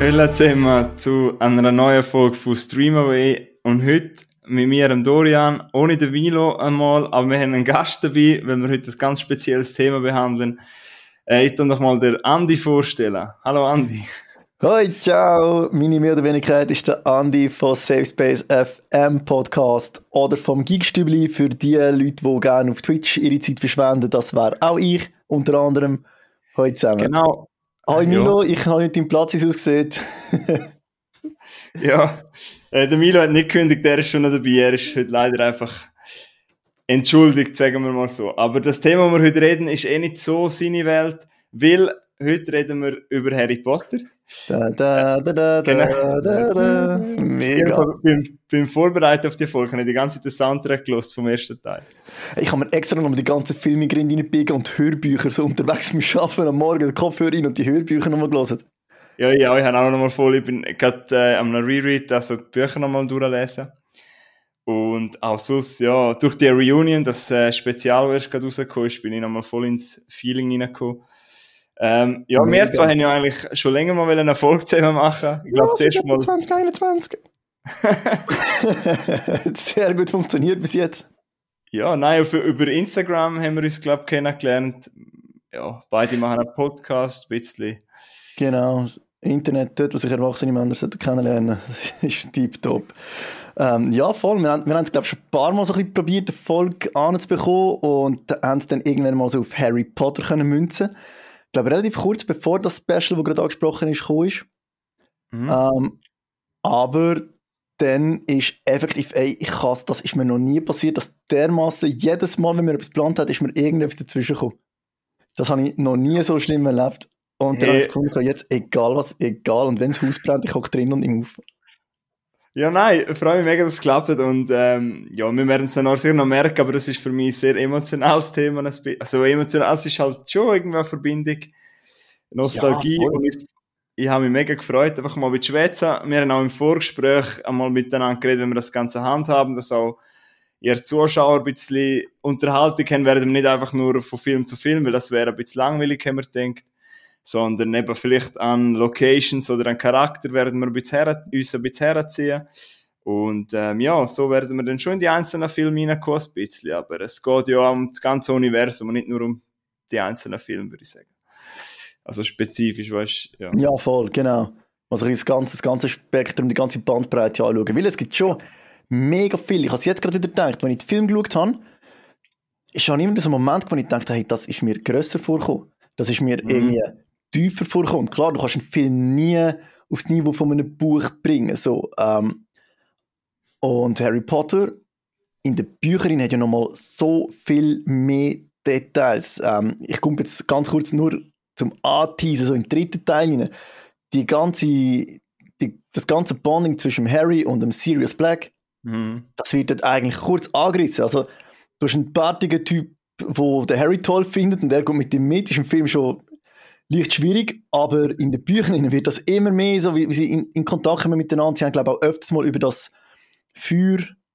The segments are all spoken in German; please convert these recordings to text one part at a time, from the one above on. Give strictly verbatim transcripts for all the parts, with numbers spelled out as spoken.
Hallo zusammen zu einer neuen Folge von Streamaway und heute mit mir, dem Dorian, ohne den Milo einmal, aber wir haben einen Gast dabei, weil wir heute ein ganz spezielles Thema behandeln. Äh, ich tu doch mal den Andi vorstellen. Hallo Andi. Hoi, ciao! Meine mehr oder Wenigkeit ist der Andi von Safe Space F M Podcast oder vom Geekstübli für die Leute, die gerne auf Twitch ihre Zeit verschwenden. Das wäre auch ich, unter anderem. Hoi zusammen. Genau. Hoi Milo, ja. Ich habe nicht deinen Platz, wie es aussieht. Ja, äh, der Milo hat nicht gekündigt, der ist schon noch dabei. Er ist heute leider einfach entschuldigt, sagen wir mal so. Aber das Thema, das wir heute reden, ist eh nicht so seine Welt, weil heute reden wir über Harry Potter. Da, da, da, da, genau. da, da. Mega. Beim, beim Vorbereiten auf die Folge habe ich die ganze Zeit den Soundtrack gehört vom ersten Teil. Ich habe mir extra noch die ganzen Filme reingebiegen und Hörbücher so unterwegs mit Arbeiten am Morgen den Kopfhörer rein und die Hörbücher nochmal gelesen. Ja, ja, ich habe auch nochmal voll, ich bin gerade äh, am Reread, also die Bücher nochmal durchlesen. Und auch sonst, ja, durch die Reunion, das äh, Spezial, das gerade rausgekommen ist, bin ich nochmal voll ins Feeling reingekommen. Ähm, ja, Mega. Wir zwei haben ja eigentlich schon länger mal eine Folge zusammen machen. Ich glaube, ja, zuerst mal. zwanzig einundzwanzig. Sehr gut funktioniert bis jetzt. Ja, nein, auf, über Instagram haben wir uns, glaube ich, kennengelernt. Ja, beide machen einen Podcast, ein bisschen. Genau, Internet, dort, was sich erwachsene Männer kennenlernen, das ist tiptop. Ähm, ja, voll, wir haben, wir haben es, glaube ich, schon ein paar Mal so ein bisschen probiert, eine Folge anzubekommen und haben es dann irgendwann mal so auf Harry Potter können münzen. Ich glaube, relativ kurz bevor das Special, das gerade angesprochen ist, gekommen ist. Mhm. Ähm, aber dann ist effektiv, ey, ich hasse, das ist mir noch nie passiert, dass dermaßen jedes Mal, wenn man etwas geplant hat, ist mir irgendetwas dazwischen gekommen. Das habe ich noch nie so schlimm erlebt. Und dann hey. habe ich gefunden, jetzt egal was, egal. Und wenn das Haus brennt, ich hocke drin und im Auf. Ja, nein, ich freue mich mega, dass es geklappt hat. Und ähm, ja, wir werden es dann auch sicher noch merken, aber das ist für mich ein sehr emotionales Thema. Also emotional, es ist halt schon irgendwie eine Verbindung, Nostalgie. Ja, und ich, ich habe mich mega gefreut, einfach mal mit schwätzen. Wir haben auch im Vorgespräch einmal miteinander geredet, wenn wir das Ganze handhaben, dass auch ihr Zuschauer ein bisschen Unterhaltung haben, werden wir nicht einfach nur von Film zu Film, weil das wäre ein bisschen langweilig, haben wir gedacht, sondern eben vielleicht an Locations oder an Charakter werden wir ein bisschen her, uns ein bisschen herziehen. Und ähm, ja, so werden wir dann schon in die einzelnen Filme reinkommen, ein bisschen. Aber es geht ja um das ganze Universum und nicht nur um die einzelnen Filme, würde ich sagen. Also spezifisch, weißt du? Ja. ja, voll, genau. Also das ganze, das ganze Spektrum, die ganze Bandbreite anschauen. Weil es gibt schon mega viel. Ich habe es jetzt gerade wieder gedacht, wenn ich den Film geschaut habe, ist schon immer so ein Moment, wo ich dachte, hey, das ist mir grösser vorgekommen. Das ist mir mhm. irgendwie tiefer vorgekommen. Klar, du kannst einen Film nie aufs Niveau von einem Buch bringen. So, ähm, und Harry Potter in den Büchern hat ja nochmal so viel mehr Details. Ähm, ich komme jetzt ganz kurz nur zum Anteasen, so im dritten Teil rein. Die ganze, die, das ganze Bonding zwischen Harry und dem Sirius Black, mhm. das wird dort eigentlich kurz angerissen. Also, du hast einen bärtigen Typ, der den Harry toll findet und der geht mit ihm mit, ist im Film schon leicht schwierig, aber in den Büchern wird das immer mehr so, wie, wie sie in, in Kontakt kommen miteinander. Sie haben, glaube ich, auch öfters mal über das Feuer,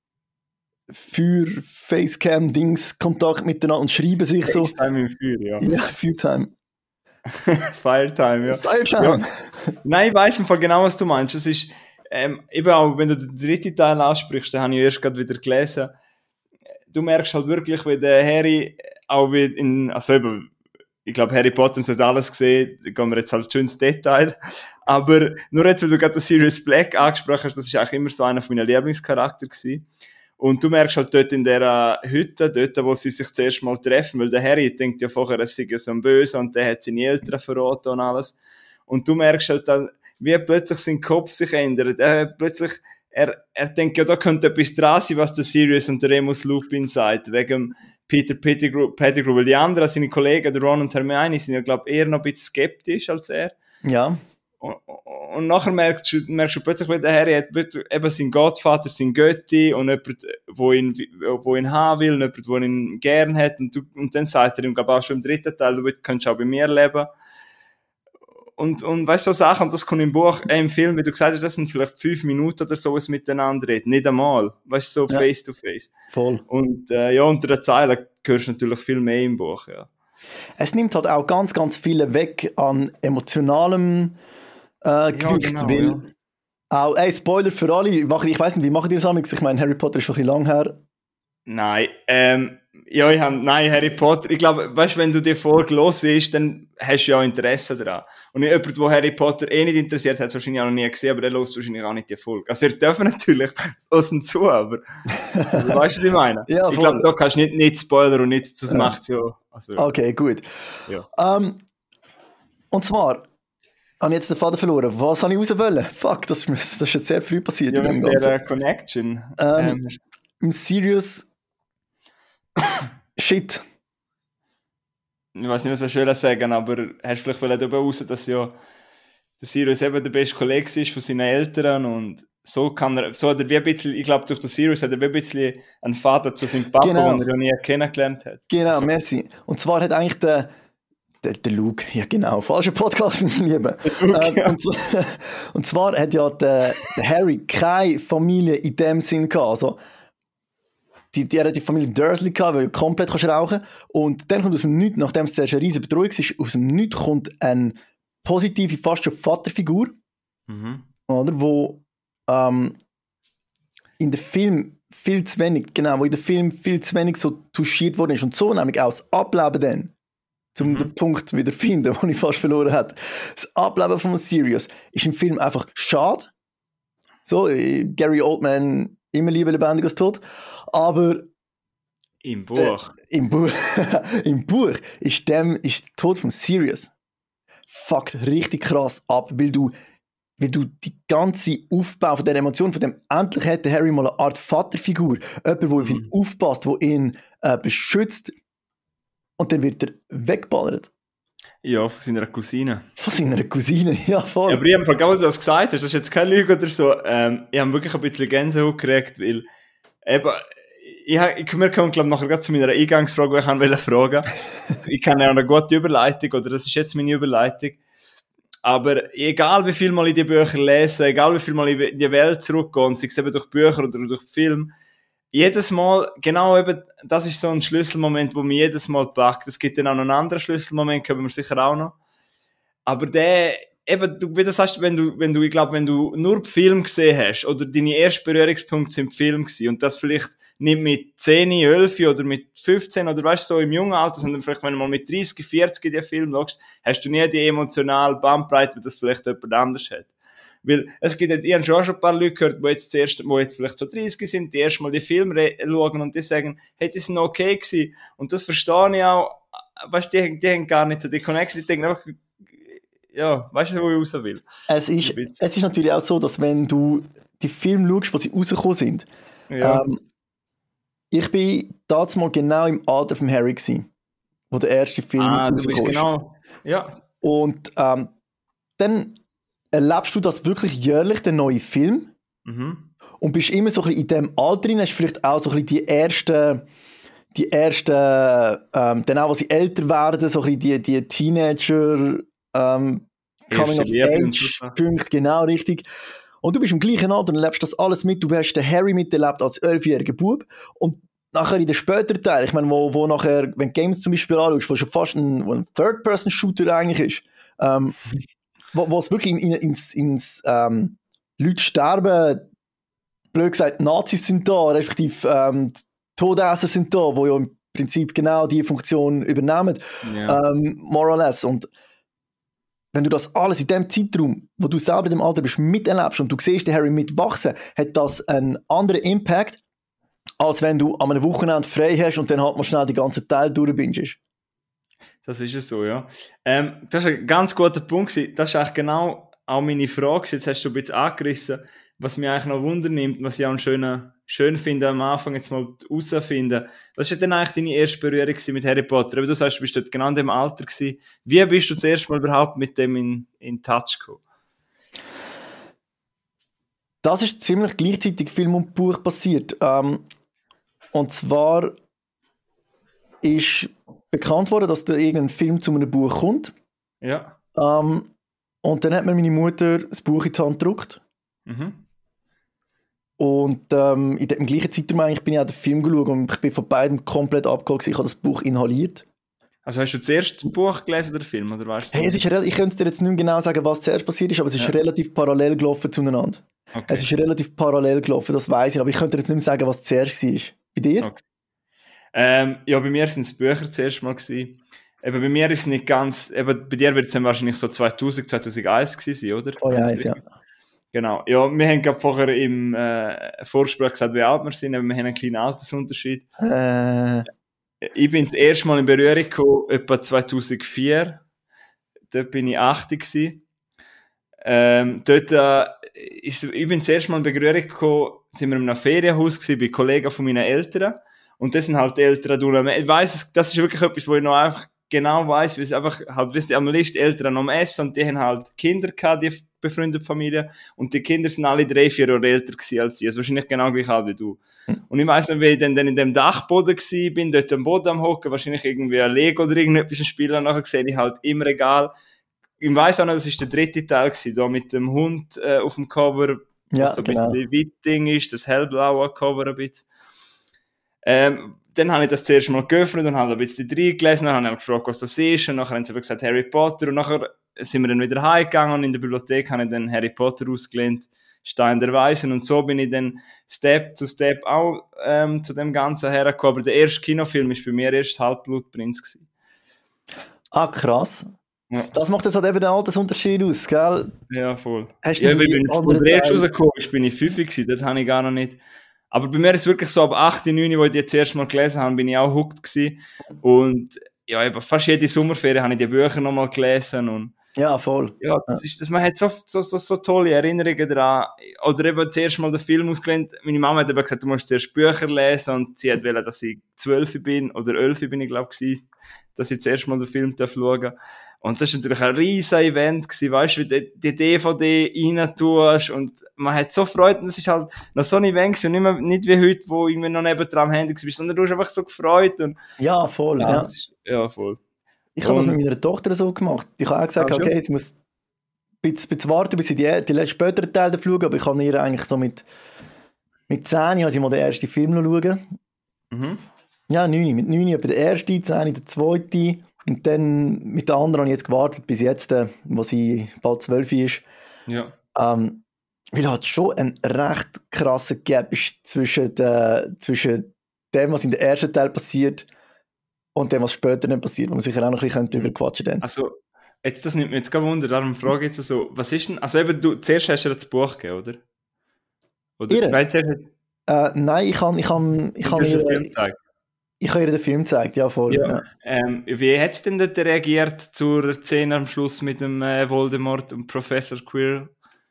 Feuer Facecam-Dings Kontakt miteinander und schreiben sich so. Facetime im Feuer, ja. Ja, Firetime. Firetime, ja. Firetime. Ja. Nein, ich weiss im Fall genau, was du meinst. Das ist, ähm, eben auch, wenn du den dritten Teil ansprichst, den habe ich erst gerade wieder gelesen. Du merkst halt wirklich, wie der Harry auch wie in, also eben, ich glaube, Harry Potter hat alles gesehen, da gehen wir jetzt halt schön ins Detail. Aber nur jetzt, weil du gerade den Sirius Black angesprochen hast, das ist eigentlich immer so einer von meinen Lieblingscharakter gewesen. Und du merkst halt dort in dieser Hütte, dort, wo sie sich zuerst mal treffen, weil der Harry denkt ja vorher, er sei so ein Böse und der hat seine Eltern verraten und alles. Und du merkst halt dann, wie plötzlich sein Kopf sich ändert. Er plötzlich, er, er denkt ja, da könnte etwas dran sein, was der Sirius und der Remus Lupin sagt, wegen Peter Pettigrew, Pettigrew, weil die anderen, seine Kollegen, der Ron und Hermione, sind ja, glaube ich, eher noch ein bisschen skeptisch als er. Ja. Und, und nachher merkst du, merkst du plötzlich, wie der Harry hat eben seinen Gottvater, seinen Götti und jemand, wo ihn, wo ihn haben will, und jemand, der ihn gern hat. Und, du, und dann sagt er ihm, glaube ich, auch schon im dritten Teil, du könntest auch bei mir leben. Und, und weißt du, so Sachen, und das kommt im Buch, äh, im Film, wie du gesagt hast, das sind vielleicht fünf Minuten oder sowas miteinander reden. Nicht einmal. Weißt du, so ja. face to face. Voll. Und, äh, ja, unter den Zeilen hörst du natürlich viel mehr im Buch, ja. Es nimmt halt auch ganz, ganz viele weg an emotionalem Äh, Gewicht, genau, weil ja. auch, ey, Spoiler für alle, ich weiß nicht, wie machen die das amigs? Ich meine, Harry Potter ist schon ein bisschen lang her. Nein, ähm, ja, ich hab, nein, Harry Potter, ich glaube, weißt du, wenn du die Folge los siehst, dann hast du ja auch Interesse daran. Und jemand, der Harry Potter eh nicht interessiert, hat es wahrscheinlich auch noch nie gesehen, aber der lässt wahrscheinlich auch nicht die Folge. Also, ihr dürft natürlich aus und zu, aber, also, weißt du, was ich meine? Ja, Ich glaube, voll. da kannst du nicht, nicht Spoiler und nichts, das Ja. macht ja, also, ja. Okay, gut. Ja. Ähm, und zwar, habe ich jetzt den Faden verloren. Was habe ich raus wollen? Fuck, das, das ist jetzt sehr früh passiert Ja, in dem mit Ganzen. der Connection. Ähm, Ähm, Im Serious Shit. ich weiß nicht, was ich schön sagen, aber hast du vielleicht darüber raus, dass ja der Sirius eben der beste Kollege ist von seinen Eltern und so kann er, so hat er wie ein bisschen, ich glaube, durch den Sirius hat er wie ein bisschen einen Vater zu seinem Papa, Genau. den er ja nie kennengelernt hat. Genau, Also, merci. Und zwar hat eigentlich der, der, der Luke, ja genau, falscher Podcast, mein Lieber. Luke, ähm, ja. und, zwar, und zwar hat ja der, der Harry keine Familie in dem Sinn gehabt. Also, die, die, er hat die Familie Dursley gehabt, weil du komplett kannst rauchen. Und dann kommt aus dem Nichts, nachdem es zuerst eine riesige Betreuung ist, aus dem Nichts kommt eine positive, fast schon Vaterfigur, Mhm. oder, wo ähm, in dem Film viel zu wenig, genau, wo in dem Film viel zu wenig so touchiert worden ist. Und so nämlich auch das Ableben dann, zum Mhm. den Punkt wieder finden, den ich fast verloren habe. Das Ableben von Sirius ist im Film einfach schade. So, äh, Gary Oldman immer lieber lebendig als tot. Aber Im der, Buch. im, Buch im Buch ist, dem, ist der Tod von Sirius fuckt richtig krass ab, weil du, weil du die ganze Aufbau von der Emotion, von dem endlich hat der Harry mal eine Art Vaterfigur, jemand, der auf ihn Mhm. aufpasst, der ihn äh, beschützt, und dann wird er weggeballert. Ja, von seiner Cousine. Von seiner Cousine, ja voll. Ja, aber ich habe gerade, als du das gesagt hast, das ist jetzt keine Lüge oder so, ähm, ich habe wirklich ein bisschen Gänsehaut gekriegt, weil eben, ich, hab- ich, wir kommen, glaube ich, nachher gerade zu meiner Eingangsfrage, die ich wollte fragen. Ich kann ja eine gute Überleitung, oder das ist jetzt meine Überleitung. Aber egal wie viel mal ich die Bücher lese, egal wie viel mal ich in die Welt zurückgehe, und sei es eben durch Bücher oder durch Film, jedes Mal, genau eben, das ist so ein Schlüsselmoment, wo mich jedes Mal packt. Es gibt dann auch noch einen anderen Schlüsselmoment, können wir sicher auch noch. Aber der, eben, du, wie du sagst, wenn du, wenn du, ich glaube, wenn du nur den Film gesehen hast, oder deine ersten Berührungspunkte sind im Film gewesen, und das vielleicht nicht mit zehn, elf oder mit fünfzehn, oder weißt du, so im jungen Alter, sondern vielleicht, wenn du mal mit dreißig, vierzig in den Film schaust, hast du nie die emotionale Bandbreite, wie das vielleicht jemand anders hat. Weil, es gibt, ich habe schon schon ein paar Leute gehört, die jetzt zuerst, die jetzt vielleicht so dreißig sind, die erst mal die Filme schauen und die sagen, hey, die sind okay gewesen. Und das verstehe ich auch, weißt du, die, die haben gar nicht so die Connection, die denken einfach, ja, weißt du, wo ich raus will? Es ist, es ist natürlich auch so, dass wenn du die Filme schaust, wo sie rausgekommen sind, Ja. ähm, ich bin damals mal genau im Alter von Harry gewesen, wo der erste Film ah, du bist rausgekommen ist. genau, ja. Und ähm, dann erlebst du das wirklich jährlich, den neuen Film, Mhm. und bist immer so ein bisschen in dem Alter drin, hast vielleicht auch so ein bisschen die ersten, die ersten, ähm, dann auch, als sie älter werden, so ein bisschen die, die Teenager, ähm, Coming of Age, Punkt, genau richtig. Und du bist im gleichen Alter und erlebst das alles mit. Du hast den Harry miterlebt als elfjähriger Bub. Und nachher in den späteren Teil, ich meine, wo, wo nachher, wenn Games zum Beispiel anschaust, wo schon fast ein, ein Third-Person-Shooter eigentlich ist, ähm, wo, wo es wirklich in, in, ins, ins ähm, Leute sterben, blöd gesagt, Nazis sind da, respektive ähm, Todesser sind da, wo ja im Prinzip genau die Funktion übernehmen, Ja. ähm, more or less. Und wenn du das alles in dem Zeitraum, wo du selber in dem Alter bist, miterlebst und du siehst den Harry mitwachsen, hat das einen anderen Impact, als wenn du an einem Wochenende frei hast und dann halt mal schnell die ganze Teil durchbingest. Das ist es so, ja. Ähm, das ist ein ganz guter Punkt gewesen. Das ist eigentlich genau auch meine Frage. Jetzt hast du ein bisschen angerissen, was mich eigentlich noch wundernimmt, was ich auch einen schönen, schön finde, am Anfang jetzt mal herausfinden. Was war denn eigentlich deine erste Berührung mit Harry Potter? Aber du sagst, du bist dort genau in dem Alter gewesen. Wie bist du zuerst mal überhaupt mit dem in, in Touch gekommen? Das ist ziemlich gleichzeitig Film und Buch passiert. Ähm, und zwar ist bekannt worden, dass da irgendein Film zu einem Buch kommt. Ja. Ähm, und dann hat mir meine Mutter das Buch in die Hand gedruckt. Mhm. Und ähm, in dem gleichen Zeitraum eigentlich bin ich auch den Film geschaut und ich bin von beiden komplett abgeholt. Ich habe das Buch inhaliert. Also hast du zuerst das Buch gelesen oder den Film, oder weißt du? Hey, es ist, ich könnte dir jetzt nicht mehr genau sagen, was zuerst passiert ist, aber es ist Ja. relativ parallel gelaufen zueinander. Okay. Es ist relativ parallel gelaufen, das weiss ich, aber ich könnte dir jetzt nicht mehr sagen, was zuerst war. Bei dir? Okay. Ähm, ja, bei mir sind es Bücher zuerst mal gewesen. Eben, bei mir ist es nicht ganz, eben, bei dir wird es dann wahrscheinlich so zweitausend, zweitausendeins gewesen sein, oder? Oh ja, ja. Genau. Ja, wir haben gerade vorher im äh, Vorgespräch gesagt, wie alt wir sind, aber wir haben einen kleinen Altersunterschied. Äh, Ich bin das erste Mal in Berührung gekommen, etwa zweitausendvier. Dort bin ich achtzig gewesen. Ähm, dort, äh, ich, ich bin das erste Mal in Berührung gekommen, sind wir in einem Ferienhaus gewesen, bei Kollegen von meinen Eltern. Und das sind halt die Eltern, du, ich weiss, das ist wirklich etwas, wo ich noch einfach genau weiss, weil es einfach, halt, weißt du, am List die Eltern noch am Essen und die haben halt Kinder gehabt, die befreundete Familie. Und die Kinder sind alle drei, vier Jahre älter gewesen als ich. Also wahrscheinlich genau gleich alt wie du. Und ich weiss noch, wie ich dann, dann in dem Dachboden war, bin dort am Boden am Hocken, wahrscheinlich irgendwie ein Lego oder irgendetwas spielen. Und nachher sehe ich halt im Regal, ich weiss auch noch, das war der dritte Teil gewesen, da mit dem Hund äh, auf dem Cover, ja, was so ein genau. bisschen Witting ist, das hellblaue Cover ein bisschen. Ähm, dann habe ich das zuerst mal geöffnet und habe ein bisschen reingelesen, dann habe ich gefragt, was das ist, und nachher haben sie gesagt Harry Potter, und nachher sind wir dann wieder heimgegangen und in der Bibliothek habe ich dann Harry Potter ausgelehnt, Stein der Weisen, und so bin ich dann Step zu Step auch ähm, zu dem Ganzen hergekommen, aber der erste Kinofilm war bei mir erst Halbblutprinz gewesen. Ah, krass. Ja. Das macht jetzt halt eben den Altersunterschied aus, gell? Ja, voll. Hast Ja, du weil die ich anderen bin erst Teile- rausgekommen, bin ich fünf gewesen, das habe ich gar noch nicht. Aber bei mir ist es wirklich so, ab acht, neun, wo ich die jetzt erst mal gelesen habe, bin ich auch hooked gewesen. Und ja, eben fast jede Sommerferien habe ich die Bücher nochmal gelesen und Ja, voll. ja, das ist, das, man hat so, so, so, so tolle Erinnerungen daran. Oder eben zuerst mal den Film ausgelehnt. Meine Mama hat eben gesagt, du musst zuerst Bücher lesen, und sie hat wollen, dass ich zwölf bin, oder elf bin ich glaube ich, dass ich zuerst mal den Film schauen darf. Und das war natürlich ein riesen Event gewesen, weißt du, wie du die D V D rein tust, und man hat so Freude, und das ist halt noch so ein Event gewesen, und nicht, mehr, nicht wie heute, wo irgendwie noch nebendran am Handy bist, sondern du hast einfach so gefreut, und Ja, voll. ja, Ja. das ist, ja voll. Ich habe das Und- mit meiner Tochter so gemacht. Ich habe auch gesagt, Ah, schon? okay, sie muss ein bisschen, bisschen warten, bis sie die, die letzten späteren Teile schauen, aber ich kann ihr eigentlich so mit, mit zehn, habe sie mal den ersten Film noch schauen. Mhm. Ja, neun. Mit neun etwa der erste, zehn der zweite. Und dann mit der anderen habe ich jetzt gewartet, bis jetzt, äh, wo sie bald zwölf ist. Ja. Ähm, weil halt schon ein recht krasser Gap ist zwischen, der, zwischen dem, was in der ersten Teil passiert, und dem, was später dann passiert, wo man sicher auch noch ein bisschen drüber quatschen könnte. Also, jetzt, das nimmt mich jetzt gerade Wunder, darum frage ich jetzt so, was ist denn, also eben, du, zuerst hast du das Buch gegeben, oder? Oder? Ihr? Nein, zuerst hast Äh, nein, ich kann, ich kann, ich du kann hast den ihr, Film gezeigt. ich habe ihr den Film gezeigt, ja voll. Ja. Ja. Ähm, wie hat sie denn dort reagiert zur Szene am Schluss mit dem äh, Voldemort und Professor Quirrell?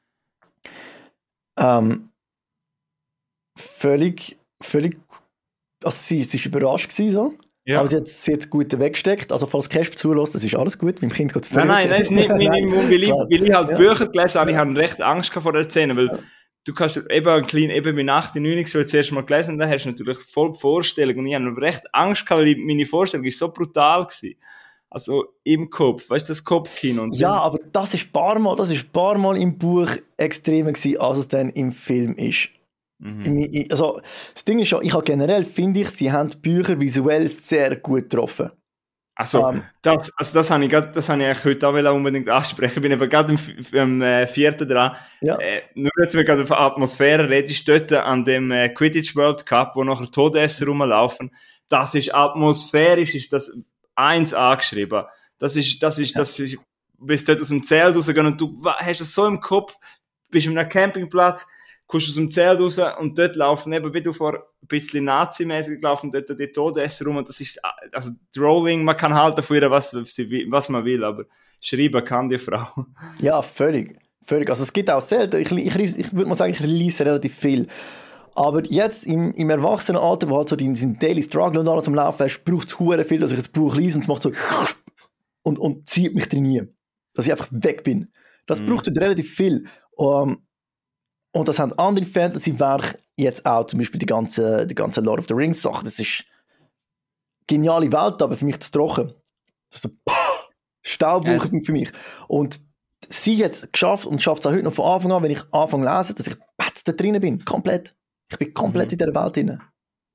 Ähm, völlig, völlig, also sie, sie ist überrascht gewesen, so. Ja. Aber sie hat, sie hat es gut weggesteckt. Also falls Casper zulässt, das ist alles gut. Meinem Kind geht es Nein, nein, nein, es ist nicht Minimum, weil ich, klar. weil ich halt Ja. Bücher gelesen habe, ich habe recht Angst gehabt vor der Szene, weil du kannst eben ein klein, eben mit acht, neun, so das erste Mal gelesen, und dann hast du natürlich voll die Vorstellung, und ich habe recht Angst gehabt, weil meine Vorstellung ist so brutal gewesen. Also im Kopf, weißt du, das Kopfkino. Und Ja, dann- aber das ist paar Mal, das ist paar Mal im Buch extremer gewesen, als es dann im Film ist. Mhm. Im- Also, das Ding ist schon, ich habe generell, finde ich, sie haben die Bücher visuell sehr gut getroffen. Also, Ähm. das, also das habe ich grad, das habe ich eigentlich heute auch unbedingt ansprechen. Ich bin eben gerade im, f- am äh, vierten dran. Ja. Äh, nur jetzt, wenn wir gerade von Atmosphäre reden, ist dort an dem äh, Quidditch World Cup, wo nachher Todesser rumlaufen. Das ist atmosphärisch, ist das eins angeschrieben. Das ist, das ist, das ist, bis dort aus dem Zelt rausgehen und du wa- hast das so im Kopf, bist auf einem Campingplatz, kommst aus dem Zelt raus und dort laufen eben, wie du vor ein bisschen Nazi-mäßig laufen, dort die Todesser rum, und das ist, also, Rowling, man kann halten von ihr, was, sie will- was man will, aber schreiben kann die Frau. Ja, völlig. völlig. Also es gibt auch selten, ich, ich, ich, ich würde mal sagen, ich lese relativ viel. Aber jetzt im, im Erwachsenenalter, wo halt so diesen Daily Struggle und alles am Laufen ist, braucht es hure viel, dass ich das Buch lese und es macht so und, und zieht mich drin nie. Dass ich einfach weg bin. Das Mhm. braucht halt relativ viel. Um, und das haben andere Fantasy-Werke jetzt auch, zum Beispiel die ganze, die ganze Lord of the Rings Sache. Das ist geniale Welt, aber für mich zu trocken. Das ist so Staubwolken Yes. für mich. Und sie hat es geschafft und schafft es auch heute noch von Anfang an, wenn ich anfange zu lesen, dass ich da drinnen bin. Komplett. Ich bin komplett Mhm. in dieser Welt drin.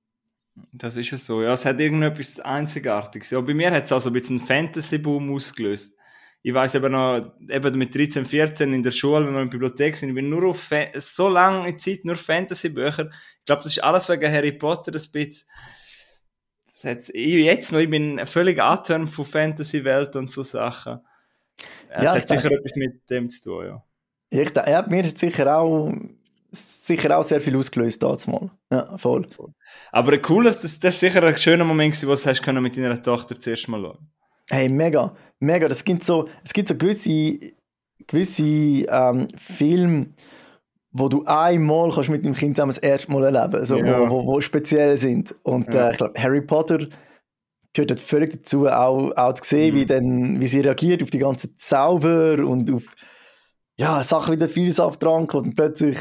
Das ist es so. Ja, es hat irgendetwas Einzigartiges. Ja, bei mir hat es also ein bisschen einen Fantasy-Boom ausgelöst. Ich weiss eben noch, eben mit dreizehn, vierzehn in der Schule, wenn wir in der Bibliothek sind, ich bin nur auf Fa- so lange Zeit nur Fantasy-Bücher. Ich glaube, das ist alles wegen Harry Potter ein bisschen. Das hat's, ich, jetzt noch, ich bin völlig angetörnt von Fantasy-Welt und so Sachen. Ja, Ja, das ich hat sicher denke, etwas mit dem zu tun, ja. ich denke, ja, mir hat sicher auch, sicher auch sehr viel ausgelöst damals mal. Ja, voll. Aber cool, dass das, das ist sicher ein schöner Moment gewesen, was du hast können mit deiner Tochter zuerst mal schauen. Hey, mega, mega. Das gibt so, es gibt so gewisse, gewisse ähm, Filme, wo du einmal kannst mit dem Kind zusammen das erste Mal erleben, so, Ja. wo, wo, wo speziell sind. Und Ja. äh, ich glaube, Harry Potter gehört dort völlig dazu, auch, auch zu sehen, Mhm. wie, dann, wie sie reagiert auf die ganzen Zauber und auf ja, Sachen wie der Vielsafttrank, wo dann plötzlich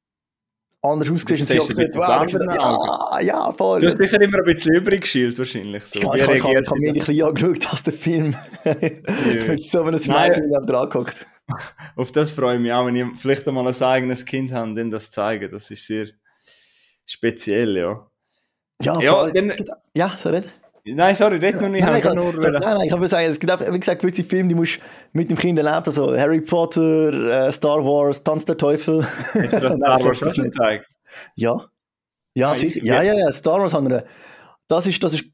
anders aussieht. Und sie siehst auch du gesagt, mit wow, anderen gesagt, ja, ja, voll. Du hast sicher immer ein bisschen übrig geschielt, wahrscheinlich. So. Ja, Wie ich habe ich, reagiert ich hab sie mir dann? ein bisschen angeschaut, dass der Film mit so einem Nein. Smiley neben dran guckt. Auf das freue ich mich auch, wenn ich vielleicht einmal ein eigenes Kind habe, dann das zeigen. Das ist sehr speziell, ja. Ja, Ja, voll. dann- ja, so red. Nein, sorry, red nur nicht. Nein, nein, Ich ich, habe nein, nur nein, wollen- nein, ich will sagen, es gibt einfach, wie gesagt, gewisse Filme, die musst du mit dem Kind erlebt, also Harry Potter, äh, Star Wars, Tanz der Teufel. Hast du das Nein, Star Wars selbst auch schon nicht. gezeigt? Ja. Ja, Ah, sicher. easy. ja, ja, ja, Star Wars haben wir. Das ist, das ist,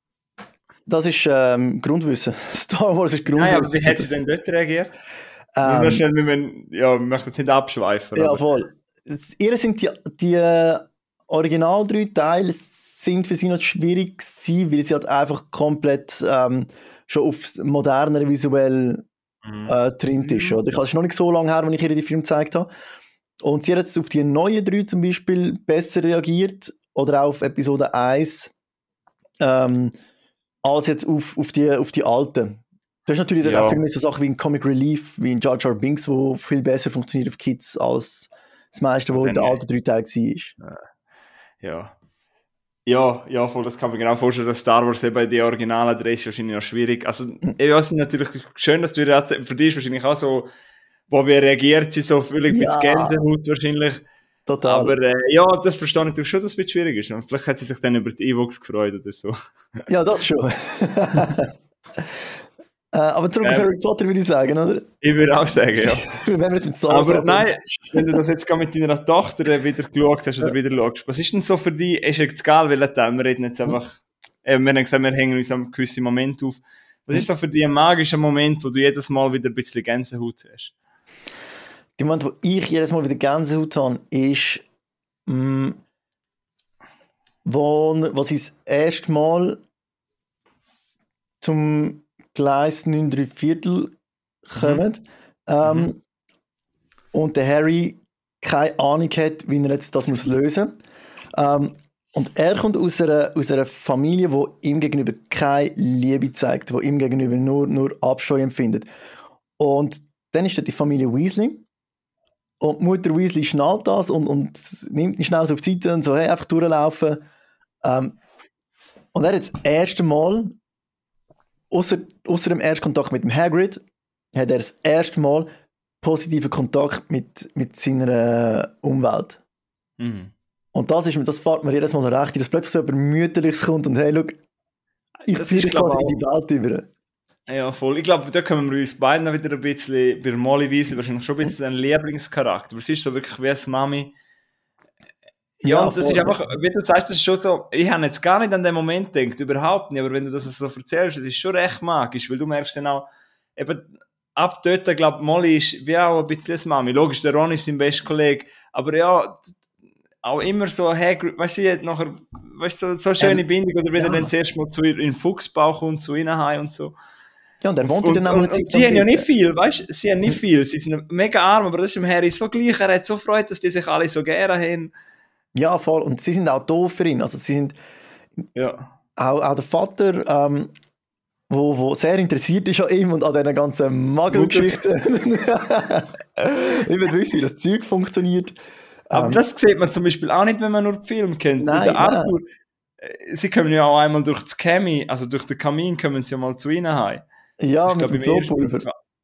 das ist ähm, Grundwissen. Star Wars ist Grundwissen. Nein, aber wie hat sie Das- denn dort reagiert? ähm, Nur schnell, wir müssen, ja, wir möchten jetzt nicht abschweifen. Ja, aber- voll. Es- Ihr sind die, die äh, Original drei Teile sind für sie noch schwierig gewesen, weil sie halt einfach komplett ähm, schon aufs modernere visuell Mhm. äh, trimmt ist. Oder? Ich- Es ist noch nicht so lange her, als ich ihr die Film gezeigt habe. Und sie hat jetzt auf die neuen drei zum Beispiel besser reagiert oder auch auf Episode eins ähm, als jetzt auf, auf, die, auf die alten. Du hast natürlich dann Ja. auch viel mehr so Sachen wie ein Comic Relief, wie ein Jar Jar Binks, wo viel besser funktioniert auf Kids als das meiste, was in den Dann- alten drei Teilen war. Ja. Ja, ja, voll, das kann man genau vorstellen, dass Star Wars eben die originalen drei ist wahrscheinlich noch schwierig. Also, ich weiß natürlich schön, dass du dir das, für dich ist wahrscheinlich auch so, wo wir reagiert sie so völlig Ja. mit Gänsehaut wahrscheinlich. Total. Aber äh, ja, das verstehe ich natürlich schon, dass es ein bisschen schwierig ist. Und vielleicht hat sie sich dann über die E-Books gefreut oder so. Ja, das schon. äh, aber zurück auf Ähm. Harry Potter würde ich sagen, oder? Ich würde auch sagen, ja. Wenn wir jetzt mit Star Wars Aber anfangen. nein, wenn du das jetzt gerade mit deiner Tochter äh, wieder geschaut hast oder wieder schaust, was ist denn so für dich, ist jetzt egal, welcher Teil, wir reden jetzt einfach, äh, wir haben gesagt, wir hängen uns am gewissen Moment auf. Was ist so für dich ein magischer Moment, wo du jedes Mal wieder ein bisschen Gänsehaut hast? Der Moment, wo ich jedes Mal wieder Gänsehaut habe, ist, mh, wo, wo sie das erste Mal zum Gleis neun drei Viertel kommen ähm, Mhm. und der Harry keine Ahnung hat, wie er jetzt das muss lösen muss. Ähm, und er kommt aus einer, aus einer Familie, die ihm gegenüber keine Liebe zeigt, die ihm gegenüber nur, nur Abscheu empfindet. Und dann ist da die Familie Weasley. Und die Mutter Weasley schnallt das und, und nimmt ihn schnell so auf die Seite und so, hey, einfach durchlaufen. Ähm, und er hat das erste Mal, außer, außer dem Erstkontakt mit dem Hagrid, hat er das erste Mal positiven Kontakt mit, mit seiner Umwelt. Mhm. Und das, ist, das fährt mir jedes Mal so recht, dass plötzlich so etwas Mütterliches kommt und hey, schau, ich Das ziehe ist, dich glaub quasi ich, in die Welt über. Ja, voll. Ich glaube, da können wir uns beiden wieder ein bisschen, bei Molly Weasley wahrscheinlich schon ein bisschen ein Lieblingscharakter. Aber es ist so wirklich wie eine Mami. Ja, Ja, und das voll. ist einfach, wie du sagst, das ist schon so, ich habe jetzt gar nicht an den Moment gedacht, überhaupt nicht, aber wenn du das so erzählst, das ist schon recht magisch, weil du merkst dann auch, eben, ab dort, glaube Molly ist wie auch ein bisschen das Mami. Logisch, der Ron ist sein bester Kollege, aber ja, auch immer so, hey, weißt du, nachher, weißt du, so, so schöne Ähm, Bindung, oder wenn ja. er dann zuerst mal zu ihr in den Fuchsbau kommt, zu ihnen heim und so. Ja, und er wohnt Und, dann auch und, eine Zeit und sie haben ja lang nicht dort. viel, weißt du? Sie haben nicht viel. Sie sind mega arm, aber das ist dem Harry so gleich. Er hat so Freude, dass die sich alle so gerne haben. Ja, voll. Und sie sind auch doof für ihn. Also sie sind Ja. auch, auch der Vater, ähm, wo, wo sehr interessiert ist an ihm und an diesen ganzen Magelgeschichten. Ich will wissen, wie das Zeug funktioniert. Aber Ähm, das sieht man zum Beispiel auch nicht, wenn man nur die Filme kennt. Nein, Weil der nein. Arthur, äh, sie kommen ja auch einmal durch das Chemie, also durch den Kamin kommen sie ja mal zu ihnen heim. ja, Ich mit glaube, dem im ersten und Flohpulver. zwe-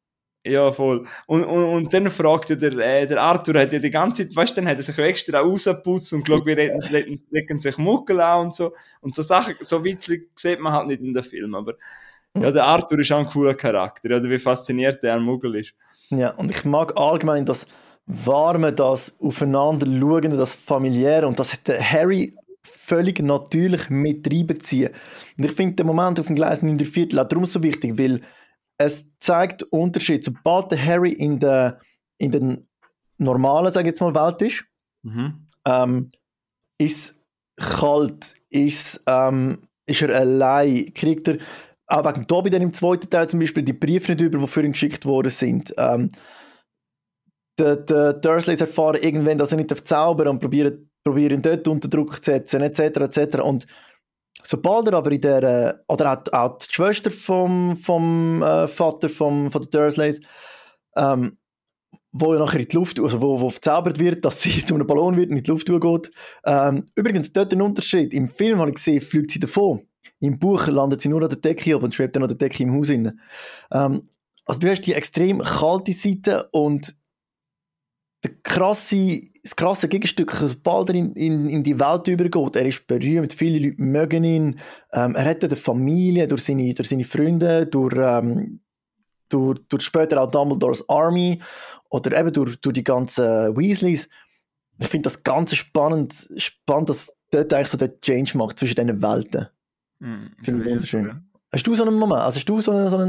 Ja, voll. Und, und, und dann fragt ja der, äh, der Arthur, hat ja die ganze Zeit, weißt du, dann hat er sich extra rausgeputzt und geschaut, wie legen, legen sich Muckel an und so. Und so Sachen, so Witzig sieht man halt nicht in den Film. Aber ja, der Arthur ist auch ein cooler Charakter, oder wie fasziniert der ein Muggel ist. Ja, und ich mag allgemein das Warme, das Aufeinander schauen, das Familiäre und das hat der Harry völlig natürlich mit reinbeziehen. Und ich finde den Moment auf dem Gleis neun Viertel auch darum so wichtig, weil es zeigt den Unterschied. Sobald der Harry in der, in der normalen, sage ich jetzt mal, Welt ist, Mhm. ähm, ist es kalt, ist, ähm, ist er allein, kriegt er, auch wegen Dobby dann im zweiten Teil zum Beispiel, die Briefe nicht über, die für ihn geschickt worden sind. Ähm, die, die Dursleys erfahren irgendwann, dass er nicht zaubern darf und probieren, probieren ihn dort unter Druck zu setzen, et cetera et cetera. Und sobald er aber in der, äh, oder auch, auch die Schwester vom, vom äh, Vater vom, von den Dursleys, ähm, wo ja nachher in die Luft, also wo, wo verzaubert wird, dass sie zu einem Ballon wird und in die Luft geht. Ähm, übrigens, dort ein Unterschied. Im Film habe ich gesehen, fliegt sie davon. Im Buch landet sie nur an der Decke ab und schwebt dann an der Decke im Haus rein. Ähm, also du hast die extrem kalte Seite und der krasse, das krasse Gegenstück, sobald er in, in, in die Welt übergeht, er ist berühmt, viele Leute mögen ihn, ähm, er hat eine Familie durch seine, durch seine Freunde, durch, ähm, durch, durch später auch Dumbledores Army oder eben durch, durch die ganzen Weasleys. Ich finde das ganz spannend, spannend, dass dort eigentlich so der Change macht zwischen diesen Welten. Mhm. Finde ich wunderschön. Ja. Hast du so einen Moment, also hast du so einen, so einen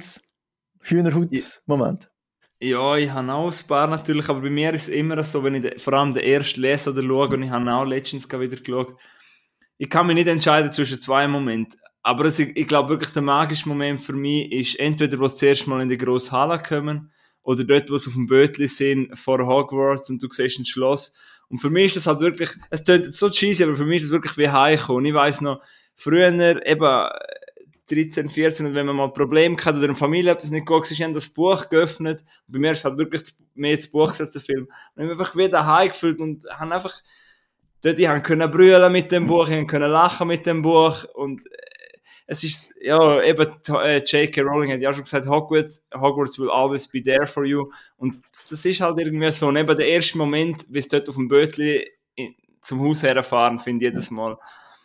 Lieblings-Hühnerhut-Moment? Ja, ich habe auch ein paar natürlich, aber bei mir ist es immer so, wenn ich de, vor allem den ersten lese oder schaue, und ich habe auch letztens wieder geschaut, ich kann mich nicht entscheiden zwischen zwei Momenten, aber es, ich, ich glaube wirklich, der magische Moment für mich ist entweder, wo sie zuerst mal in die grosse Halle kommen oder dort, wo sie auf dem Bötli sind vor Hogwarts und du siehst ein Schloss. Und für mich ist das halt wirklich, es klingt jetzt so cheesy, aber für mich ist es wirklich wie heimkommen. Ich weiss noch, früher eben dreizehn, vierzehn, und wenn man mal ein Problem hatte oder in der Familie etwas nicht gut ist, haben das Buch geöffnet. Und bei mir ist es halt wirklich mehr das Buch als der Film. Und ich habe einfach wieder daheim gefühlt und haben einfach, dort, ich können brüllen mit dem Buch, ich können lachen mit dem Buch und äh, es ist, ja, eben, äh, J K. Rowling hat ja schon gesagt, Hogwarts, Hogwarts will always be there for you. Und das ist halt irgendwie so, und eben der erste Moment, wie es dort auf dem Bötli in, zum Haus herfahren, finde ich jedes Mal.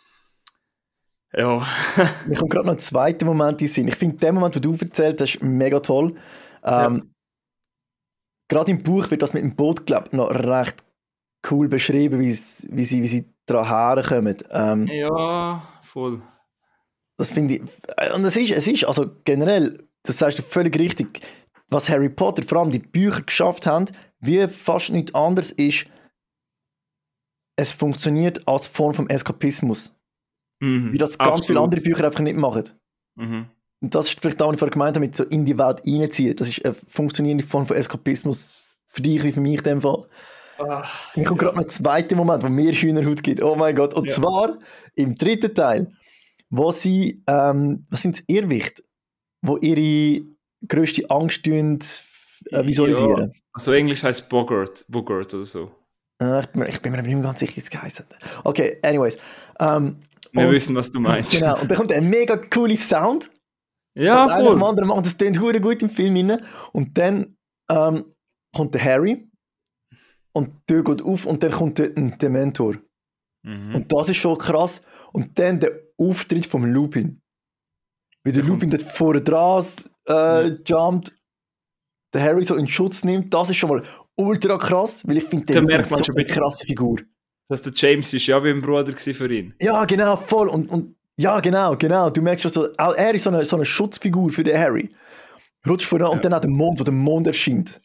Ja. Mir kommt gerade noch ein zweiter Moment in den Sinn. Ich finde den Moment, den du erzählt hast, mega toll. Ähm, Ja. Gerade im Buch wird das mit dem Boot, glaube ich, noch recht cool beschrieben, wie sie, wie sie, wie sie daran herkommen. Ähm, Ja, voll. Das finde ich. Und es ist, es ist, also generell, das sagst du völlig richtig, was Harry Potter, vor allem die Bücher geschafft haben, wie fast nichts anderes ist, es funktioniert als Form vom Eskapismus. Mhm. Wie das ganz Absolut. viele andere Bücher einfach nicht machen. Mhm. Und das ist vielleicht auch, was ich vorher gemeint habe, mit so in die Welt reinziehen. Das ist eine funktionierende Form von Eskapismus für dich wie für mich in dem Fall. Ach, Mir kommt gerade noch ein zweiter Moment, wo mir Hühnerhaut gibt. Oh mein Gott. Und Ja. zwar im dritten Teil, wo sie, ähm, was sind das, Irrwicht, wo ihre grösste Angst tun, äh, visualisieren. Ja. Also Englisch heißt Boggart, Boggart oder so. Äh, ich, bin, ich bin mir nicht mehr ganz sicher, wie es geheißen hat. Okay, anyways. Ähm, Wir und- wissen, was du meinst. Genau, und dann kommt ein mega cooler Sound. Ja, und einer am voll. anderen machen, das klingt hure gut im Film rein. Und dann ähm, kommt der Harry und die Tür geht auf und dann kommt dort ein Dementor. Mhm. Und das ist schon krass. Und dann der Auftritt vom Lupin. Wie der Der Lupin dort vorne dran äh, jumpt, der Harry so in Schutz nimmt, das ist schon mal ultra krass, weil ich finde, der Da Lupin merkt ist man so schon eine ein bisschen. krasse Figur. Dass der James ist ja wie ein Bruder gewesen für ihn. Ja, genau, voll. Und, und ja, genau, genau. Du merkst schon so, auch er ist so eine, so eine Schutzfigur für den Harry. Rutscht vorne und dann auch der Mond, wo der Mond erscheint.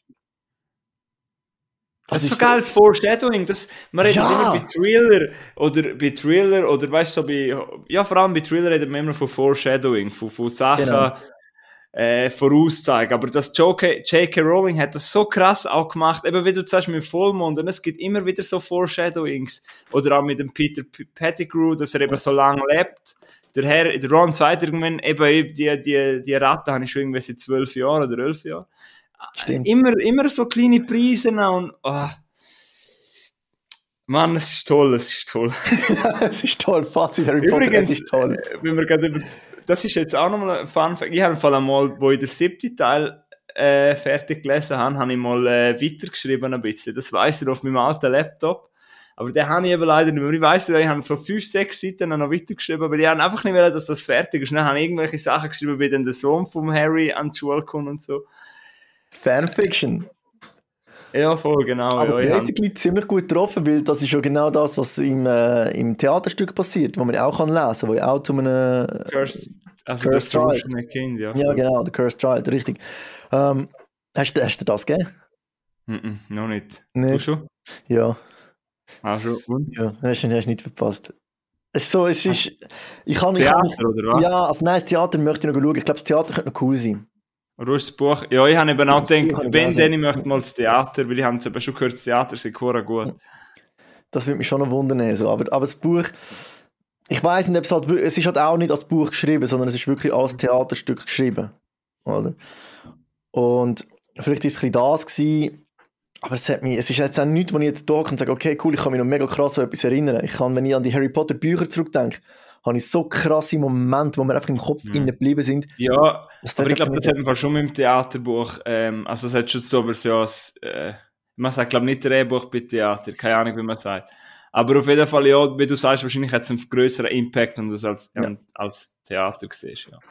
Das ist so geil, das Foreshadowing. Das, man redet Ja. immer bei Thriller oder bei Thriller oder weißt du, so bei, ja, vor allem bei Thriller redet man immer von Foreshadowing, von, von Sachen Genau. äh, vorauszeigen. Aber das J K. Rowling hat das so krass auch gemacht, eben wie du sagst mit Vollmond, und es gibt immer wieder so Foreshadowings. Oder auch mit dem Peter P- Pettigrew, dass er eben so lange lebt. Der, Herr, der Ron sagt irgendwann, eben die, die, die Ratte habe ich schon irgendwie seit zwölf Jahren oder elf Jahren. Stimmt. Immer, immer so kleine Preise und oh. Mann, es ist toll, es ist toll. Es ist toll, Fazit Harry Potter, Übrigens, es ist toll. äh, wenn wir gerade über, das ist jetzt auch nochmal ein Fun Fact. Ich habe im Fall einmal, wo ich den siebten Teil äh, fertig gelesen habe, habe ich mal äh, weitergeschrieben ein bisschen. Das weiss ich auf meinem alten Laptop. Aber den habe ich eben leider nicht mehr. Ich weiss, ich habe vor fünf, sechs Seiten noch weitergeschrieben, aber ich habe einfach nicht wollen, dass das fertig ist. Dann habe ich irgendwelche Sachen geschrieben, wie dann der Sohn vom Harry an die Schule kommt und so. Fanfiction. Ja, voll, genau. Aber ja, basically hab... ziemlich gut getroffen, weil das ist ja genau das, was im, äh, im Theaterstück passiert, wo man auch kann lesen kann, wo ja auch zu einem... Cursed, also Cursed das verwunschene Kind, ja. Ja, genau, der Cursed Child, richtig. Ähm, hast, hast du das gegeben? Mm -mm, noch nicht. nicht. Du schon? Ja. Ah, schon? Und? Ja, hast du nicht verpasst. Es ist so, es ist... Ich kann, das Theater, ich kann, oder was? Ja, also nein, das Theater möchte ich noch schauen. Ich glaube, das Theater könnte noch cool sein. Oder das Buch? Ja, ich habe eben auch gedacht, wenn also, dann, ich möchte mal das Theater, weil ich habe eben schon gehört, das Theater ist gut. Das würde mich schon noch wundern. So. Aber, aber das Buch, ich weiss nicht, ob es halt, es ist halt auch nicht als Buch geschrieben, sondern es ist wirklich als Theaterstück geschrieben. Oder? Und vielleicht war es ein bisschen das gewesen, aber es, hat mich, es ist jetzt auch nichts, wo ich jetzt da kann und sage, okay, cool, ich kann mich noch mega krass an etwas erinnern. Ich kann, wenn ich an die Harry Potter Bücher zurückdenke, habe ich so krasse Momente, wo mir einfach im Kopf mhm. innen geblieben sind. Ja, aber ich glaube, das hat man schon mit dem Theaterbuch, ähm, also es hat schon so Versions, äh, man sagt, glaube nicht Drehbuch bei Theater, keine Ahnung, wie man sagt. Aber auf jeden Fall, ja, wie du sagst, wahrscheinlich hat es einen grösseren Impact, wenn du das als, ja. ähm, als Theater siehst, ja.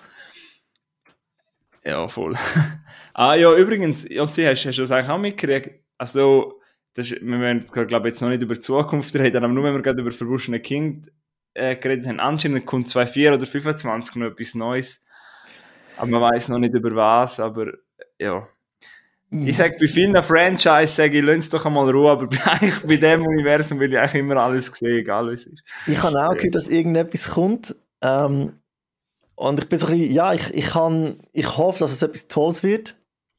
Ja, voll. ah ja, übrigens, Jossi, hast, hast du das eigentlich auch mitgekriegt? Also, das ist, wir werden jetzt, glaube ich, jetzt noch nicht über die Zukunft reden, aber nur wenn wir gerade über verwunschene Kind äh, geredet haben, anscheinend kommt vierundzwanzig oder fünfundzwanzig noch etwas Neues. Aber man weiß noch nicht über was, aber ja. Ich sage, bei vielen Franchise sage ich, lass doch einmal Ruhe, aber eigentlich bei dem Universum will ich eigentlich immer alles sehen, egal was es ist. Ich habe auch gehört, dass irgendetwas kommt. Ähm, und ich bin so ein bisschen, ja, ich, ich, kann, ich hoffe, dass es etwas Tolles wird.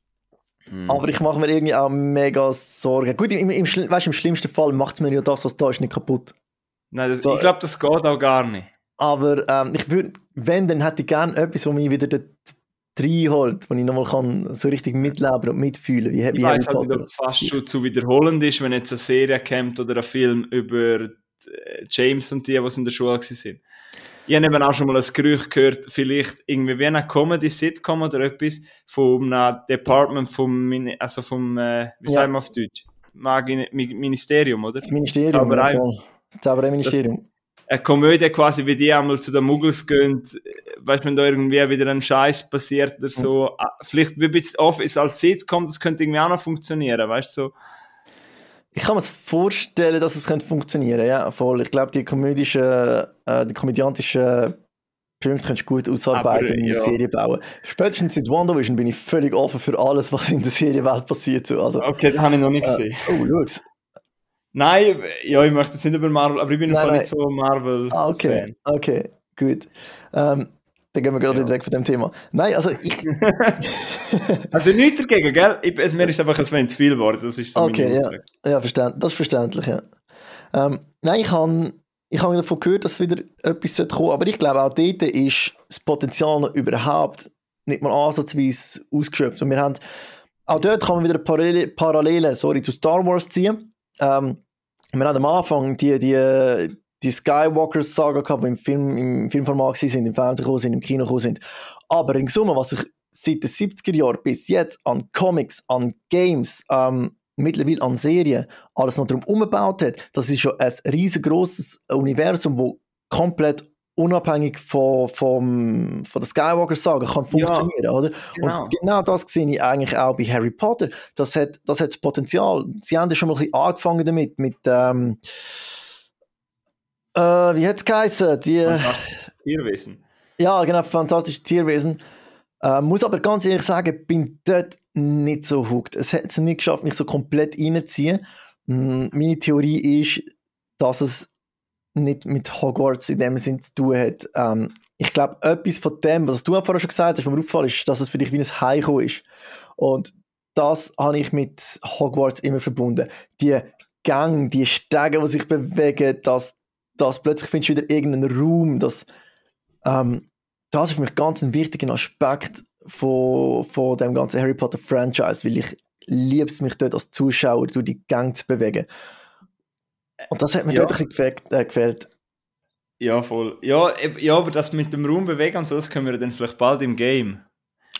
Hm. Aber ich mache mir irgendwie auch mega Sorgen. Gut, im, im, weißt, im schlimmsten Fall macht es mir ja das, was da ist, nicht kaputt. Nein, das, so, ich glaube, das geht auch gar nicht. Aber ähm, ich würde, wenn, dann hätte ich gerne etwas, wo mich wieder dort reinholt, wo ich nochmal kann so richtig mitleben und mitfühlen. Wie, ich wie weiß halt, ob fast schon zu wiederholend ist, wenn jetzt eine Serie kommt oder ein Film über James und die, die in der Schule waren. Ich habe eben auch schon mal ein Gerücht gehört, vielleicht irgendwie wie eine Comedy-Sitcom oder etwas vom einem Department vom, also vom, äh, wie ja. sagen wir auf Deutsch? Ministerium, oder? Das Ministerium, Zauberei. Ja, das Zauberei-Ministerium. Eine Komödie quasi, wie die einmal zu den Muggels gehen, weißt du, wenn da irgendwie wieder ein Scheiß passiert oder so. Mhm. Vielleicht wie ein bisschen Office als Sitcom, das könnte irgendwie auch noch funktionieren, weißt du, so. Ich kann mir vorstellen, dass es könnte funktionieren, ja, voll. Ich glaube, die komödischen, äh, die komödiantischen Punkte kannst du gut ausarbeiten und in eine ja. Serie bauen. Spätestens seit WandaVision bin ich völlig offen für alles, was in der Serienwelt passiert. Also, okay, das habe ich noch nicht äh, gesehen. Oh, schau's. Nein, ja, ich möchte jetzt nicht über Marvel, aber ich bin nein, nein. nicht so Marvel-Fan. Ah, okay, okay, gut. Ähm, dann gehen wir gerade ja. wieder weg von dem Thema. Nein, also ich... also nichts dagegen, gell? Ich, es, mir ist einfach, als wenn es viel geworden. Das ist so okay, meine ja, ja verständ, das ist verständlich, ja. Ähm, nein, ich habe ich hab davon gehört, dass wieder etwas kommen sollte, aber ich glaube, auch dort ist das Potenzial noch überhaupt nicht mal ansatzweise ausgeschöpft. Und wir haben... Auch dort kann man wieder Parallele, Parallele sorry, zu Star Wars ziehen. Ähm, wir haben am Anfang die, die, die Skywalker-Saga gehabt, die im, Film, im Filmformat waren, im Fernsehen gekommen sind, im Kino gekommen sind. Aber in Summe, was sich seit den siebziger Jahren bis jetzt an Comics, an Games, ähm, mittlerweile an Serien, alles noch darum umgebaut hat, das ist schon ein riesengroßes Universum, das komplett unabhängig von, von, von der Skywalker-Saga kann funktionieren, ja, oder? Genau. Und genau das sehe ich eigentlich auch bei Harry Potter. Das hat das, hat das Potenzial. Sie haben ja schon mal ein bisschen angefangen damit, mit ähm, äh, wie hat es geheißen? Die Tierwesen. Ja, genau, fantastische Tierwesen. Äh, muss aber ganz ehrlich sagen, bin dort nicht so hooked. Es hat es nicht geschafft, mich so komplett reinzuziehen. Meine Theorie ist, dass es nicht mit Hogwarts in dem Sinn zu tun hat. Ähm, ich glaube, etwas von dem, was du vorher schon gesagt hast, was mir aufgefallen ist, dass es für dich wie ein Heimkommen ist. Und das habe ich mit Hogwarts immer verbunden. Die Gänge, die Stege, die sich bewegen, dass, dass plötzlich findest du wieder irgendeinen Raum. Das, ähm, das ist für mich ganz ein wichtiger Aspekt von, von dem ganzen Harry Potter Franchise, weil ich liebe es, mich dort als Zuschauer durch die Gänge zu bewegen. Und das hat mir ja. dort ein bisschen gefällt, äh, gefällt. Ja, voll. Ja, ja, aber das mit dem Raum bewegen und so, das können wir dann vielleicht bald im Game.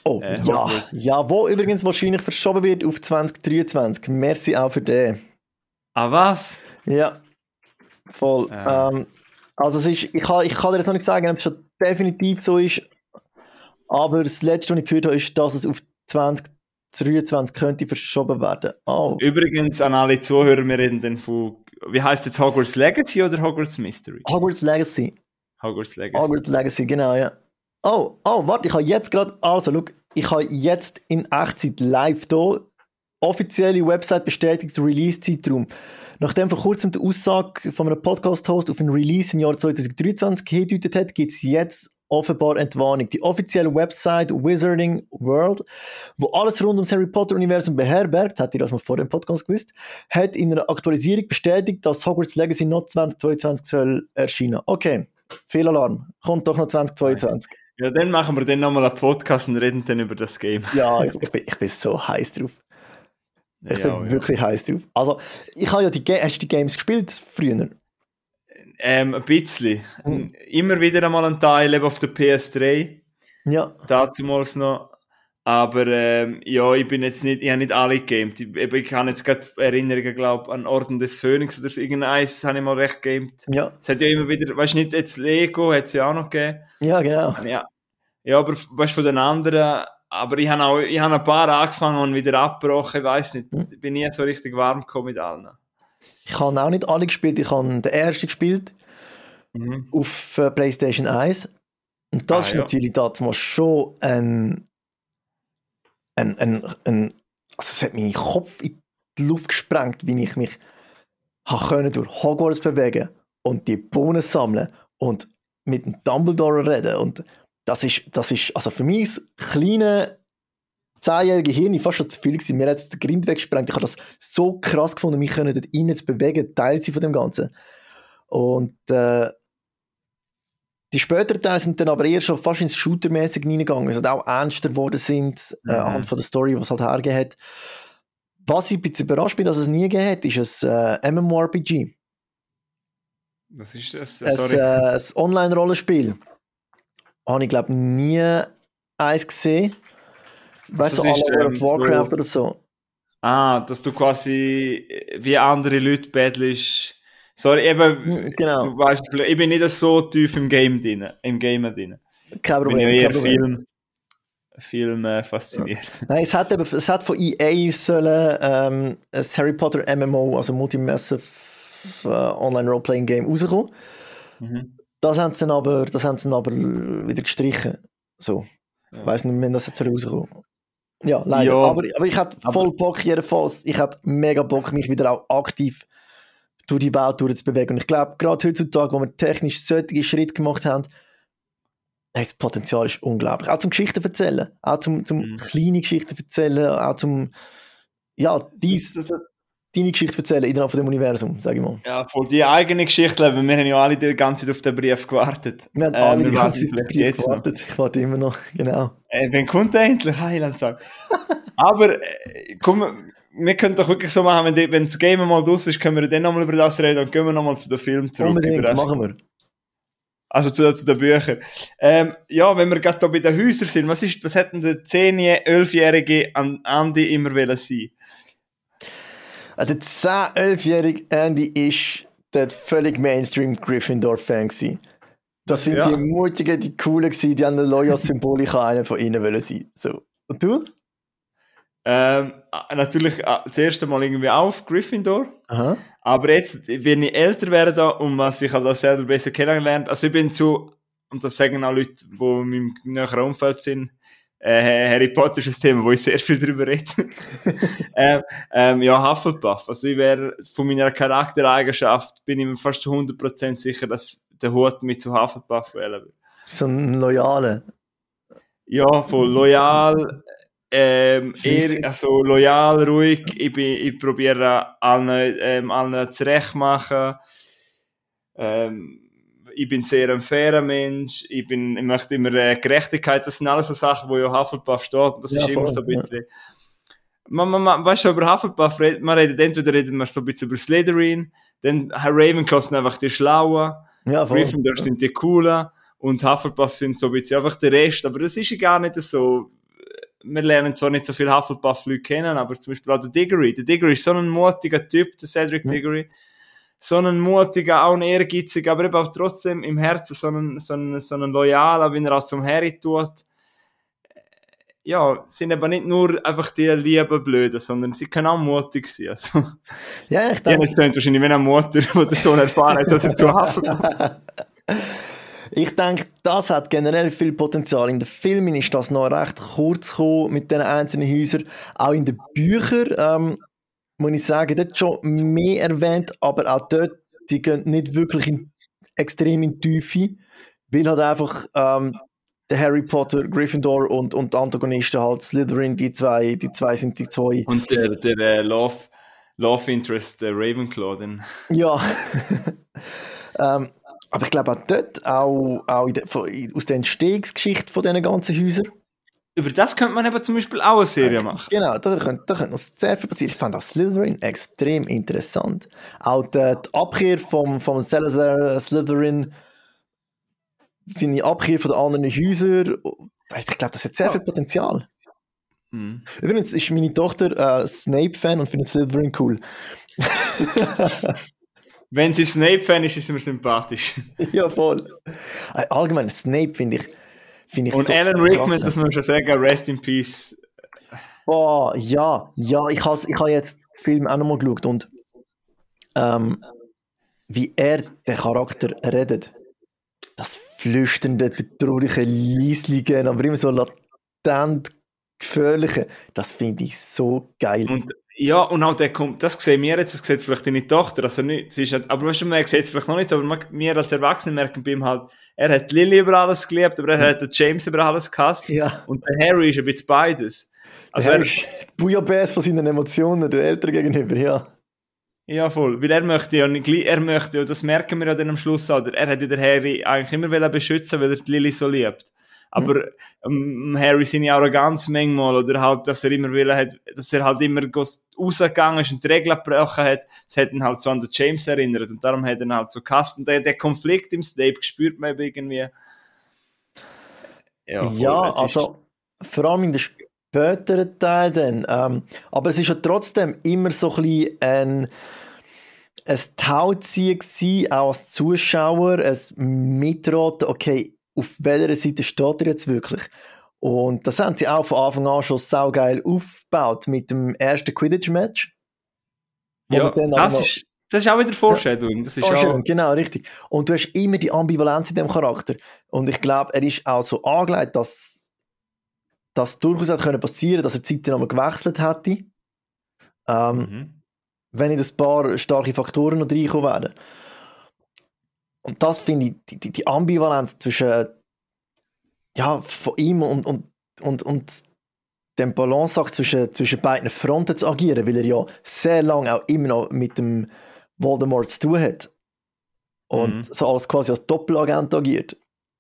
Oh, äh, ja. Hogwarts. Ja, wo übrigens wahrscheinlich verschoben wird auf zwanzig dreiundzwanzig. Merci auch für den. Ah, was? Ja, voll. Ja. Ähm, also es ist, ich kann, ich kann dir jetzt noch nicht sagen, ob es schon definitiv so ist, aber das Letzte, was ich gehört habe, ist, dass es auf zwanzig dreiundzwanzig könnte verschoben werden. Oh, Übrigens an alle Zuhörer, wir reden dann von, wie heißt jetzt Hogwarts Legacy oder Hogwarts Mystery? Hogwarts Legacy. Hogwarts Legacy. Hogwarts Legacy, genau, ja. Oh, oh, warte, ich habe jetzt gerade, also, schau, ich habe jetzt in Echtzeit live hier offizielle Website bestätigt, Release-Zeitraum. Nachdem vor kurzem die Aussage von einem Podcast-Host auf ein Release im Jahr zwanzig dreiundzwanzig hingedeutet hat, gibt es jetzt offenbar Entwarnung. Die offizielle Website Wizarding World, wo alles rund ums Harry Potter-Universum beherbergt, hat ihr das mal vor dem Podcast gewusst, hat in einer Aktualisierung bestätigt, dass Hogwarts Legacy noch zwanzig zweiundzwanzig soll erscheinen. Okay, Fehlalarm. Kommt doch noch zwanzig zweiundzwanzig. Ja, dann machen wir dann nochmal einen Podcast und reden dann über das Game. Ja, ich, ich, bin, ich bin so heiß drauf. Ich Ja, bin ja. wirklich heiß drauf. Also, ich habe ja die, Ga- hast du die Games gespielt früher? Ähm, ein bisschen. Hm. Immer wieder einmal ein Teil eben auf der P S drei. Ja. Dazumals noch. Aber ähm, ja, ich bin jetzt nicht, ich habe nicht alle gegamed. Ich, eben, ich habe jetzt gerade Erinnerungen, glaube an Orden des Phönix oder so irgendeins habe ich mal recht gegamed. Ja. Es hat ja immer wieder, weißt du nicht, jetzt Lego hat es ja auch noch gegeben. Ja, genau. Ja, ja, aber weißt du, von den anderen, aber ich habe auch, ich habe ein paar angefangen und wieder abgebrochen, ich weiss nicht, ich bin nie so richtig warm gekommen mit allen. Ich habe auch nicht alle gespielt. Ich habe den ersten gespielt Mhm. auf äh, PlayStation eins. Und das Ah, ist ja. natürlich damals schon ein, ein, ein, ein. Also, es hat meinen Kopf in die Luft gesprengt, wie ich mich habe können durch Hogwarts bewegen und die Bohnen sammeln und mit dem Dumbledore reden. Und das ist, das ist also für mich das kleine zehnjährige Hirn fast schon zu viel gewesen. Mir hat es den Grind weggesprengt. Ich habe das so krass gefunden, mich können dort rein zu bewegen, Teil zu sein von dem Ganzen. Und äh, die späteren Teile sind dann aber eher schon fast ins Shooter-mäßig reingegangen, also auch ernster geworden sind, äh, Mhm. anhand von der Story, was es halt hergegeben hat. Was ich ein bisschen überrascht bin, dass es nie gegeben hat, ist ein äh, MMORPG. Was ist das? Ein, Sorry. äh, ein Online-Rollenspiel. Habe ich, glaube ich, nie eins gesehen. Weißt du, das so ist, World ähm, of Warcraft so- oder so. Ah, dass du quasi wie andere Leute battlest. Sorry, eben, Hm, genau. du weißt, ich bin nicht so tief im Game drin, im Game drin. Kein Ich bin Problem. ja kein eher Film. Film, Film äh, fasziniert. Nein, es hat, eben, es hat von E A sollen, ähm, ein Harry Potter M M O, also Multi-Massive äh, Online-Role-Playing-Game, rauskommen. Mhm. Das haben sie dann aber, das haben sie dann aber wieder gestrichen. So. Ich Ja. weiss nicht, wenn das jetzt rauskommt. Ja, leider. Ja. aber, aber ich hatte voll Bock, jedenfalls. Ich hatte mega Bock, mich wieder auch aktiv durch die Welt durchzubewegen. Und ich glaube, gerade heutzutage, wo wir technisch solche Schritte gemacht haben, hey, das Potenzial ist unglaublich. Auch zum Geschichten erzählen. Auch zum, zum Mhm. kleine Geschichten erzählen. Auch zum, ja, dies, Das- das- deine Geschichte erzählen innerhalb von dem Universum, sage ich mal. Ja, voll die eigene Geschichte leben. Wir haben ja alle die ganze Zeit auf den Brief gewartet. Wir haben Äh, alle wir die ganze warten Zeit auf den vielleicht Brief jetzt noch. gewartet. Ich warte immer noch, genau. Äh, wann kommt der endlich Heiland? Aber äh, komm, wir können doch wirklich so machen, wenn, die, wenn das Game mal draus ist, können wir dann nochmal über das reden und gehen wir nochmal zu den Filmen zurück. Unbedingt, Über das- machen wir. Also zu, zu den Büchern. Ähm, ja, wenn wir gerade da bei den Häusern sind, was, ist, was hätten der zehn-, elfjährige an Andy immer wollen sein? Äh, Der zehn-, elfjährige Andy ist der völlig Mainstream Gryffindor-Fan gewesen. Das sind Ja. die Mutigen, die Coolen gewesen, die haben eine Loyal-Symbol, ich kann einer von ihnen wollen sein. So. Und du? Ähm, äh, natürlich äh, das erste Mal irgendwie auf Gryffindor. Aha. Aber jetzt, wenn ich älter werde und was ich halt auch selber besser kennengelernt, also ich bin zu, und das sagen auch Leute, die in meinem näheren Umfeld sind, äh, Harry Potter ist ein Thema, wo ich sehr viel drüber rede. ähm, ähm, ja, Hufflepuff. Also ich wäre, von meiner Charaktereigenschaft bin ich mir fast zu hundert Prozent sicher, dass der Hut mich zu Hufflepuff wählen würde. So ein Loyaler. Ja, voll loyal, ähm, Scheisse. eher, also loyal, ruhig. Ich, bin, ich probiere allen, ähm, allen zurechtmachen. Ähm, ich bin sehr ein fairer Mensch. Ich, bin, ich möchte immer äh, Gerechtigkeit. Das sind alles so Sachen, wo ja Hufflepuff steht. Das Ja, ist immer voll, so ein bisschen. Man, man, man, weißt du, über Hufflepuff redet man, redet, entweder redet man so ein bisschen über Slytherin, dann Ravenclaw sind einfach die Schlauen, Ja, voll. Gryffindor sind die Coolen und Hufflepuff sind so ein bisschen einfach der Rest. Aber das ist ja gar nicht so. wir lernen zwar nicht so viele Hufflepuff-Leute kennen, aber zum Beispiel auch der Diggory. Der Diggory ist so ein mutiger Typ, der Cedric Diggory. So ein mutiger, auch ein ehrgeiziger, aber eben auch trotzdem im Herzen so ein, so ein, so ein loyaler, wie er auch zum Harry tut. Ja, sind aber nicht nur einfach die lieben Blöden, sondern sie können auch mutig sein. Also, ja, ich denke... Ja, jetzt klingt wahrscheinlich wie eine Mutter, die der Sohn erfahren hat, dass er zu Hufflepuff. Ich denke, das hat generell viel Potenzial. In den Filmen ist das noch recht kurz gekommen mit den einzelnen Häusern. Auch in den Büchern, ähm, muss ich sagen, dort schon mehr erwähnt, aber auch dort, die gehen nicht wirklich in, extrem in die Tiefe, weil halt einfach ähm, der Harry Potter, Gryffindor und, und die Antagonisten halt Slytherin, die zwei, die zwei sind die zwei. Und der, der äh, Love, Love Interest, der Ravenclaw, dann. Ja. ähm, aber ich glaube auch dort, auch, auch in de, von, aus der Entstehungsgeschichte von diesen ganzen Häusern. Über das könnte man eben zum Beispiel auch eine Serie machen. Genau, da könnte, da könnte noch sehr viel passieren. Ich fand auch Slytherin extrem interessant. Auch die, die Abkehr vom, vom Salazar Slytherin, seine Abkehr von den anderen Häusern, ich glaube, das hat sehr ja. viel Potenzial. Mhm. Übrigens ist meine Tochter äh, Snape-Fan und findet Slytherin cool. Wenn sie Snape-Fan ist, ist sie mir sympathisch. Ja, voll. Allgemein, Snape finde ich, find ich und so Alan Rickman, das muss man schon sagen, rest in peace. Oh, ja, ja, ich habe ich hab jetzt den Film auch nochmal geschaut und ähm, wie er den Charakter redet. Das flüsternde, betrauliche Lieslingen, aber immer so latent gefährliche, das finde ich so geil. Und ja, und auch der kommt, das sehen wir jetzt, das sieht vielleicht deine Tochter, also nicht, sie ist halt, aber weißt du, man sieht es vielleicht noch nicht so, aber man, wir als Erwachsene merken bei ihm halt, er hat Lily über alles geliebt, aber er hat den James über alles gehasst, ja. Und der Harry ist ein bisschen beides. Also der er ist Bouillabaisse von seinen Emotionen, den Eltern gegenüber, ja. Ja, voll, weil er möchte ja nicht, er möchte ja, das merken wir ja dann am Schluss auch, er hat ja den Harry eigentlich immer beschützen, weil er die Lily so liebt. Aber ähm, Harry seine Arroganz manchmal, oder halt, dass er immer will, hat, dass er halt immer rausgegangen ist und die Regeln gebrochen hat, das hat ihn halt so an den James erinnert und darum hat er ihn halt so gehasst. Und der, der Konflikt im Snape spürt man irgendwie. Ja, voll, ja also vor allem in den späteren Teilen dann. Ähm, aber es ist ja trotzdem immer so ein bisschen ein, ein Tauziehen gewesen, auch als Zuschauer, ein Mitraten, okay, auf welcher Seite steht er jetzt wirklich? Und das haben sie auch von Anfang an schon saugeil aufgebaut mit dem ersten Quidditch-Match. Ja, das, noch, ist, das ist auch wieder Foreshadowing. Das ist Foreshadowing, auch... genau, richtig. Und du hast immer die Ambivalenz in dem Charakter. Und ich glaube, er ist auch so angelegt, dass das durchaus hätte können passieren, dass er die Zeit nochmal gewechselt hätte. Ähm, mhm. Wenn nicht ein paar starke Faktoren noch reinkommen werden. Und das finde ich, die, die, die Ambivalenz zwischen ja, von ihm und, und, und, und dem Balanceakt zwischen, zwischen beiden Fronten zu agieren, weil er ja sehr lange auch immer noch mit dem Voldemort zu tun hat. Und mhm. so als quasi als Doppelagent agiert.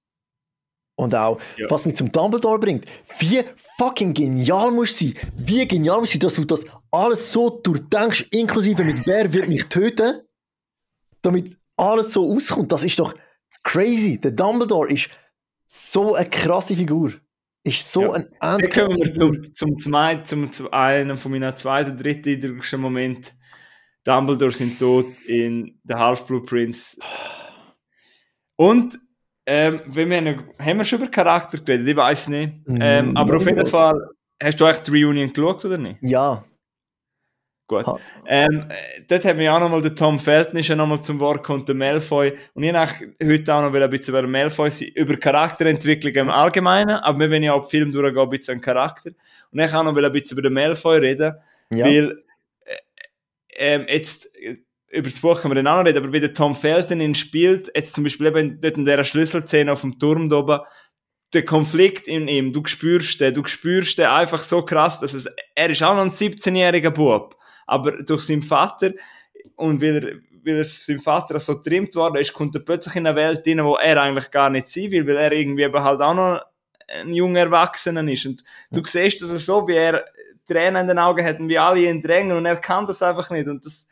Und auch, ja. was mich zum Dumbledore bringt, wie fucking genial muss sein, wie genial muss sein, dass du das alles so durchdenkst, inklusive mit wer wird mich töten, damit alles so auskommt. Das ist doch crazy. Der Dumbledore ist so eine krasse Figur. Ist so ja. ein ernst. Jetzt kommen wir zum, zum, zum, zum, zum einen von meinen zweiten, dritten eindrücklichen Moment. Dumbledore sind tot in The Half-Blood Prince. Und ähm, wenn wir noch, haben wir schon über Charakter geredet? Ich weiß nicht. Ähm, mm, aber auf jeden Fall, hast du eigentlich die Reunion geschaut, oder nicht? Ja. Gut. Ähm, dort haben wir auch nochmal den Tom Felton ist ja nochmal zum Wort gekommen, der Malfoy. Und ich habe heute auch noch ein bisschen über Malfoy sein, über Charakterentwicklung im Allgemeinen, aber wir wollen ja auch im Film durchgehen, ein bisschen an Charakter. Und ich auch noch ein bisschen über den Malfoy reden, ja. weil äh, ähm, jetzt über das Buch können wir dann auch noch reden, aber wie der Tom Felton ihn spielt, jetzt zum Beispiel eben dort in dieser Schlüsselszene auf dem Turm da oben, der Konflikt in ihm, du spürst den, du spürst den einfach so krass, dass es, er ist auch noch ein siebzehnjähriger Bub, aber durch seinen Vater und weil er, weil er seinem Vater so getrimmt worden ist, kommt er plötzlich in eine Welt rein, wo er eigentlich gar nicht sein will, weil er irgendwie eben halt auch noch ein junger Erwachsener ist und du ja. siehst das so, wie er Tränen in den Augen hat und wie alle ihn drängen und er kann das einfach nicht und das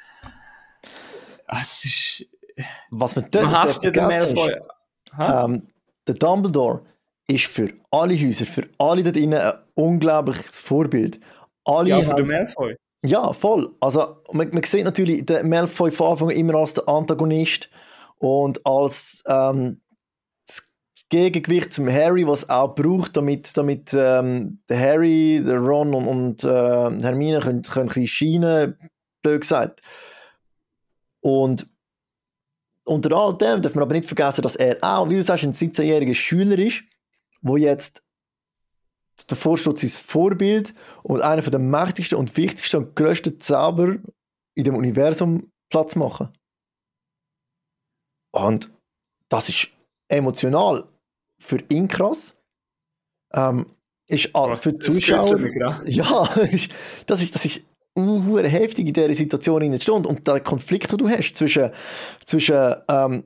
es ist was man dort man hasst ja den ähm, der Dumbledore ist für alle Häuser, für alle dort drinnen ein unglaubliches Vorbild. Alle Ja, von haben, der Malfoy. ja, voll. Also man, man sieht natürlich den Malfoy von Anfang an immer als der Antagonist und als ähm, das Gegengewicht zum Harry, was auch braucht, damit, damit ähm, der Harry, der Ron und, und äh, Hermine können, können ein bisschen scheinen, blöd gesagt. Und unter all dem darf man aber nicht vergessen, dass er auch, wie du sagst, ein siebzehnjähriger Schüler ist, wo jetzt davor steht sein Vorbild und einer der mächtigsten und wichtigsten und grössten Zauber in dem Universum Platz machen. Und das ist emotional für ihn krass. Ähm, ist auch für die Zuschauer. Mich, ja, ja ist, das ist, das ist uh, heftig in dieser Situation in der Stunde. Und der Konflikt, den du hast zwischen, zwischen ähm,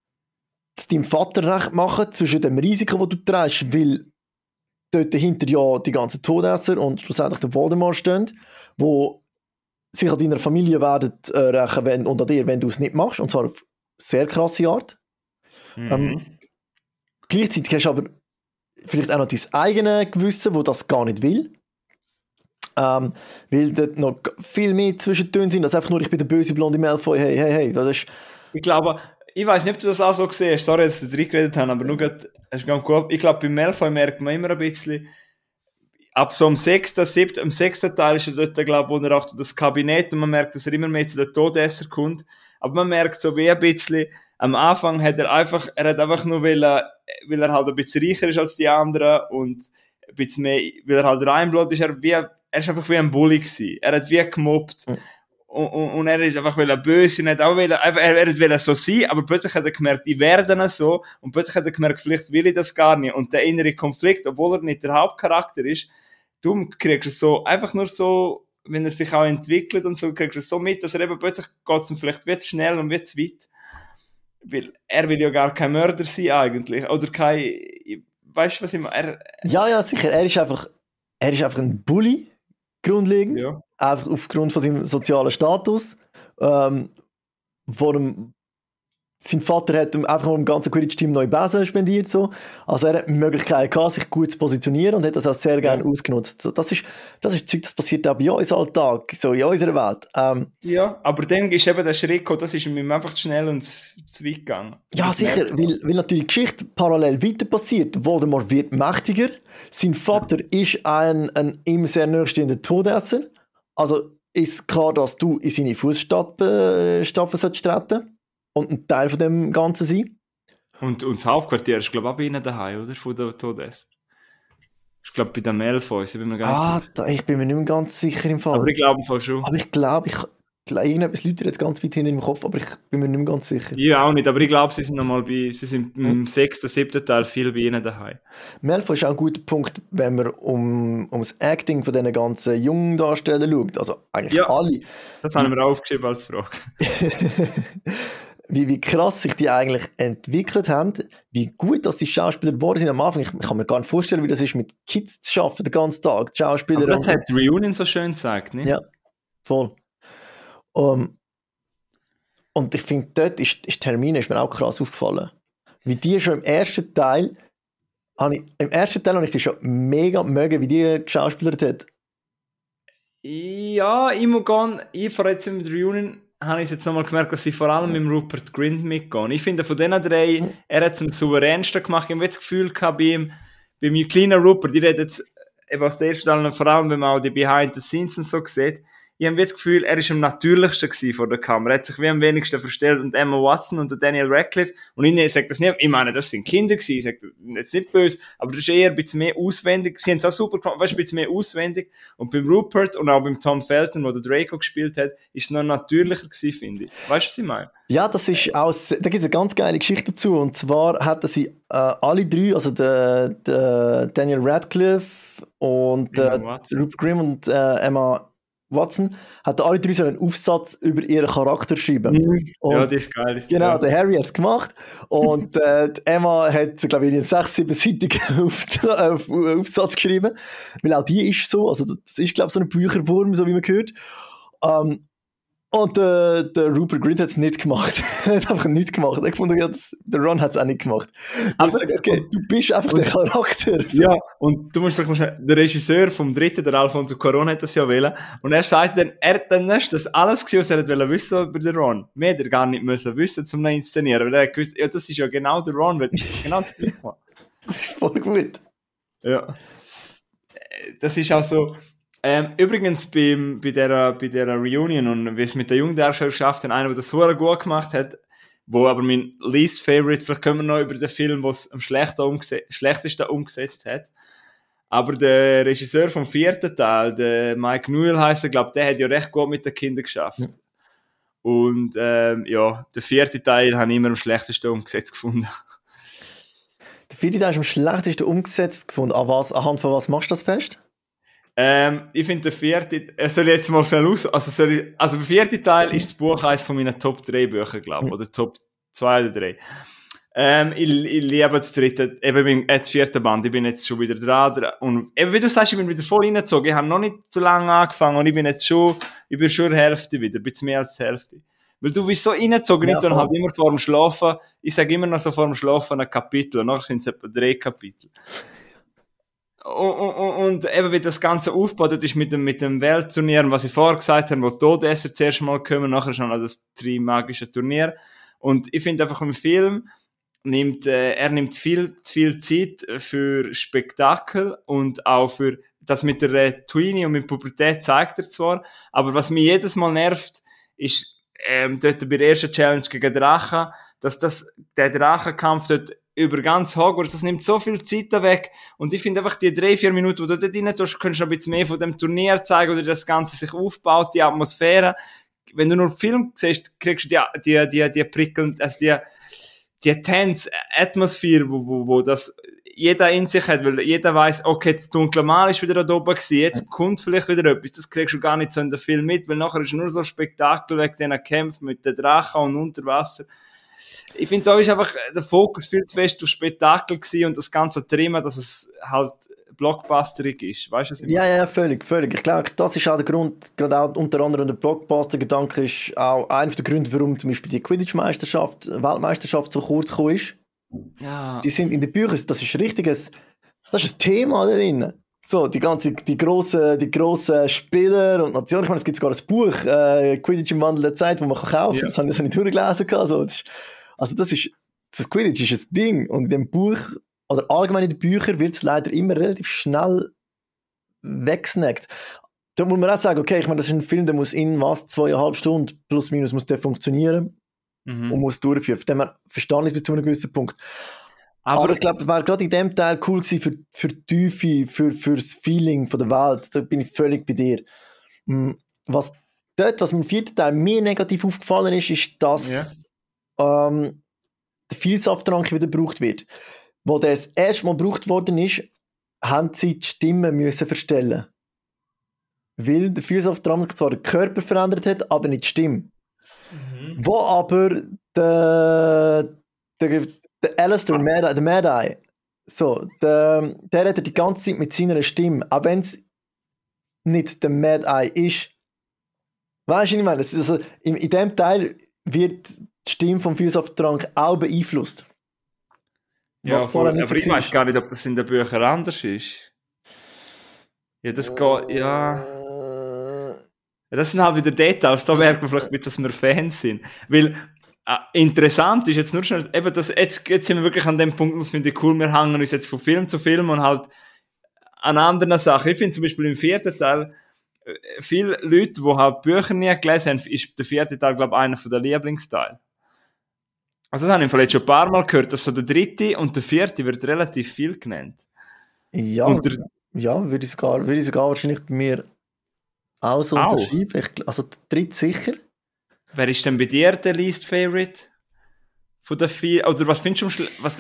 deinem Vater recht machen, zwischen dem Risiko, das du trägst, weil dort dahinter ja die ganzen Todesser und schlussendlich der Voldemort stehen, wo sich an deiner Familie werden äh, rächen wenn, und an dir, wenn du es nicht machst, und zwar auf sehr krasse Art. Mhm. Ähm, gleichzeitig hast du aber vielleicht auch noch dein eigenes Gewissen, wo das gar nicht will. Ähm, weil dort noch viel mehr Zwischentöne sind, als einfach nur, ich bin der böse blonde Malfoy, hey, hey, hey. Das ist... Ich glaube, ich weiß nicht, ob du das auch so siehst, sorry, dass wir drin geredet haben, aber nur grad, hast du ganz gut. Ich glaube, bei Malfoy merkt man immer ein bisschen, ab so am sechsten, siebten, am sechsten Teil ist er dort, glaube ich, wo er auch das Kabinett und man merkt, dass er immer mehr zu den Todesser kommt. Aber man merkt so wie ein bisschen, am Anfang hat er einfach, er hat einfach nur wollen, weil er halt ein bisschen reicher ist als die anderen und ein bisschen mehr, weil er halt reinblut ist, er, wie, er ist einfach wie ein Bully gewesen. Er hat wie gemobbt. Mhm. Und, und, und er ist einfach weil er böse und hat auch will, einfach, er, er will so sein, aber plötzlich hat er gemerkt, ich werde dann so und plötzlich hat er gemerkt, vielleicht will ich das gar nicht. Und der innere Konflikt, obwohl er nicht der Hauptcharakter ist, du kriegst es so, einfach nur so, wenn er sich auch entwickelt und so, kriegst du es so mit, dass er eben plötzlich geht es ihm vielleicht wie zu schnell und wie zu weit. Weil er will ja gar kein Mörder sein eigentlich. Oder kein, weißt du, was ich meine? Ja, ja, sicher. Er ist einfach, er ist einfach ein Bully, grundlegend. Ja. Einfach aufgrund von seinem sozialen Status. Ähm, vor dem, sein Vater hat ihm einfach im ganzen Quidditch-Team neue Besen spendiert. So. Also er hat die Möglichkeit gehabt, sich gut zu positionieren und hat das auch sehr gerne ja. ausgenutzt. So, das ist das ist Zeug, das passiert auch bei uns Alltag, so in unserer Welt. Ähm, ja, aber dann ist eben der Schritt gekommen, das ist ihm einfach zu schnell und zu, zu weit gegangen. Ja, sicher, weil, weil natürlich die Geschichte parallel weiter passiert. Voldemort wird mächtiger. Sein Vater ja. ist ein, ein ihm sehr nahestehender Todesser. Also ist klar, dass du in seine Fußstapfen sollst treten und ein Teil von dem Ganzen sein. Und, und das Hauptquartier ist, glaube ich, auch bei ihnen daheim, oder? Von der Todesser. Ich glaube, bei den Malfoys, ich bin mir gar nicht ah, sicher. Da, ich bin mir nicht mehr ganz sicher im Fall. Aber ich glaube im schon. Aber ich glaube, ich, irgendetwas läutet jetzt ganz weit hinter im Kopf, aber ich bin mir nicht mehr ganz sicher. Ja, auch nicht, aber ich glaube, sie sind nochmal bei, sie sind im hm. sechsten, siebten Teil viel bei ihnen daheim. Malfoy ist auch ein guter Punkt, wenn man um, um das Acting von diesen ganzen jungen Darstellern schaut. Also eigentlich ja, alle. Das haben wir aufgeschrieben als Frage. wie, wie krass sich die eigentlich entwickelt haben, wie gut dass die Schauspieler geworden sind am Anfang. Ich, ich kann mir gar nicht vorstellen, wie das ist, mit Kids zu arbeiten den ganzen Tag. Die Schauspieler aber das und, hat Reunion so schön gesagt, ne? Ja, voll. Um, und ich finde, dort ist, ist Hermine ist mir auch krass aufgefallen. Wie die schon im ersten Teil, habe ich, im ersten Teil habe ich die schon mega mögen, wie die geschauspielert hat. Ja, ich muss gehen, ich fahre jetzt mit Reunion, habe ich jetzt nochmal gemerkt, dass sie vor allem mit Rupert Grint mitgehen. Ich finde, von diesen drei, mhm. er hat es am souveränsten gemacht. Ich habe das Gefühl gehabt, bei ihm, bei meinem kleinen Rupert, die redet jetzt eben aus der ersten Teil, vor allem, wenn man auch die Behind the Scenes und so sieht, ich habe das Gefühl, er war am natürlichsten gewesen vor der Kamera. Er hat sich wie am wenigsten verstellt. Und Emma Watson und der Daniel Radcliffe. Und ich sage das nicht, ich meine, das sind Kinder gewesen. Ich sage jetzt nicht böse, aber das ist eher ein bisschen mehr auswendig. Sie haben es auch super gemacht, weißt du, ein bisschen mehr auswendig. Und beim Rupert und auch beim Tom Felton, wo der Draco gespielt hat, ist es noch natürlicher gewesen, finde ich. Weißt du, was ich meine? Ja, das ist auch, da gibt es eine ganz geile Geschichte dazu. Und zwar hatten sie äh, alle drei, also der, der Daniel Radcliffe und äh, Rupert Grint und äh, Emma Watson hat alle drei so einen Aufsatz über ihren Charakter geschrieben. Mhm. Ja, das ist geil. Genau, ja. Der Harry hat es gemacht und äh, Emma hat, glaube ich, einen sechs-, siebenseitigen Auf- Aufsatz geschrieben, weil auch die ist so, also das ist, glaube ich, so ein Bücherwurm, so wie man hört. Ähm, Und äh, der Rupert Grint hat es nicht gemacht. Er hat einfach nichts gemacht. Ich fand, ja, das, der Ron hat es auch nicht gemacht. Aber sag, okay, du bist einfach der Charakter. So. Ja, und du musst vielleicht noch schnell, der Regisseur vom dritten, der Alfonso Cuarón, hat das ja wollen. Und er sagt dann, er hat dann nicht das alles gewesen, was er hat wollen wissen über den Ron. Mehr hätte er gar nicht müssen wissen, um ihn zu inszenieren. Weil er hat gewusst, ja, das ist ja genau der Ron, weil das ist genau das Gleiche machen. Das ist voll gut. Ja. Das ist auch so. Ähm, übrigens beim, bei dieser bei der Reunion und wie es mit der Jungdarsteller geschafft hat, einer, der das sehr gut gemacht hat, wo aber mein least favorite, vielleicht können wir noch über den Film, der es am schlechtesten, umgese- schlechtesten umgesetzt hat. Aber der Regisseur vom vierten Teil, der Mike Newell heisst er, glaube der hat ja recht gut mit den Kindern geschafft. Ja. Und ähm, ja, der vierte Teil habe ich immer am schlechtesten umgesetzt gefunden. Der vierte Teil ist am schlechtesten umgesetzt gefunden. An was, anhand von was machst du das fest? Ähm, ich finde der vierte, äh, soll ich jetzt mal schnell aus, also soll ich, also der vierte Teil ist das Buch eines von meinen Top drei Büchern, glaube ich, oder Top zwei oder drei. Ähm, ich, ich liebe das dritte, eben das vierte Band, ich bin jetzt schon wieder dran, und eben wie du sagst, ich bin wieder voll reingezogen, ich habe noch nicht so lange angefangen und ich bin jetzt schon, ich bin schon die Hälfte wieder, ein bisschen mehr als die Hälfte. Weil du bist so reingezogen, ja, nicht, und halt immer vor dem Schlafen, ich sage immer noch so vor dem Schlafen ein Kapitel, und nachher sind es etwa drei Kapitel. Und, und, und eben wie das Ganze aufgebaut ist mit dem, mit dem Weltturnier, was ich vorher gesagt habe, wo die Todesser zuerst mal kommen, nachher schon an das drei magische Turnier. Und ich finde einfach im Film, nimmt, äh, er nimmt viel zu viel Zeit für Spektakel und auch für das mit der äh, Tweenie und mit Pubertät zeigt er zwar, aber was mich jedes Mal nervt, ist ähm, dort bei der ersten Challenge gegen Drachen, dass das, der Drachenkampf dort über ganz Hogwarts, das nimmt so viel Zeit weg. Und ich finde einfach, die drei, vier Minuten, wo du dort rein tust, kannst du noch ein bisschen mehr von dem Turnier zeigen, oder das Ganze sich aufbaut, die Atmosphäre. Wenn du nur einen Film siehst, kriegst du die, die, die, die prickelnd, also die, die tense Atmosphäre, wo, wo, wo das jeder in sich hat, weil jeder weiss, okay, das dunkle Mal ist wieder da oben gewesen, jetzt kommt vielleicht wieder etwas, das kriegst du gar nicht so in den Film mit, weil nachher ist nur so Spektakel wegen diesen Kämpfen mit den Drachen und unter Wasser. Ich finde, da ist einfach der Fokus viel zu fest auf Spektakel gewesen und das ganze Thema, dass es halt blockbusterig ist. Weißt du, was ich Ja, ja, völlig, völlig. Ich glaube, das ist auch der Grund, gerade auch unter anderem der Blockbuster-Gedanke ist auch einer der Gründe, warum zum Beispiel die Quidditch-Meisterschaft, Weltmeisterschaft so kurz gekommen ist. Ja. Die sind in den Büchern, das ist richtiges, das ist ein Thema da drin. So, die ganze, die grossen, die grossen Spieler und Nationen, ich meine, es gibt sogar ein Buch, äh, Quidditch im Wandel der Zeit, wo man kann kaufen kann. Ja. Das habe ich nicht durchgelesen. Also das, ist, also das ist, das Quidditch ist ein Ding. Und in dem Buch, oder allgemein in den Büchern, wird es leider immer relativ schnell weggesnackt. Da muss man auch sagen, okay, ich meine, das ist ein Film, der muss in was, zweieinhalb Stunden plus minus muss der funktionieren mhm. und muss durchführen. Von dem her verstanden ist bis zu einem gewissen Punkt. Aber, Aber ich glaube, es wäre gerade in dem Teil cool gewesen für, für die Tiefe, für, für das Feeling von der Welt. Da bin ich völlig bei dir. Was dort, was im vierten Teil mir negativ aufgefallen ist, ist, dass yeah. ähm, der Vielsafttrank wieder gebraucht wird. Wo der das erste Mal gebraucht worden ist, haben sie die Stimme müssen verstellen. Weil der Vielsafttrank zwar den Körper verändert hat, aber nicht die Stimme. Mhm. Wo aber der, der Der Alistair, Mad, der Mad-Eye, so, der, der redet die ganze Zeit mit seiner Stimme, auch wenn es nicht der Mad-Eye ist. Weißt du, was ich meine? Also, in, in dem Teil wird die Stimme vom Vielsafttrank auch beeinflusst. Ja, voll, aber ich weiß gar nicht, ob das in den Büchern anders ist. Ja, das geht, ja... ja. Das sind halt wieder Details, da merkt man vielleicht, dass wir Fans sind. Weil... Ah, interessant ist jetzt nur schnell, eben das, jetzt, jetzt sind wir wirklich an dem Punkt, das finde ich cool, wir hängen uns jetzt von Film zu Film und halt an anderen Sachen. Ich finde zum Beispiel im vierten Teil, viele Leute, die halt Bücher nie gelesen haben, ist der vierte Teil, glaube ich, einer der Lieblingsteile. Also das habe ich vielleicht schon ein paar Mal gehört, dass so der dritte und der vierte wird relativ viel genannt. Ja, der, ja würde ich sogar, würde ich sogar wahrscheinlich bei mir auch so auch. unterschreiben. Ich, also der dritte sicher. Wer ist denn bei dir der least favorite von den vier? Oder was findest du am Schluss? Was,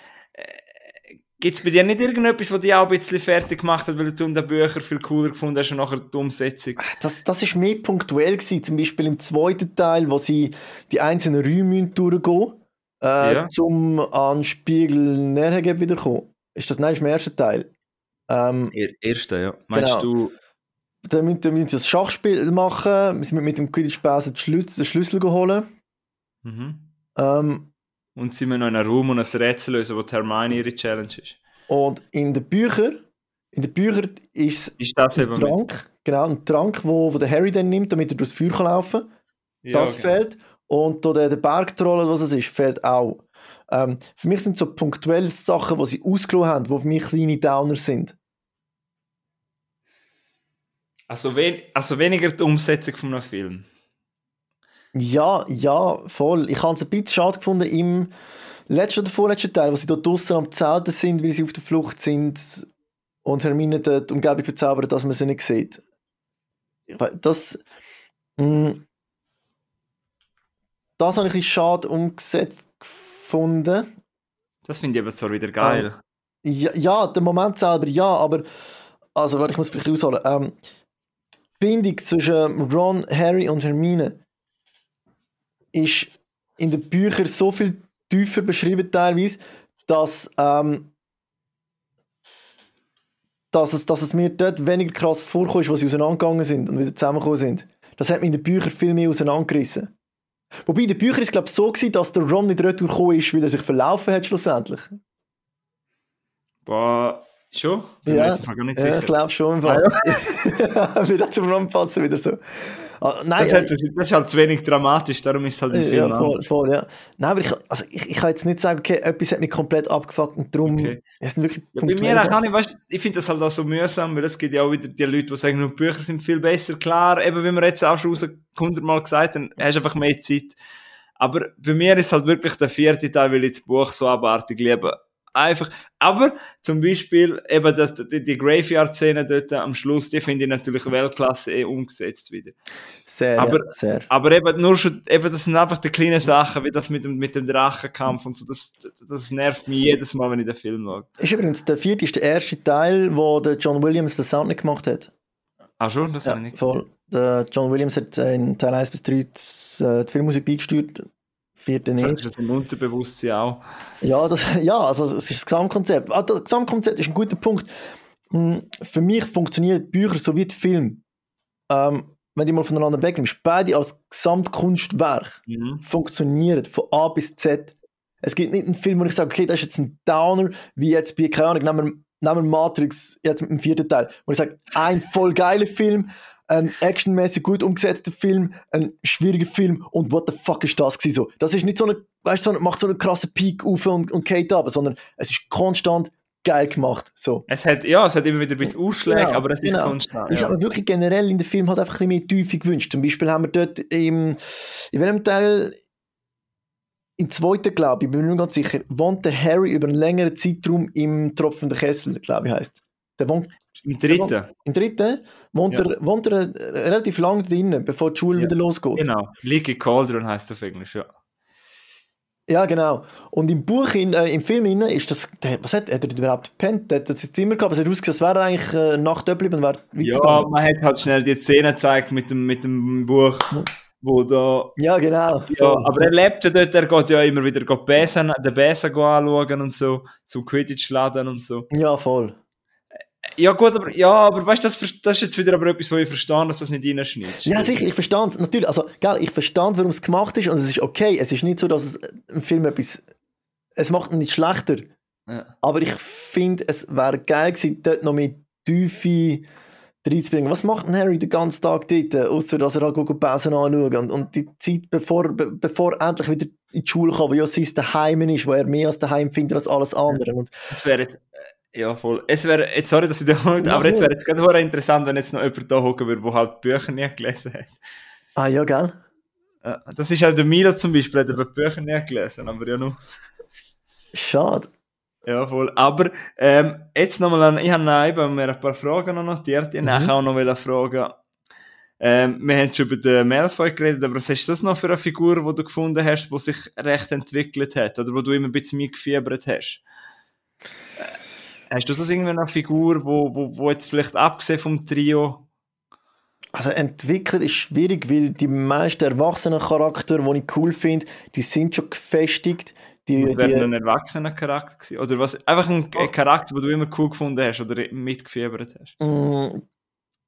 äh, gibt es bei dir nicht irgendetwas, was dich auch ein bisschen fertig gemacht hat, weil du den Bücher viel cooler gefunden hast und nachher die Umsetzung? Das, das ist mehr punktuell gewesen, zum Beispiel im zweiten Teil, wo sie die einzelnen Räume durchgehen, äh, ja. zum an den Spiegel näher wieder kommen. Ist das, nein, ist im ersten Teil. Ähm, er, erste, ja. Meinst genau. du dann müssen wir das Schachspiel machen, wir sind mit dem Quidditch-Besen den Schlüssel, den Schlüssel holen. Mhm. Ähm, Und sind wir noch in einem Raum und ein Rätsel lösen, wo die Hermione ihre Challenge ist. und in den Büchern, in den Büchern ist, Ist das ein eben Trank, mit? genau, ein Trank, wo, wo der Harry dann nimmt, damit er durchs Feuer kann laufen kann. Ja, Das genau. fehlt. Und da der, der Bergtroll, was es ist, fehlt auch. Ähm, für mich sind so punktuelle Sachen, die sie ausgelassen haben, die für mich kleine Downer sind. Also, wen also weniger die Umsetzung von einem Film. Ja, ja, voll. Ich habe es ein bisschen schade gefunden im letzten oder vorletzten Teil, wo sie da draussen am Zelten sind, weil sie auf der Flucht sind und Hermine die die Umgebung verzaubert, dass man sie nicht sieht. Ich wei- Das, mh, das habe ich ein bisschen schade umgesetzt gefunden. Das finde ich aber zwar wieder geil. Ja, ja, der Moment selber, ja, aber also, warte, ich muss vielleicht ausholen. Ähm, die Bindung zwischen Ron, Harry und Hermine ist in den Büchern so viel tiefer beschrieben teilweise, dass, ähm, dass, es, dass es mir dort weniger krass vorkommt, ist, wo sie auseinandergegangen sind und wieder zusammengekommen sind. Das hat mich in den Büchern viel mehr auseinandergerissen. Wobei in den Büchern ist es glaube ich so gewesen, dass der Ron nicht retour gekommen ist, weil er sich verlaufen hat schlussendlich. Boah, schon? Bin mir jetzt im Fall gar nicht ja, sicher. ich glaube schon im Fall. Wieder zum Ron passen, wieder so. Ah, nein, Das, äh, hat, so- das ist halt zu wenig dramatisch, darum ist es halt im Film ja, voll, voll, ja. Nein, aber ich, also ich, ich kann jetzt nicht sagen, okay, etwas hat mich komplett abgefuckt und darum, Okay. es sind wirklich Ja, bei punktuelle mir auch Sachen. nicht, weißt, ich finde das halt auch so mühsam, weil es gibt ja auch wieder die Leute, die sagen, nur die Bücher sind viel besser. Klar, eben wie wir jetzt auch schon hundertmal gesagt haben, hast du einfach mehr Zeit. Aber bei mir ist halt wirklich der vierte Teil, weil ich das Buch so abartig liebe. Einfach, aber zum Beispiel eben das, die, die Graveyard-Szene dort am Schluss, die finde ich natürlich Weltklasse eh umgesetzt wieder. Sehr, Aber, ja, sehr. aber eben nur schon, eben das sind einfach die kleinen Sachen, wie das mit dem, mit dem Drachenkampf und so, das, das nervt mich jedes Mal, wenn ich den Film schaue. Ist übrigens, der vierte ist der erste Teil, wo der John Williams den Sound nicht gemacht hat. Ah schon? Das Ja, habe ich nicht voll. Der John Williams hat äh, in Teil eins bis drei das, äh, die Filmmusik beigesteuert, vierte Vielleicht nicht. ist das im Unterbewusstsein auch. Ja, das, ja, also es ist das Gesamtkonzept. Ah, das Gesamtkonzept ist ein guter Punkt. Hm, Für mich funktionieren die Bücher so wie die Filme. Ähm, wenn du mal voneinander wegnimmst, beide als Gesamtkunstwerk Mhm. funktionieren von A bis Z. Es gibt nicht einen Film, wo ich sage, okay, das ist jetzt ein Downer, wie jetzt bei, keine Ahnung, nehmen wir, nehmen wir Matrix, jetzt mit dem vierten Teil, wo ich sage, ein voll geiler Film, ein actionmäßig gut umgesetzter Film, ein schwieriger Film und what the fuck ist das gewesen so? Das ist nicht so eine, weißt du, so, macht so einen krassen Peak auf und, und geht ab, sondern es ist konstant geil gemacht, so. Es hat, ja, es hat immer wieder ein bisschen Ausschläge, Genau, aber es ist genau. konstant. Ich Ja. habe mir wirklich generell in den Film halt einfach ein bisschen mehr Tiefe gewünscht. Zum Beispiel haben wir dort im, in welchem Teil, im zweiten, glaube ich, bin mir nicht ganz sicher, wohnt der Harry über einen längeren Zeitraum im tropfenden Kessel, glaube ich, heisst. Der wohnt, Im der wohnt, dritten. im dritten wohnt, Ja. er, wohnt er relativ lang drinnen, bevor die Schule Ja. wieder losgeht. Genau. Leaky Cauldron heisst es auf Englisch, ja. Ja, genau. Und im Buch, in, äh, im Film innen ist das, der, was hat, hat er überhaupt gepennt? Der hat das Zimmer gehabt, es hat ausgesehen, als wäre er eigentlich äh, Nacht geblieben und wäre Ja, weitergegangen. man hat halt schnell die Szene gezeigt mit dem, mit dem Buch, wo da... Ja, genau. Ja, voll. aber er lebt ja dort, er geht ja immer wieder den Besen, den Besen anschauen und so, zum Quidditch-Laden und so. Ja, voll. Ja gut, aber, ja, aber weißt du, das, ver- das ist jetzt wieder aber etwas, wo ich verstehe, dass das nicht reinschneidest. Ja, sicher, ich verstehe es. Natürlich, also, gell, ich verstehe, warum es gemacht ist und es ist okay. Es ist nicht so, dass es im Film etwas... Es macht ihn nicht schlechter. Ja. Aber ich finde, es wäre geil gewesen, dort noch mit Tiefe reinzubringen. Was macht denn Harry den ganzen Tag dort, außer dass er halt gut Pausen anschaut und, und die Zeit, bevor, be, bevor er endlich wieder in die Schule kann, wo ja sein Daheim ist, wo er mehr als Daheim findet als alles andere. Und Es wäre jetzt... äh, Ja, voll. Es wäre... Jetzt, sorry, dass ich da... Mach Aber jetzt nur. wäre jetzt gerade verdammt interessant, wenn jetzt noch jemand da hocken würde, der halt Bücher nicht gelesen hat. ah ja, gell? Ja, das ist halt der Milo zum Beispiel, hat aber die Bücher nicht gelesen, aber ja nur... Schade. Ja, voll. Aber ähm, jetzt nochmal an, ich habe noch eben mir ein paar Fragen noch notiert. Ich Mhm. wollte auch noch wollen fragen. Ähm, wir haben schon über den Malfoy geredet, aber was hast du das noch für eine Figur, die du gefunden hast, die sich recht entwickelt hat oder wo du immer ein bisschen mitgefiebert hast? Äh, hast du das irgendwie eine Figur, wo, wo, wo jetzt vielleicht abgesehen vom Trio... Also entwickelt ist schwierig, weil die meisten erwachsenen Charaktere, die ich cool finde, die sind schon gefestigt. Die, Die, wäre die, ein erwachsener Charakter gewesen? Oder was? Einfach ein, ein Charakter, den du immer cool gefunden hast oder mitgefiebert hast? mh,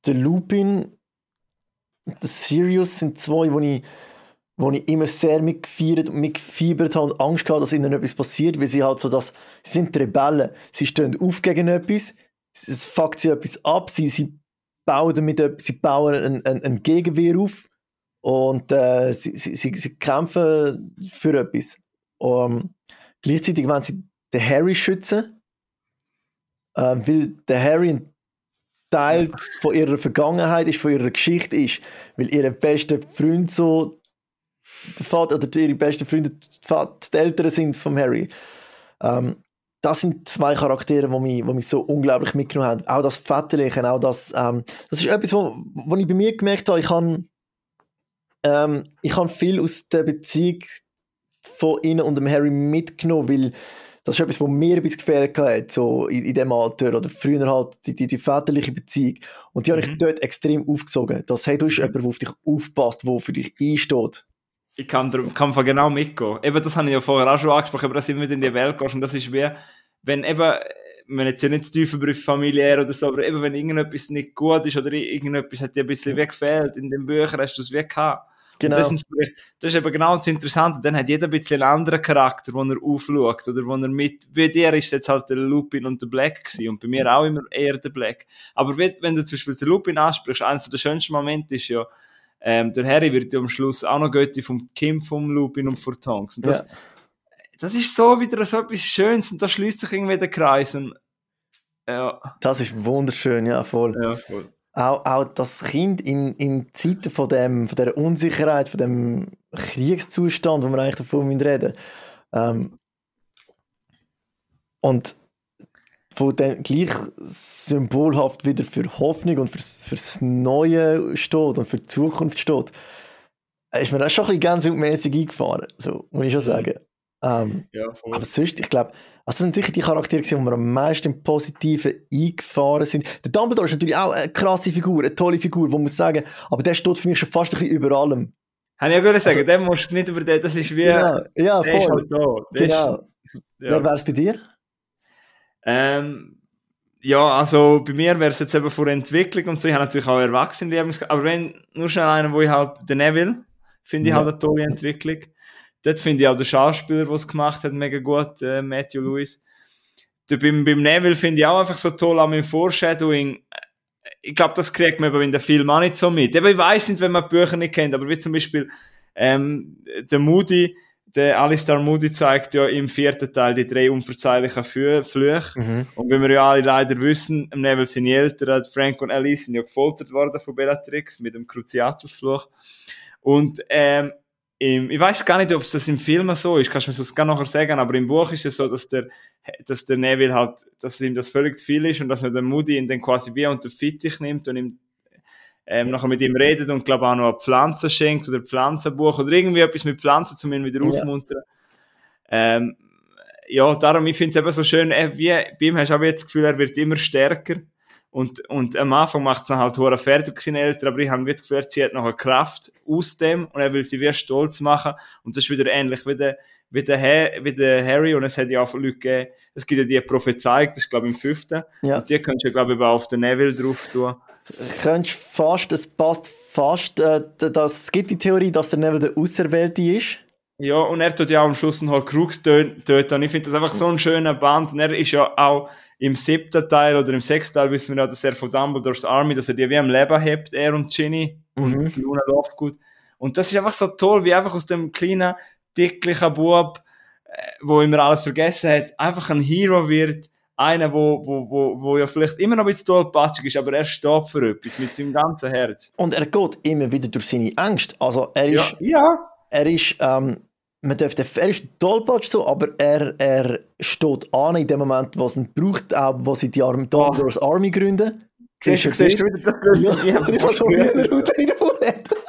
der Lupin, der Sirius sind zwei, wo ich, wo ich immer sehr mitgefeiert und mitgefiebert habe und Angst gehabt, dass ihnen etwas passiert, weil sie halt so das, sie sind die Rebellen, sie stehen auf gegen etwas, es fuckt sie etwas ab, sie, sie bauen damit etwas, sie bauen ein, ein, ein Gegenwehr auf und äh, sie, sie, sie, sie kämpfen für etwas. Um, gleichzeitig wollen sie den Harry schützen, äh, weil der Harry ein Teil von ihrer Vergangenheit ist, von ihrer Geschichte ist, weil ihre beste Freund so der Vater oder ihre besten Freunde die, Vater, die Eltern sind vom Harry. Ähm, das sind zwei Charaktere, die mich, die mich so unglaublich mitgenommen haben. Auch das Väterliche, auch das, ähm, das ist etwas, wo, wo ich bei mir gemerkt habe, ich habe ähm, ich habe viel aus der Beziehung von ihnen und dem Harry mitgenommen, weil das ist etwas, was mir ein bisschen gefällt hat, so in, in dem Alter oder früher halt die, die, die väterliche Beziehung. Und die mhm. habe ich dort extrem aufgezogen. Das, hey, du bist jemand, der auf dich aufpasst, der für dich einsteht. Ich kann, kann von genau mitgehen. Eben, das habe ich ja vorher auch schon angesprochen, aber dass du immer in die Welt gehst und das ist wie, wenn eben, wenn jetzt ja nicht zu tiefer Brief familiär oder so, aber eben, wenn irgendetwas nicht gut ist oder irgendetwas hat dir ein bisschen wie gefehlt in den Büchern, hast du es wie gehabt. Genau. Das, das ist eben genau das Interessante. Dann hat jeder ein bisschen einen anderen Charakter, den er aufschaut oder wo er mit, bei dir ist jetzt halt der Lupin und der Black gewesen und bei mir auch immer eher der Black. Aber wenn du zum Beispiel den Lupin ansprichst, einer der schönsten Momente ist ja, ähm, der Harry wird ja am Schluss auch noch Götti vom Kim, vom Lupin und von Tonks. Und das, ja. das ist so wieder so etwas Schönes und da schließt sich irgendwie der Kreis. Und, ja. Das ist wunderschön, ja, voll. Ja, voll. Auch, auch das Kind in, in Zeiten von, dem, von dieser Unsicherheit, von dem Kriegszustand, wo wir eigentlich davon reden ähm, und wo dann gleich symbolhaft wieder für Hoffnung und fürs, fürs Neue steht und für die Zukunft steht, ist mir das schon ein bisschen gänsehautmässig eingefahren, so muss ich schon sagen. Ähm, ja, voll. Aber sonst, ich glaube, also das sind sicher die Charaktere, die mir am meisten im Positiven eingefahren sind. Der Dumbledore ist natürlich auch eine krasse Figur, eine tolle Figur, wo man muss sagen, aber der steht für mich schon fast ein bisschen über allem. Habe ich ja gerade sagen, also, den musst du nicht über den, das ist wie, genau, ja, der voll. ist halt da. Genau. Ist, ja. Wer wäre es bei dir? Ähm, ja, also bei mir wäre es jetzt eben vor Entwicklung und so, ich habe natürlich auch Erwachsene, aber wenn, nur schnell einen, wo ich halt, den Neville, finde ich ja. halt eine tolle Entwicklung. Dort finde ich auch den Schauspieler, der es gemacht hat, mega gut, äh, Matthew Lewis. Da beim, beim Neville finde ich auch einfach so toll an meinem Foreshadowing. Ich glaube, das kriegt man eben in den Filmen auch nicht so mit. Eben, ich weiss nicht, wenn man die Bücher nicht kennt, aber wie zum Beispiel ähm, der Moody, der Alistair Moody zeigt ja im vierten Teil die drei unverzeihlichen Flüche. Mhm. Und wie wir ja alle leider wissen, im Neville sind die Eltern, Frank und Alice, sind ja gefoltert worden von Bellatrix mit dem Cruciatus-Fluch. Und ähm, Im, ich weiß gar nicht, ob das im Film so ist, kannst du mir das gerne nachher sagen, aber im Buch ist es so, dass der, dass der Neville halt, dass ihm das völlig zu viel ist und dass er den Moody ihn dann quasi wie unter Fittich nimmt und ihm, ähm, nachher mit ihm redet und glaube auch noch eine Pflanze schenkt oder ein Pflanzenbuch oder irgendwie etwas mit Pflanzen, um ihn wieder ja. aufmuntern. Ähm, ja, darum, ich finde es eben so schön, äh, wie, bei ihm hast du auch jetzt das Gefühl, er wird immer stärker. Und, und am Anfang macht es dann halt hure fertig seine Eltern, aber ich habe das Gefühl, er zieht noch eine Kraft aus dem und er will sie wie stolz machen. Und das ist wieder ähnlich wie der, wie der, ha- wie der Harry und es hat ja auch Leute gegeben, es gibt ja die Prophezeiung, das ist glaube ich im fünften. Ja. Und die könntest du ja glaube ich auch auf den Neville drauf tun. Könntest fast, es passt fast, äh, das, es gibt die Theorie, dass der Neville der Auserwählte ist. Ja, und er tut ja auch am Schluss einen Horcrux töten. Und ich finde das einfach so ein schöner Band. Und er ist ja auch im siebten Teil oder im sechsten Teil wissen wir ja, dass er von Dumbledores Army, dass er die wie am Leben hebt, er und Ginny mhm. und Luna Lovegood. Und das ist einfach so toll, wie einfach aus dem kleinen, dicklichen Bub, äh, wo immer alles vergessen hat, einfach ein Hero wird. Einer, wo, wo, wo, wo ja vielleicht immer noch ein bisschen tollpatschig ist, aber er steht für etwas mit seinem ganzen Herz. Und er geht immer wieder durch seine Ängste. Also er ist... Ja. ja. Er ist, ähm, man dürfte, er ist tollpatsch so, aber er, er steht an in dem Moment, was es braucht, auch wo sie die Army, Dumbledores oh. Army gründen. Siehst du, siehst du wieder, das löst ja, ja, ich habe so eine Route nicht davon.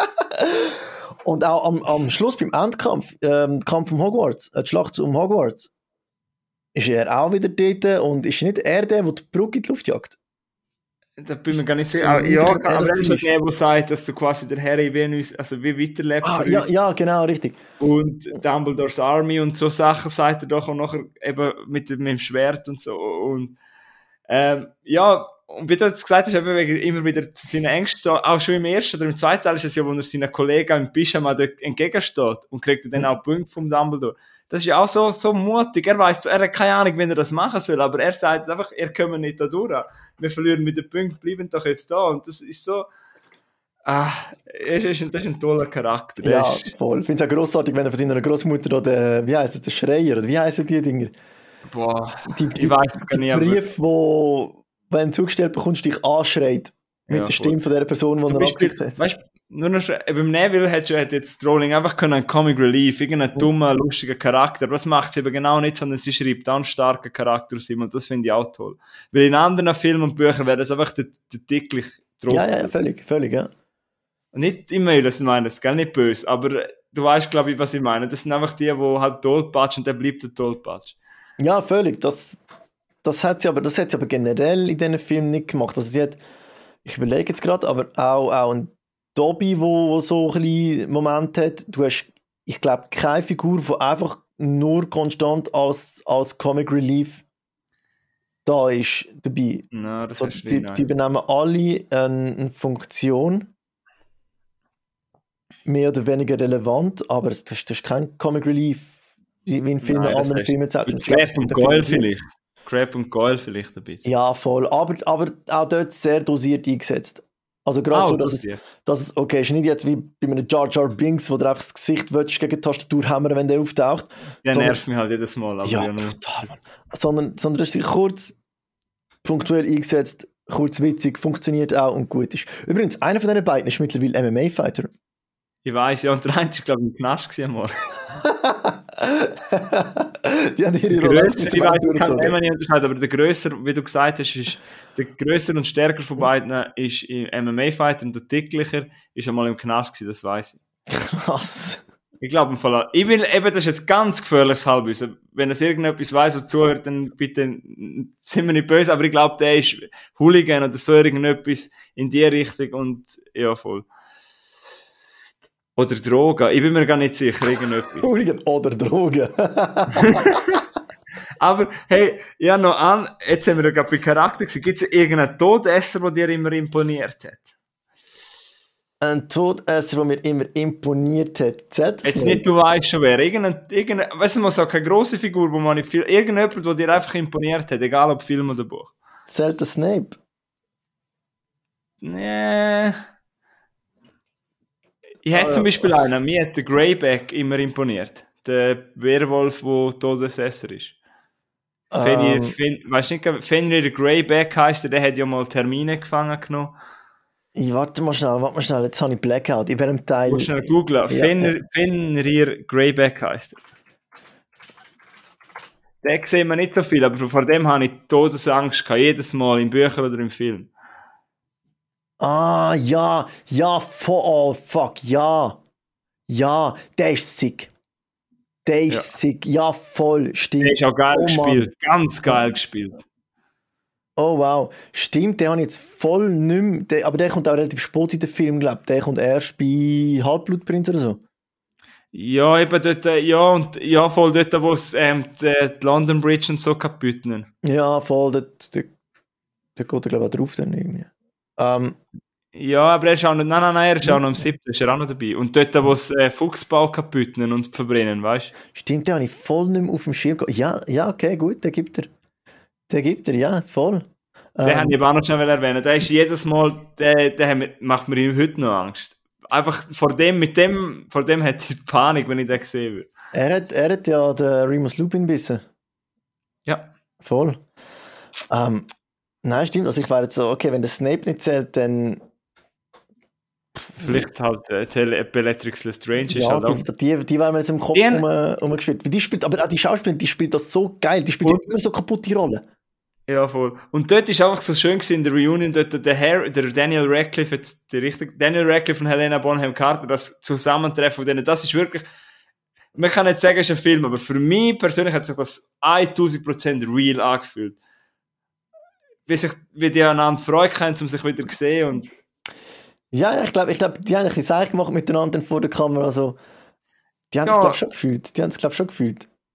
Und auch am, am Schluss beim Endkampf, ähm, Kampf um Hogwarts, äh, die Schlacht um Hogwarts, ist er auch wieder dort und ist nicht er der, der die Brücke in die Luft jagt? Da bin ich mir gar nicht sicher. Ja, ja, aber er ist halt der, der sagt, dass du quasi der Harry wie, also wie weiterlebt ah, ja, ja, genau, richtig. Und Dumbledores Army und so Sachen sagt er doch auch nachher eben mit, mit dem Schwert und so. Und ähm, ja, und wie du jetzt gesagt hast, eben wegen immer wieder zu seinen Ängsten, auch schon im ersten oder im zweiten Teil ist es ja, wo er seinen Kollegen im Pyjama dort entgegensteht und kriegt dann auch Punkte vom Dumbledore. Das ist ja auch so, so mutig. Er weiss, er hat keine Ahnung, wie er das machen soll, aber er sagt einfach, er kommt nicht da durch. Wir verlieren mit den Punkten, bleiben doch jetzt da. Und das ist so, ah, das ist ein, das ist ein toller Charakter. Der Ja, ist, voll. Ich finde es auch grossartig, wenn er von seiner Großmutter oder, wie heisst er, der Schreier, oder wie heißen die Dinger? boah, Die, die, ich weiss es gar die nicht, aber Brief, wo, wenn du zugestellt bekommst, dich anschreit. Mit Ja, der voll. Stimme von der Person, die zum er Beispiel, abgekriegt hat. weißt, nur noch, schon- beim Neville hat, schon- hat jetzt Rowling einfach können einen Comic Relief, irgendeinen dummen, lustigen Charakter, aber das macht sie eben genau nicht, sondern sie schreibt auch einen starken Charakter aus ihm und das finde ich auch toll. Weil in anderen Filmen und Büchern wäre das einfach der, der dicklich Trottel. Ja, ja, völlig, völlig, ja. Nicht immer, das meine ich, gell, nicht böse, aber du weißt, glaube ich, was ich meine. Das sind einfach die, die halt tollpatsch und der bleibt der tollpatsch. Ja, völlig. Das, das hat sie aber, das hat sie aber generell in diesen Filmen nicht gemacht. Also sie hat, ich überlege jetzt gerade, aber auch, auch ein Dobby, wo, wo so ein bisschen Moment hat. Du hast, ich glaube, keine Figur, die einfach nur konstant als, als Comic Relief da ist dabei. Na, das So, hast du die, nicht, die nein. übernehmen alle eine, eine Funktion, mehr oder weniger relevant, aber das, das ist kein Comic Relief, wie wie in vielen Nein, das anderen hast Filmen. du. Ich glaube, es Crab und gibt einen Goyle Film- vielleicht. Crab und Goyle vielleicht ein bisschen. Ja, voll. Aber, aber auch dort sehr dosiert eingesetzt. Also gerade Auch so, dass das es, hier. dass es, okay, ist nicht jetzt wie bei einem Jar Jar Binks, wo du einfach das Gesicht willst, gegen die Tastatur hämmern, wenn der auftaucht. Der sondern- nervt mich halt jedes Mal, aber Ja, ja, nur. brutal, Mann. Sondern, sondern es ist kurz, punktuell eingesetzt, kurz witzig, funktioniert auch und gut ist. Übrigens, einer von diesen beiden ist mittlerweile M M A-Fighter. Ich weiss, ja, und der einzige, glaube ich, im Knast gewesen mal. Die haben ihre Der Rolle grösser, ich weiss, ich kann durchgezogen. immer nicht unterscheiden, aber der grösser, wie du gesagt hast, ist, der grösser und stärker von beiden ist im M M A-Fighter und der dicklicher ist einmal im Knast gewesen, das weiss ich. Krass. Ich glaube im Fall, auch- ich will, eben, das ist jetzt ganz gefährliches Halbwissen. Wenn es irgendetwas weiss, was zuhört, dann bitte, sind wir nicht böse, aber ich glaube, der ist Hooligan oder so irgendetwas in die Richtung und, ja, voll. Oder Drogen, ich bin mir gar nicht sicher, irgendetwas. Hooligan oder Drogen. Aber, hey, ja, noch an, jetzt sind wir ja gerade bei Charakter gewesen. Gibt es irgendeinen Todesser, der dir immer imponiert hat? Ein Todesser, der mir immer imponiert hat. Zählt das Jetzt nicht, du weißt schon wer. Irgendein, irgendein, weißt du, man sagt keine grosse Figur, wo man nicht viel, irgendjemand, der dir einfach imponiert hat, egal ob Film oder Buch. Zählt der Snape? Nee. Ich hätte Ah, zum ja. Beispiel einen, mir hat der Greyback immer imponiert. Der Werwolf, der Todesesser ist. Fenrir, Ähm, Fen, weißt du nicht, Fenrir der Greyback heisst er, der hat ja mal Termine gefangen genommen. ich warte mal schnell, warte mal schnell, jetzt habe ich Blackout. Ich werde im Teil. Du musst schnell googlen. Ja, Fenrir, Fenrir Greyback heisst er. Den sehen wir nicht so viel, aber vor dem habe ich Todesangst gehabt, jedes Mal im Bücher oder im Film. Ah, ja, ja, vo- oh, fuck, ja. Ja, der ist sick. Der ist Ja. sick, ja, voll, stimmt. Der ist auch geil Oh, gespielt, ganz geil gespielt. Oh wow, stimmt, der habe ich jetzt voll nicht mehr, der, aber der kommt auch relativ spät in den Film, glaube ich. Der kommt erst bei Halbblutprinz oder so. Ja, eben dort, äh, ja, und ja, voll dort, wo es ähm, die, die London Bridge und so kaputt nehmen. Ja, voll, der, der, der geht er, glaube ich, auch drauf dann irgendwie. Ähm, Ja, aber er ist auch noch, nein, nein, nein, er ist auch noch im siebten, ist er auch noch dabei. Und dort, wo es äh, Fuchsbau kaputt nehmen und verbrennen, weißt du? stimmt, den habe ich voll nicht mehr auf dem Schirm gehabt. Ja, ja, okay, gut, den gibt er. Den gibt er, ja, voll. Den Ähm, habe ich aber auch noch schnell erwähnen. Der ist jedes Mal, der, der hat mir- macht mir heute noch Angst. Einfach vor dem, mit dem, vor dem hat ich Panik, wenn ich den sehe würde. er, hat, er hat ja den Remus Lupin bissen. Ja. Voll. Ähm, nein, stimmt. Also ich wäre jetzt so, okay, wenn der Snape nicht zählt, dann Vielleicht halt äh, Tele- Bellatrix Lestrange ist ja, halt auch. die, die, die wären mir jetzt im Kopf Die- rum, rumgespielt. Weil die spielt, aber auch die Schauspielerin, die spielt das so geil. Die spielt Und- immer so kaputte Rollen. Ja, voll. Und dort ist einfach so schön gewesen, in der Reunion, dort der, Harry, der Daniel Radcliffe, jetzt der richtige, Daniel Radcliffe und Helena Bonham Carter, das Zusammentreffen von denen, das ist wirklich, man kann nicht sagen, es ist ein Film, aber für mich persönlich hat sich das tausend Prozent real angefühlt. Wie sich, wie die einander freuen können, um sich wieder zu sehen und, Ja, ja, ich glaube, ich glaub, die haben ein bisschen Seich gemacht miteinander vor der Kamera. Also, die haben es, Ja. glaube ich, schon gefühlt. Die haben es, glaube ich, schon gefühlt.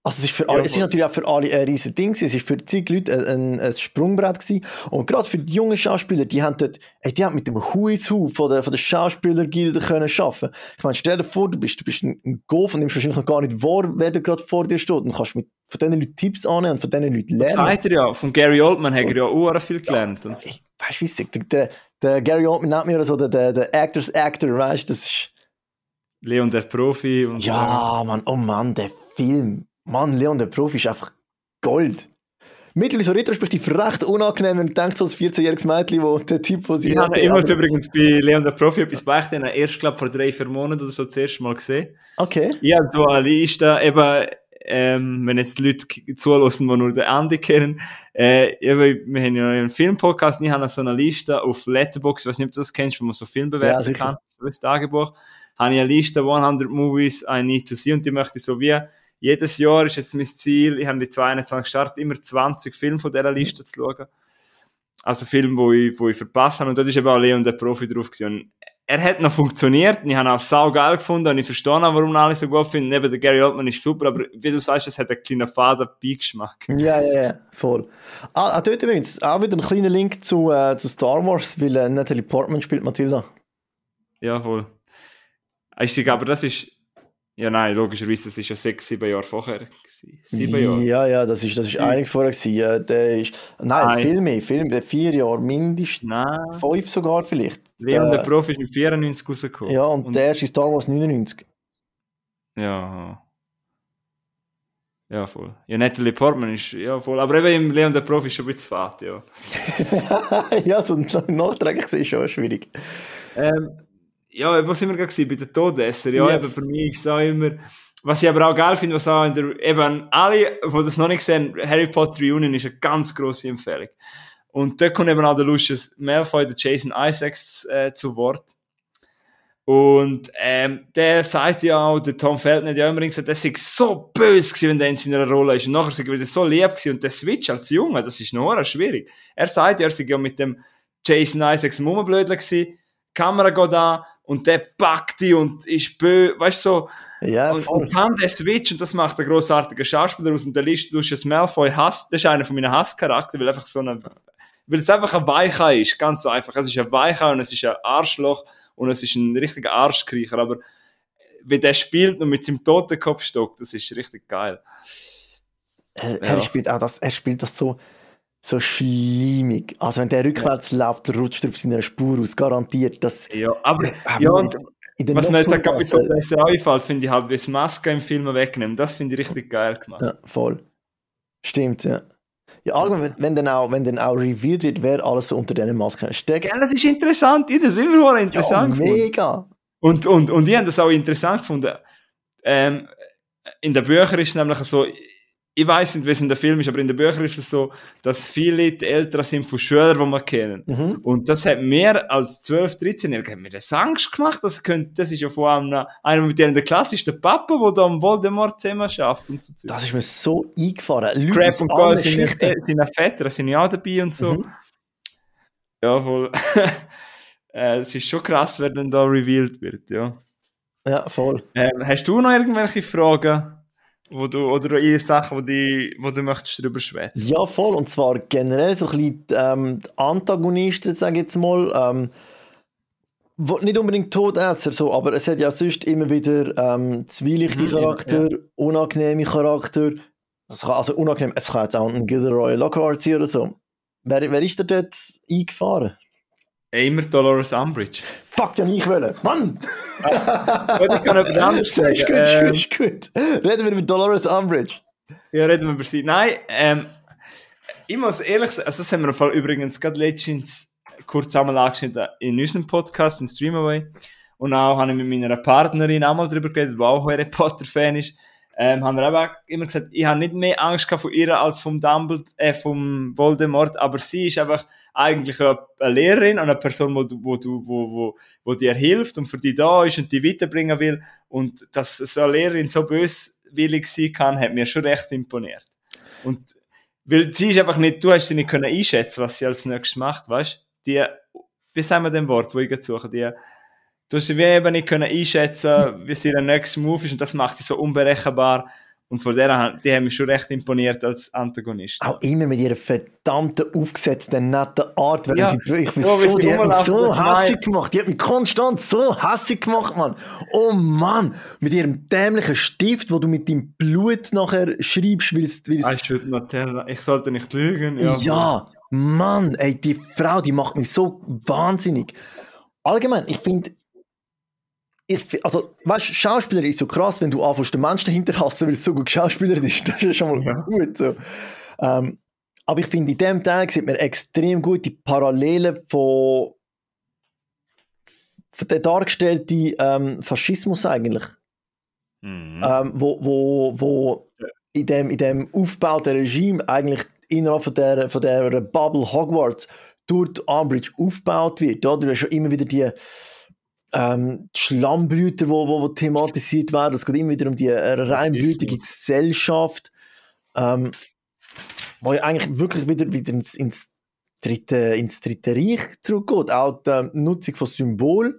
Also es ist, für Ja, alle, es ist voll. natürlich auch für alle ein riesen Ding gewesen. Es ist für zig Leute ein, ein, ein Sprungbrett gewesen. Und gerade für die jungen Schauspieler, die haben dort, ey, die haben mit dem Who is Who von der, von der Schauspielergilde können arbeiten. Ich meine, stell dir vor, du bist, du bist ein, ein Golf und nimmst wahrscheinlich noch gar nicht wahr, wer da gerade vor dir steht. Und kannst mit, von diesen Leuten Tipps annehmen und von diesen Leuten Das lernen. sagt er ja. Von Gary Oldman hat er ja auch viel gelernt. Und Ich, weißt du, wie ich sag, der, der, der Gary Oldman nennt mir so der, der, der Actors Actor, weißt du, das ist... Leon der Profi. Und Ja, Mann, oh Mann, der Film. Mann, Leon der Profi ist einfach Gold. Mittlerweile so retrospektiv recht unangenehm, wenn du denkst, so ein vierzehnjähriges Mädchen, wo der Typ, wo sie... Ich habe immer so übrigens bei Leon der Profi etwas beichten. Ich habe erst, glaube vor drei, vier Monaten oder so das erste Mal gesehen. Okay. Ich habe so eine Liste, eben, ähm, wenn jetzt die Leute zulassen, die nur den Andy kennen, äh, eben, wir haben ja einen Filmpodcast, und ich habe so eine Liste auf Letterboxd, ich weiß nicht, ob du das kennst, wo man so Film bewerten Ja, kann, so ein Tagebuch, habe ich eine Liste hundert Movies I need to see, und die möchte ich so wie, jedes Jahr ist jetzt mein Ziel, ich habe die zweiundzwanzig gestartet, immer zwanzig Filme von dieser Liste zu schauen. Also Filme, wo ich, wo ich verpasst habe, und dort ist eben auch Leon der Profi drauf gewesen. Und er hat noch funktioniert, und ich habe ihn auch saugeil gefunden, und ich verstehe auch, warum alle so gut finden. Neben der Gary Oldman ist super, aber wie du sagst, es hat einen kleinen faden Beigeschmack. Ja, ja, ja, voll. Ah, auch dort übrigens, auch wieder ein kleiner Link zu, äh, zu Star Wars, weil äh, Natalie Portman spielt Matilda. Ja, voll. Ich sage, aber das ist, ja nein, logischerweise, das ist ja sechs, sieben Jahre vorher gewesen. Sieben Jahre. Ja, ja, das ist, das ist einiges vorher gewesen. Ja, der ist, nein, Nein. viel mehr, viel mehr, vier Jahre mindestens, Nein. fünf sogar vielleicht. Leon der Der- Profi ist mit vierundneunzig rausgekommen. Ja, und, der erste Star Wars neunundneunzig. Ja. Ja, voll. Ja, Natalie Portman ist, ja, voll. Aber eben im Leon der Profi ist schon ein bisschen fad, ja. Ja, so nachträglich gesehen ist schon schwierig. Ähm, ja, wo sind wir gerade gewesen? Bei den Todesser. Ja, Yes. eben für mich ist es auch immer, was ich aber auch geil finde, was auch in der, eben alle, die das noch nicht sehen, Harry Potter Reunion ist eine ganz grosse Empfehlung. Und da kommt eben auch der Lucius Malfoy, der Jason Isaacs, äh, zu Wort. Und ähm, der sagt ja auch, der Tom Felton hat ja immer gesagt, der sei so böse gewesen, wenn der in seiner Rolle ist. Und nachher sei er wieder so lieb gewesen. Und der Switch als Junge, das ist noch schwierig. Er sagt ja, er sei ja mit dem Jason Isaacs im Mummenblödler gewesen, die Kamera geht an und der packt die und ist böse, weißt du, so. Ja, Und, voll. und kann der Switch, und das macht der grossartige Schauspieler aus, und der Lucius Malfoy hasst, das ist einer von meinen Hasscharakter, weil einfach so eine, weil es einfach ein Weichei ist, ganz so einfach. Es ist ein Weichei und es ist ein Arschloch und es ist ein richtiger Arschkriecher, aber wie der spielt und mit seinem Totenkopfstock, das ist richtig geil. Er, Ja. er, spielt auch das, er spielt das so, so schleimig. Also wenn der rückwärts läuft, rutscht er auf seiner Spur aus, garantiert. Das, Ja, aber, Ah, ja, Mann, und in der was mir jetzt auch gerade mit Nocturne- Todesser einfällt, finde ich halt, wie das Maske im Film wegnehmen, das finde ich richtig geil gemacht. Ja, voll. Stimmt, ja. Ja, allgemein, wenn, wenn, dann auch, wenn dann auch revealed wird, wer alles so unter diesen Masken steckt. Ja, das ist interessant, ich das immer mal Ja, interessant gefunden. mega. Und, und, und ich habe das auch interessant gefunden. Ähm, in den Büchern ist es nämlich so, ich weiß nicht, wie es in den Film ist, aber in den Büchern ist es so, dass viele die Eltern sind von Schülern, die wir kennen. Mhm. Und das hat mehr als zwölf, dreizehn-Jährige mir das Angst gemacht. Das, könnte, das ist ja vor allem noch, einer mit denen in der Klasse ist der Papa, der da am Voldemort zusammen schafft und so. Das ist mir so eingefahren. Leute Crab aus und allen Gold sind, Schichten. äh, sind auch Väter, sind ja auch dabei und so. Mhm. Ja, voll. äh, es ist schon krass, wer dann da revealed wird, ja. Ja, voll. Ähm, hast du noch irgendwelche Fragen, wo du, oder eher Sachen, wo, die, wo du möchtest darüber schwätzen? Ja, voll. Und zwar generell so ein bisschen ähm, die Antagonisten, sage ich jetzt mal. Ähm, wo, nicht unbedingt Todesser, so, aber es hat ja sonst immer wieder ähm, zwielichte Mhm, ja, Charakter, unangenehme Charakter. Das kann, also unangenehm, es kann jetzt auch ein Gilderoy Lockhart sein oder so. Wer, wer ist da dort eingefahren? Äh, Immer Dolores Umbridge. Fuck, ja nicht wollen. Mann! Oder ich kann jemand anderes sagen. ist gut, ist Ähm, gut, ist gut. Reden wir mit Dolores Umbridge. Ja, reden wir über sie. Nein, ähm, ich muss ehrlich sagen, also das haben wir im Fall übrigens gerade letztens kurz einmal angeschnitten in unserem Podcast, in Streamaway. Und auch habe ich mit meiner Partnerin auch mal darüber geredet, die auch Harry Potter-Fan ist. Ähm, haben wir eben auch immer gesagt, ich habe nicht mehr Angst gehabt von ihr als vom Dumbledore, äh, vom Voldemort, aber sie ist einfach eigentlich eine Lehrerin und eine Person, wo, du- wo, du- wo, wo, wo dir hilft und für die da ist und die weiterbringen will. Und dass so eine Lehrerin so böswillig sein kann, hat mir schon recht imponiert. Und weil sie ist einfach nicht, du hast sie nicht können einschätzen, was sie als nächstes macht, weißt du? Die, wie sagen wir dem Wort, wo ich jetzt suche, die, du hast sie wie eben nicht können einschätzen, wie sie ihr nächster Move ist, und das macht sie so unberechenbar. Und von der, die haben mich schon recht imponiert als Antagonist. Auch immer mit ihrer verdammten, aufgesetzten, netten Art. Ja. Sie, ich bin Ja, so, wie die sie hat mich so rumlaufen, das hässig gemacht. Die hat mich konstant so hässig gemacht, Mann. Oh Mann, mit ihrem dämlichen Stift, wo du mit deinem Blut nachher schreibst, weil es... Weil es I should not tell. Ich sollte nicht lügen. ja, Ja, Mann, ey, die Frau, die macht mich so wahnsinnig. Allgemein, ich finde... Ich, also, weißt du, Schauspieler ist so krass, wenn du anfängst, den Menschen dahinter hassen, weil es so gut geschauspielert ist. Das ist ja schon mal Ja. gut. So. Ähm, aber ich finde, in diesem Teil sieht man extrem gut die Parallelen von, von der dargestellten ähm, Faschismus eigentlich. Mhm. Ähm, wo wo, wo in, dem, in dem aufgebauten Regime eigentlich innerhalb von der, von der Bubble Hogwarts durch die Umbridge aufgebaut wird. Oder? Du hast schon immer wieder die Ähm, die Schlammblüter, die wo, wo, wo thematisiert werden. Es geht immer wieder um die äh, reinblütige Rassismus. Gesellschaft, ähm, wo ja eigentlich wirklich wieder, wieder ins, ins, dritte, ins dritte Reich zurückgeht. Auch die ähm, Nutzung von Symbolen,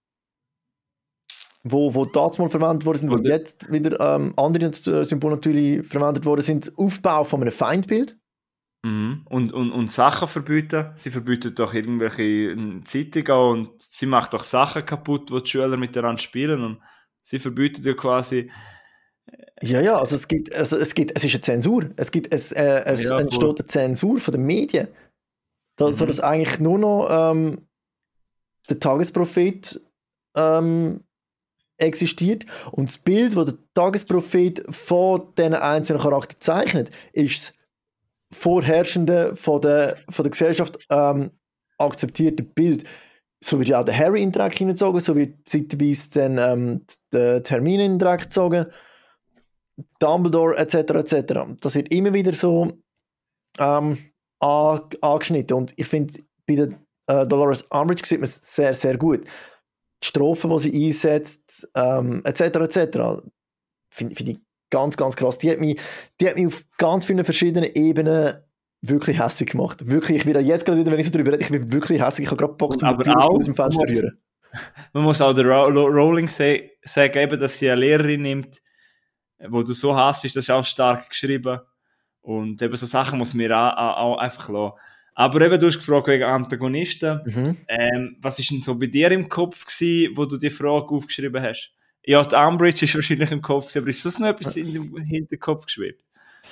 wo, wo damals mal verwendet worden sind, wo Oder- jetzt wieder ähm, andere äh, Symbole natürlich verwendet worden sind. Aufbau von einem Feindbild. Mhm. Und, und, und Sachen verbieten. Sie verbieten doch irgendwelche äh, Zeitungen und sie macht doch Sachen kaputt, wo die Schüler miteinander spielen und sie verbieten ja quasi. Ja, ja, also es gibt, also es gibt, es ist eine Zensur. Es gibt, es, äh, es Ja, entsteht voll. eine Zensur von den Medien. Da, Mhm. So dass eigentlich nur noch ähm, der Tagesprophet ähm, existiert und das Bild, das der Tagesprophet von diesen einzelnen Charakteren zeichnet, ist das vorherrschende von der, von der Gesellschaft ähm, akzeptierte Bild. So wird ja auch der Harry in den Dreck hineingezogen, so wird zeitweise dann ähm, der Hermine in den Dreck gezogen, Dumbledore et cetera et cetera. Das wird immer wieder so ähm, an, angeschnitten und ich finde, bei der äh, Dolores Umbridge sieht man es sehr, sehr gut. Die Strophen, die sie einsetzt, ähm, et cetera et cetera. Finde find ich ganz, ganz krass. Die hat, mich, die hat mich auf ganz vielen verschiedenen Ebenen wirklich hässlich gemacht. Wirklich, ich bin jetzt gerade wieder, wenn ich so drüber rede, ich bin wirklich hässlich. Ich habe gerade Bock, Und zum aber Türstuhl auch, aus dem Fenster muss- rühren. Man muss auch der Ro Ro Rowling sa- sagen, eben, dass sie eine Lehrerin nimmt, wo du so hasst, das ist auch stark geschrieben. Und eben so Sachen muss man auch, auch, auch einfach lassen. Aber eben, du hast gefragt wegen Antagonisten. Mhm. Ähm, was ist denn so bei dir im Kopf gewesen, wo du die Frage aufgeschrieben hast? Ja, die Umbridge ist wahrscheinlich im Kopf gewesen, aber ist sonst noch etwas in dem Hinterkopf geschwebt?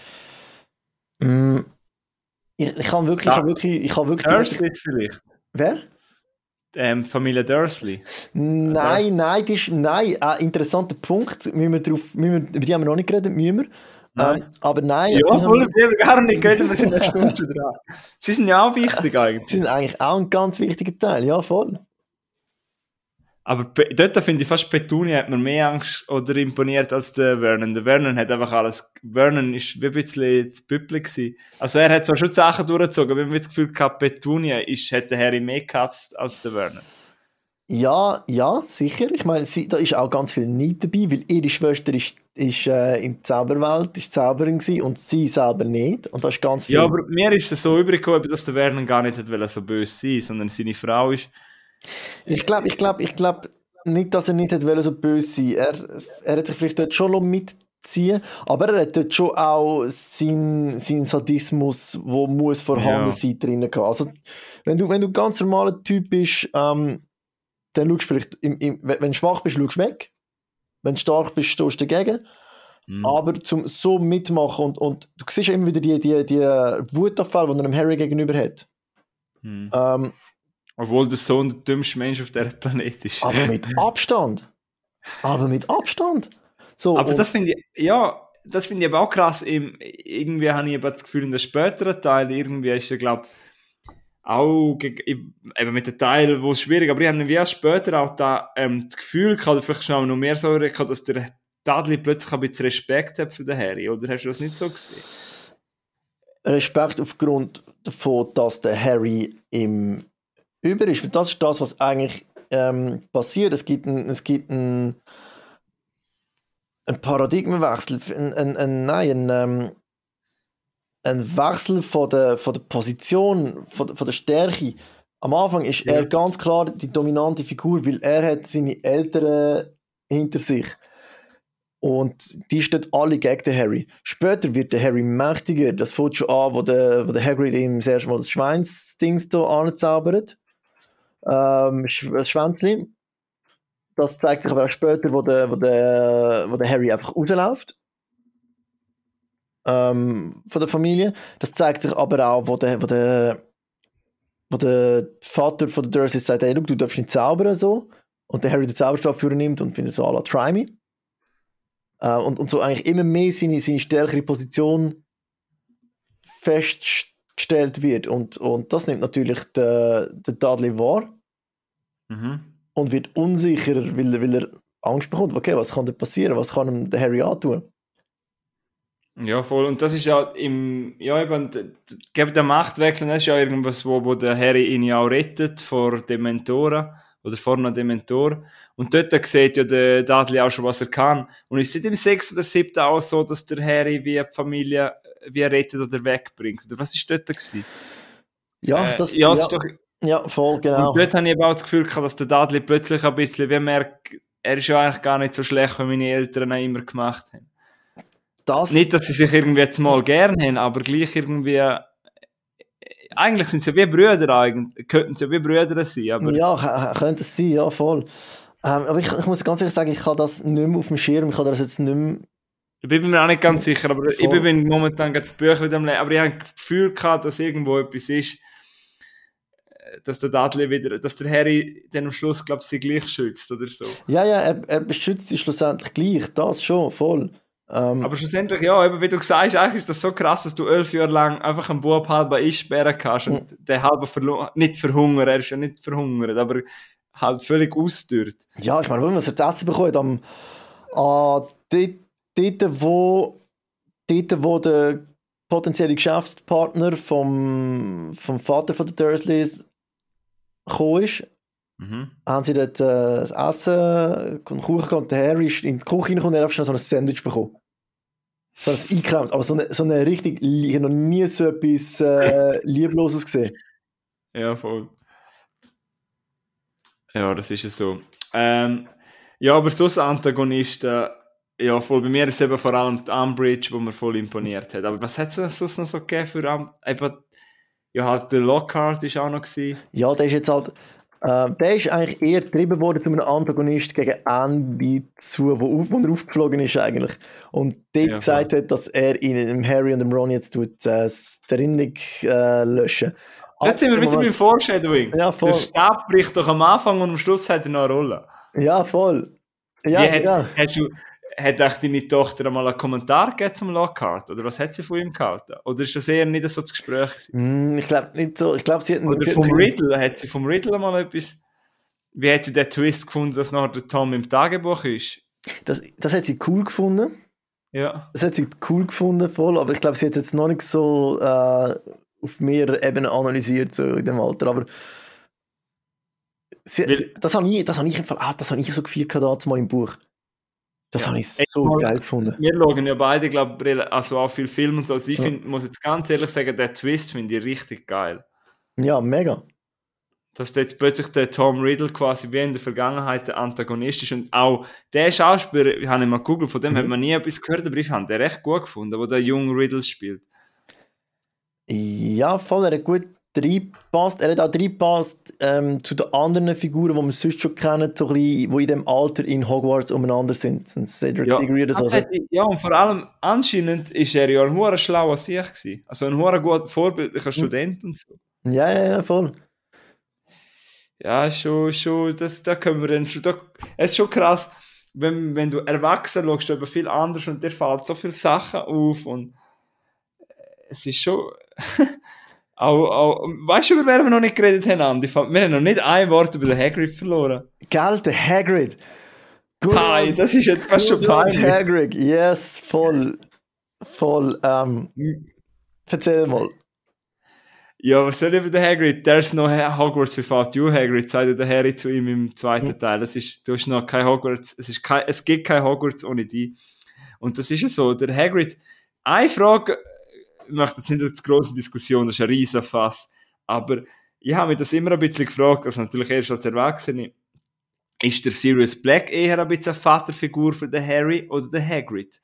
Mm, ich, ich habe wirklich, ich habe wirklich, ich habe wirklich... Dursley vielleicht? Wer? Ähm, Familie Dursley? Nein, nein, das ist, nein, ein interessanter Punkt. Müssen wir drauf, müssen wir, über die haben wir noch nicht geredet, müssen wir. Nein. Ähm, aber nein, Ja, die, voll, haben, wir haben gar nicht geredet, wir sind eine Stunde schon dran. Sie sind ja auch wichtig die eigentlich. sind eigentlich auch ein ganz wichtiger Teil, ja, voll. Aber Pe- dort finde ich fast Petunia hat mir mehr Angst oder imponiert als der Vernon. Der Vernon hat einfach alles. Vernon ist wie ein bisschen das Püppli gewesen. Also er hat zwar schon die Sachen durchgezogen, aber ich habe das Gefühl gehabt, Petunia ist, hätte Harry mehr gekatzt als der Vernon. Ja, ja, sicher. Ich meine, sie, da ist auch ganz viel Neid dabei, weil ihre Schwester ist, ist äh, in der Zauberwelt, ist Zauberin gewesen und sie selber nicht. Und da ist ganz viel... Ja, aber mir ist es so übrig gekommen, dass der Vernon gar nicht hat wollen, so böse sein, sondern seine Frau ist. Ich glaube ich glaub, ich glaub nicht, dass er nicht hätte wollen, so böse sein. Er, er hat sich vielleicht dort schon mitziehen, aber er hat dort schon auch seinen sein Sadismus, der muss vorhanden Ja. sein, drin gehabt. Also, wenn du, wenn du ein ganz normaler Typ bist, ähm, dann schaust du vielleicht, im, im, wenn wenn du schwach bist, schaust du weg. Wenn du stark bist, stehst du dagegen. Mhm. Aber zum so mitmachen und, und du siehst ja immer wieder die, die, die Wutanfälle, die er dem Harry gegenüber hat. Mhm. Ähm, Obwohl der Sohn der dümmste Mensch auf diesem Planet ist. aber mit Abstand. Aber mit Abstand. So, Aber und, das finde ich, ja, das finde ich aber auch krass. Im, irgendwie habe ich aber das Gefühl, in der späteren Teil, irgendwie ist er, glaube ich, auch geg- eben mit den Teilen, wo es schwierig, aber ich habe wie auch später auch da ähm, das Gefühl gehabt, oder vielleicht schon auch noch mehr so gehabt, dass der Dudley plötzlich ein bisschen Respekt hat für den Harry, oder hast du das nicht so gesehen? Respekt aufgrund davon, dass der Harry im Über ist. Weil das ist das, was eigentlich ähm, passiert. Es gibt einen ein, ein Paradigmenwechsel, ein, ein, ein, nein, ein, ähm, ein Wechsel von der, von der Position, von der, von der Stärke. Am Anfang ist Ja. er ganz klar die dominante Figur, weil er hat seine Eltern hinter sich. Und die stehen alle gegen den Harry. Später wird der Harry mächtiger. Das fängt schon an, wo der, wo der Hagrid ihm das erste Mal das Schweinsdings hier anzaubert. Ähm, das Schwänzli. Das zeigt sich aber auch später, wo der, wo der, wo der Harry einfach rausläuft. Ähm, von der Familie. Das zeigt sich aber auch, wo der, wo der, wo der Vater von der Dursley sagt, hey, look, du darfst nicht zaubern so. Und der Harry den Zauberstab für ihn nimmt und findet so, à la try me. Uh, und, und so eigentlich immer mehr seine, seine stärkere Position festgestellt wird. Und, und das nimmt natürlich der, der Dudley wahr Mhm. und wird unsicherer, weil, er- weil er Angst bekommt. Okay, was kann da passieren? Was kann ihm der Harry antun? Ja, voll. Und das ist ja im, ja eben, d- d- gegen den Machtwechsel, das ist ja irgendwas, wo, wo der Harry ihn ja auch rettet vor Dementoren oder vor einem Dementor. Und dort sieht ja der Dudley auch schon, was er kann. Und ist es im sechsten oder siebten auch so, dass der Harry wie die Familie wie er rettet oder wegbringt? Oder was ist dort gewesen? Ja, Äh, das, ja, ja, das ist doch, ja, voll, genau. und dort habe ich eben auch das Gefühl gehabt, dass der Dudley plötzlich ein bisschen, wie merkt, er ist ja eigentlich gar nicht so schlecht, wie meine Eltern ihn immer gemacht haben. Das, Nicht, dass sie sich irgendwie jetzt mal gern haben, aber gleich irgendwie. Eigentlich sind sie ja wie Brüder, eigentlich. Könnten sie ja wie Brüder sein, aber. ja, k- könnte es sein, ja, voll. Ähm, aber ich, ich muss ganz ehrlich sagen, ich habe das nicht mehr auf dem Schirm, ich habe das jetzt nicht mehr... Ich bin mir auch nicht ganz sicher, aber ich Voll. bin momentan gerade die Bücher wieder am Lesen. Aber ich habe das Gefühl gehabt, dass irgendwo etwas ist, dass der Dudley wieder, dass der Harry dann am Schluss, glaube ich, sie gleich schützt oder so. Ja, ja, er, er beschützt sie schlussendlich gleich, das schon, voll. Ähm, Aber schlussendlich, ja, eben, wie du sagst, eigentlich ist das so krass, dass du elf Jahre lang einfach einen Bub halb einsperren kannst und der halbe verlo- nicht verhungert, er ist ja nicht verhungert, aber halt völlig ausdürrt. Ja, ich meine, wenn man es zu essen bekommt, am, äh, dort, dort, wo, dort, wo der potenzielle Geschäftspartner vom, vom Vater von der Dursleys gekommen ist, Mhm. haben sie dort äh, das Essen, und Kuchen gehabt, und der Harry ist in die Küche reingekommen und er hat schnell so ein Sandwich bekommen. So ein eingeklemmt, aber so eine, so eine richtig, ich habe noch nie so etwas äh, Liebloses gesehen. Ja, voll. Ja, das ist es so. Ähm, ja, aber so Antagonisten, ja, voll. Bei mir ist es eben vor allem die Umbridge, wo mir voll imponiert hat. Aber was hat es sonst noch so gegeben für um, eben, ja, halt der Lockhart ist auch noch gewesen. Ja, der ist jetzt halt, äh, der ist eigentlich eher getrieben worden zu einem Antagonist gegen Ende zu, wo, auf, wo er aufgeflogen ist eigentlich. Und dort Ja, gesagt hat, dass er ihn dem Harry und dem Ron jetzt tut, äh, die Erinnerung äh, löschen. Jetzt sind wir Ab dem wieder beim Moment- Foreshadowing. Ja, voll. Der Stab bricht doch am Anfang und am Schluss hat er noch eine Rolle. Ja, voll. Ja, Wie hat, ja. hast du, hat echt deine Tochter einmal einen Kommentar gegeben zum Lockhart? Oder was hat sie von ihm gehalten? Oder ist das eher nicht so das Gespräch gewesen? Hm, ich glaube nicht so. Ich glaube, sie hat Oder sie hat- vom Riddle, hat sie vom Riddle mal etwas, wie hat sie den Twist gefunden, dass nachher der Tom im Tagebuch ist? Das, das hat sie cool gefunden. Ja. Das hat sie cool gefunden, voll. Aber ich glaube, sie hat jetzt noch nicht so äh, auf mehreren Ebenen analysiert, so in dem Alter. Aber sie, Weil- das habe ich, das habe ich im Fall, ah, das habe ich so gefeiert damals mal im Buch. Das Ja. habe ich so Einmal- geil gefunden. Wir schauen ja beide, glaube ich, also auch viel Film und so. Also ich Ja. find, muss jetzt ganz ehrlich sagen, den Twist finde ich richtig geil. Ja, mega. Dass jetzt plötzlich der Tom Riddle quasi wie in der Vergangenheit der Antagonist ist und auch der Schauspieler, ich habe ihn mal gegoogelt, von dem Mhm. hat man nie etwas gehört, aber ich habe den recht gut gefunden, wo der junge Riddle spielt. Ja, voll, er hat gut reingepasst. Er hat auch reingepasst ähm, zu den anderen Figuren, die man sonst schon kennt, so ein bisschen, die in dem Alter in Hogwarts umeinander sind. sind Cedric Ja, Diggory oder so. das hätte ich- ja, und vor allem anscheinend ist er ja ein hoher schlauer Sieg gewesen. Also ein hoher gut vorbildlicher Student und so. Ja, ja, ja, voll. Ja, schon, schon, das, da können wir dann schon, da, es ist schon krass, wenn, wenn du erwachsen schaust, du eben viel anders und dir fällt so viele Sachen auf und es ist schon, auch, auch, weißt du, über wen wir noch nicht geredet haben, Andi? Wir haben noch nicht ein Wort über den Hagrid verloren. Gell, der Hagrid. Good Hi, old- das ist jetzt fast schon good old peinlich. Hagrid, yes, voll. Voll. Ähm, erzähl mal. Ja, was soll ich über den Hagrid? There's no Hogwarts without you, Hagrid, sagt der Harry zu ihm im zweiten Teil. Das ist, du hast noch kein Hogwarts, es, ist kein, es gibt kein Hogwarts ohne dich. Und das ist ja so, der Hagrid, eine Frage, ich möchte jetzt nicht eine grosse Diskussion, das ist ein riesen Fass, aber ich habe mich das immer ein bisschen gefragt, also natürlich erst als Erwachsene, ist der Sirius Black eher ein bisschen eine Vaterfigur für den Harry oder den Hagrid?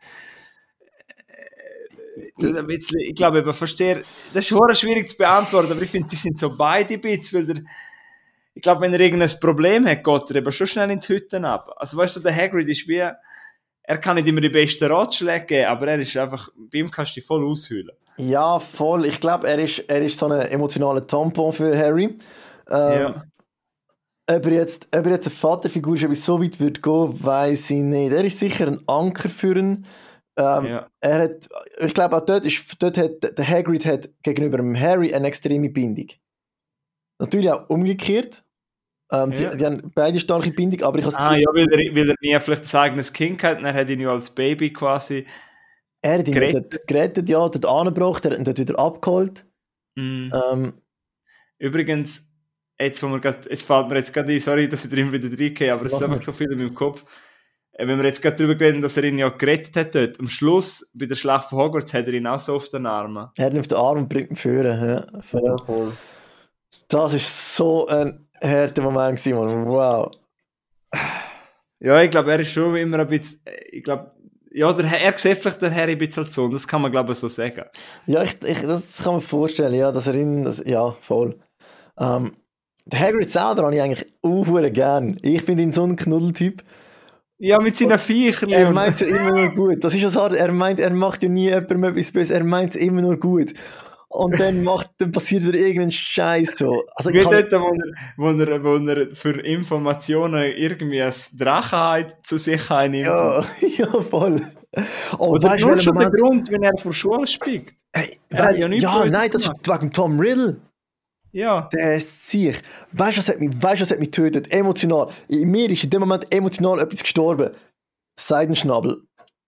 Das ist ein bisschen, ich glaube, ich verstehe, das ist schon schwierig zu beantworten, aber ich finde, sie sind so beide ein bisschen, weil der, ich glaube, wenn er irgendein Problem hat, geht er eben schon schnell in die Hütten ab. Also weißt du, der Hagrid ist wie, er kann nicht immer die besten Ratschläge geben, aber er ist einfach, bei ihm kannst du dich voll aushöhlen. Ja, voll. Ich glaube, er ist, er ist so ein emotionaler Tampon für Harry. Ähm, Ja. Ob er jetzt, ob er jetzt eine Vaterfigur ist, ob es so weit würde gehen, weiss ich nicht. Er ist sicher ein Anker für ihn. Ähm, Ja. er hat, ich glaube, auch dort, ist, dort hat der Hagrid hat gegenüber dem Harry eine extreme Bindung. Natürlich auch umgekehrt. Ähm, Ja. die, die haben beide starke Bindung, aber ich habe das Ah, Gefühl, ja, weil er, weil er nie vielleicht sein eigenes Kind hat, und er hat ihn ja als Baby quasi er hat ihn gerettet. dort gerettet, ja, dort angebracht, er hat ihn dort wieder abgeholt. Mm. Ähm, Übrigens, jetzt, wo wir grad, es fällt mir jetzt gerade ein, sorry, dass ich drin wieder reingehe, aber es ist Mach einfach nicht. so viel in meinem Kopf. Äh, Wenn wir jetzt gerade darüber reden, dass er ihn ja gerettet hat dort, am Schluss, bei der Schlacht von Hogwarts, hat er ihn auch so auf den Armen. er hat ihn auf den Arm und bringt ihn führen. Ja, voll. Das ist so ein harter Moment gewesen, Mann. Wow. Ja, ich glaube, er ist schon immer ein bisschen, ich glaube, ja, der, er sieht vielleicht den Harry ein bisschen als Sohn, das kann man, glaube ich, so sagen. Ja, ich, ich, das kann man vorstellen, ja, dass er ihn, das, ja, voll. Ähm, der Hagrid selber habe ich eigentlich auch gern. Ich finde ihn so ein Knuddeltyp. Ja, mit seinen Viechern. Er meint es ja immer nur gut. Das ist ja so hart. Er meint, er macht ja nie jemandem etwas Böses. Er meint es immer nur gut. Und dann, macht, dann passiert er irgendeinen Scheiß so. Also, Wie ich kann, dort, wo er, wo, er, wo er für Informationen irgendwie ein Drachenheit zu sich einnimmt. ja, ja, voll. Oh, Oder weißt du, nur welchen schon der Moment? Grund, wenn er vor Schule spielt. Hey, Er hat weil, ja nichts ja, Blödes nein, das gemacht. ist wegen Tom Riddle. Ja. Der ist sich. Weißt du, was hat mich, weißt, was hat mich getötet? Emotional. In mir ist in dem Moment emotional etwas gestorben. Seidenschnabel.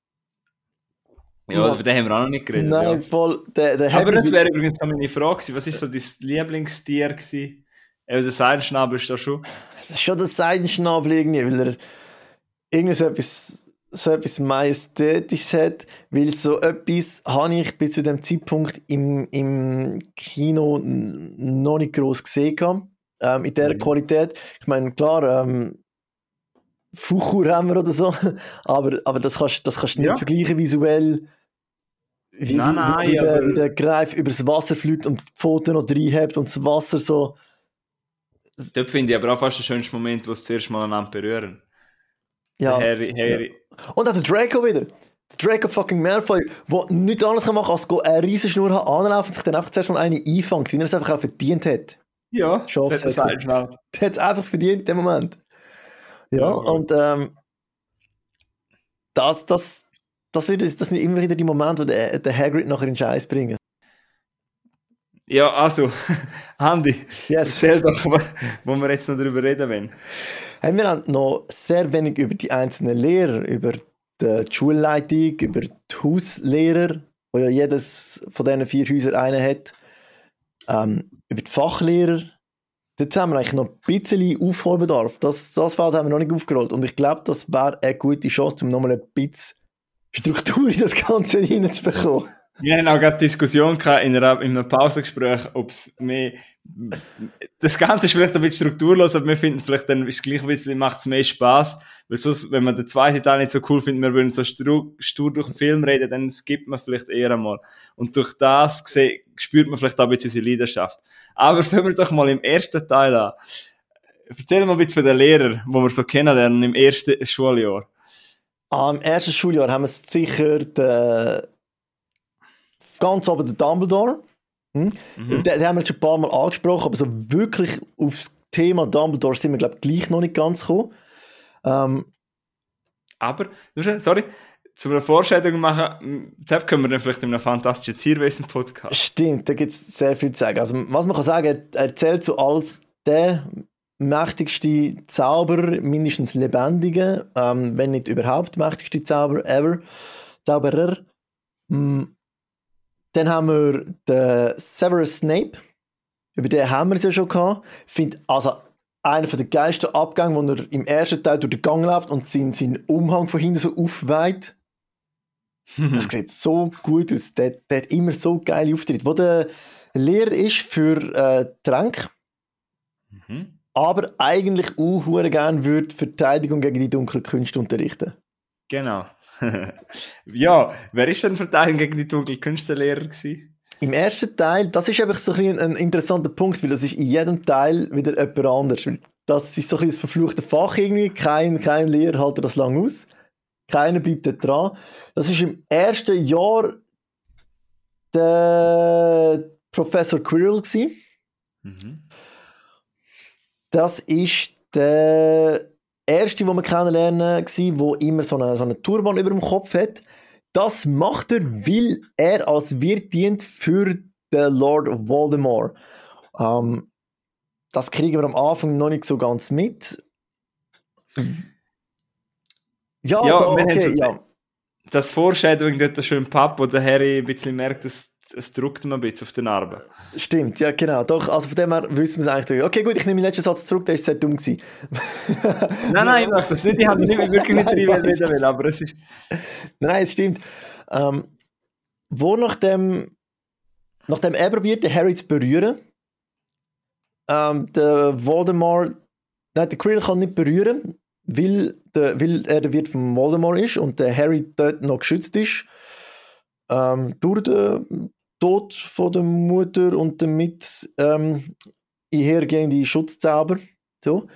Ja, über den haben wir auch noch nicht geredet. Nein, Ja. voll. Der, der Aber Hagrid- das wäre übrigens auch meine Frage gewesen. Was ist so dein Lieblingstier gewesen? Ja, der Seidenschnabel ist da schon. Das ist schon der Seidenschnabel irgendwie, weil er irgendwie so etwas, so etwas Majestätisches hat, weil so etwas habe ich bis zu dem Zeitpunkt im, im Kino n- noch nicht gross gesehen gehabt, ähm, in dieser Mhm. Qualität. Ich meine, klar, ähm, Fuchur haben wir oder so, aber, aber das kannst das kannst du nicht Ja. vergleichen visuell, wie, Nein, wie, nein, wie, der, aber- wie der Greif übers Wasser fliegt und die Pfoten noch reinhebt und das Wasser so. Dort finde ich aber auch fast den schönsten Moment, wo sie zuerst mal einander berühren. Ja, Der Harry, Harry. Und auch der Draco wieder. Der Draco fucking Malfoy, der nichts anderes machen kann, als go eine riesen Schnur haben, anlaufen und sich dann einfach zuerst mal eine einfängt, wie er es einfach auch verdient hat. Ja, Schaf's der jetzt. Seidenschnabel. Der hat es einfach verdient in dem Moment. Ja, Ja, und ähm, das, das, das, wird, das sind immer wieder die Momente, wo der, der Hagrid nachher in den Scheiß bringen. Ja, also, Andi, Yes. erzähl doch, wo wo wir jetzt noch darüber reden wollen. Haben wir haben noch sehr wenig über die einzelnen Lehrer, über die Schulleitung, über die Hauslehrer, wo ja jedes von diesen vier Häusern einen hat, ähm, über die Fachlehrer. Dort haben wir eigentlich noch ein bisschen Aufholbedarf. Das, das Feld haben wir noch nicht aufgerollt. Und ich glaube, das wäre eine gute Chance, um nochmal ein bisschen Struktur in das Ganze hineinzubekommen. Wir haben auch gerade Diskussion gehabt in, einer, in einem Pausengespräch, ob es mehr, das Ganze ist vielleicht ein bisschen strukturlos, aber wir finden es vielleicht dann, ist gleich ein bisschen, macht es mehr Spaß, weil sonst, wenn man den zweiten Teil nicht so cool findet, wir würden so stur, stur durch den Film reden, dann skippt man vielleicht eher einmal. Und durch das gesehen, spürt man vielleicht auch ein bisschen unsere Leidenschaft. Aber fangen wir doch mal im ersten Teil an. Erzähl mal ein bisschen von den Lehrern, die wir so kennenlernen im ersten Schuljahr. Am ersten Schuljahr haben wir sicher den, ganz oben den Dumbledore. Hm? Mhm. Den, den haben wir jetzt schon ein paar Mal angesprochen, aber so wirklich aufs Thema Dumbledore sind wir, glaube ich, gleich noch nicht ganz gekommen. Ähm, Aber, nur schnell, sorry, zu einer Vorstellung machen, das können wir dann vielleicht in einem fantastischen Tierwesen-Podcast. Stimmt, da gibt es sehr viel zu sagen. Also, was man kann sagen, er, er zählt so als der mächtigste Zauberer, mindestens lebendige, ähm, wenn nicht überhaupt mächtigste Zauberer ever. Zauberer. Mm. Dann haben wir den Severus Snape. Über den haben wir es ja schon gehabt. Ich finde, also einer der geilsten Abgänge, wo er im ersten Teil durch den Gang läuft und seinen, seinen Umhang von hinten so aufweiht. Das sieht so gut aus. Der, der hat immer so geile Auftritte. Wo der Lehrer ist für äh, Tränke. Mhm. aber eigentlich auch hure gerne würde Verteidigung gegen die dunklen Künste unterrichten. Genau. Ja, wer ist denn Verteidigung gegen die dunklen Künste-Lehrer gewesen? Im ersten Teil, das ist einfach so ein, bisschen ein interessanter Punkt, weil das ist in jedem Teil wieder jemand anders. Weil das ist so ein bisschen das verfluchte Fach irgendwie. Kein, kein Lehrer hält das lang aus. Keiner bleibt dort dran. Das ist im ersten Jahr der Professor Quirrell gewesen. Mhm. Das ist der erste, den wir kennenlernen, der immer so eine, so eine Turban über dem Kopf hat. Das macht er, weil er als Wirt dient für den Lord Voldemort. Ähm, das kriegen wir am Anfang noch nicht so ganz mit. Ja, Ja, da, wir okay, haben so ja. das Foreshadowing dort schon im Pub, wo der Harry ein bisschen merkt, dass es drückt ihm ein bisschen auf den Narben. Stimmt, ja genau. Doch, also von dem her wissen wir es eigentlich. Okay, gut, ich nehme den letzten Satz zurück, der ist sehr dumm gewesen. Nein, nein, ich mache das nicht. Ich habe nicht wirklich nicht Nein, reden weiss. will, aber es ist... Nein, es stimmt. Ähm, wo nachdem, nachdem er probiert, den Harry zu berühren, ähm, der Voldemort, nein, der Quirrell kann nicht berühren, weil, der, weil er der Wirt von Voldemort ist und der Harry dort noch geschützt ist ähm, durch den Tod von der Mutter und damit ähm, einhergehende Schutzzauber. So.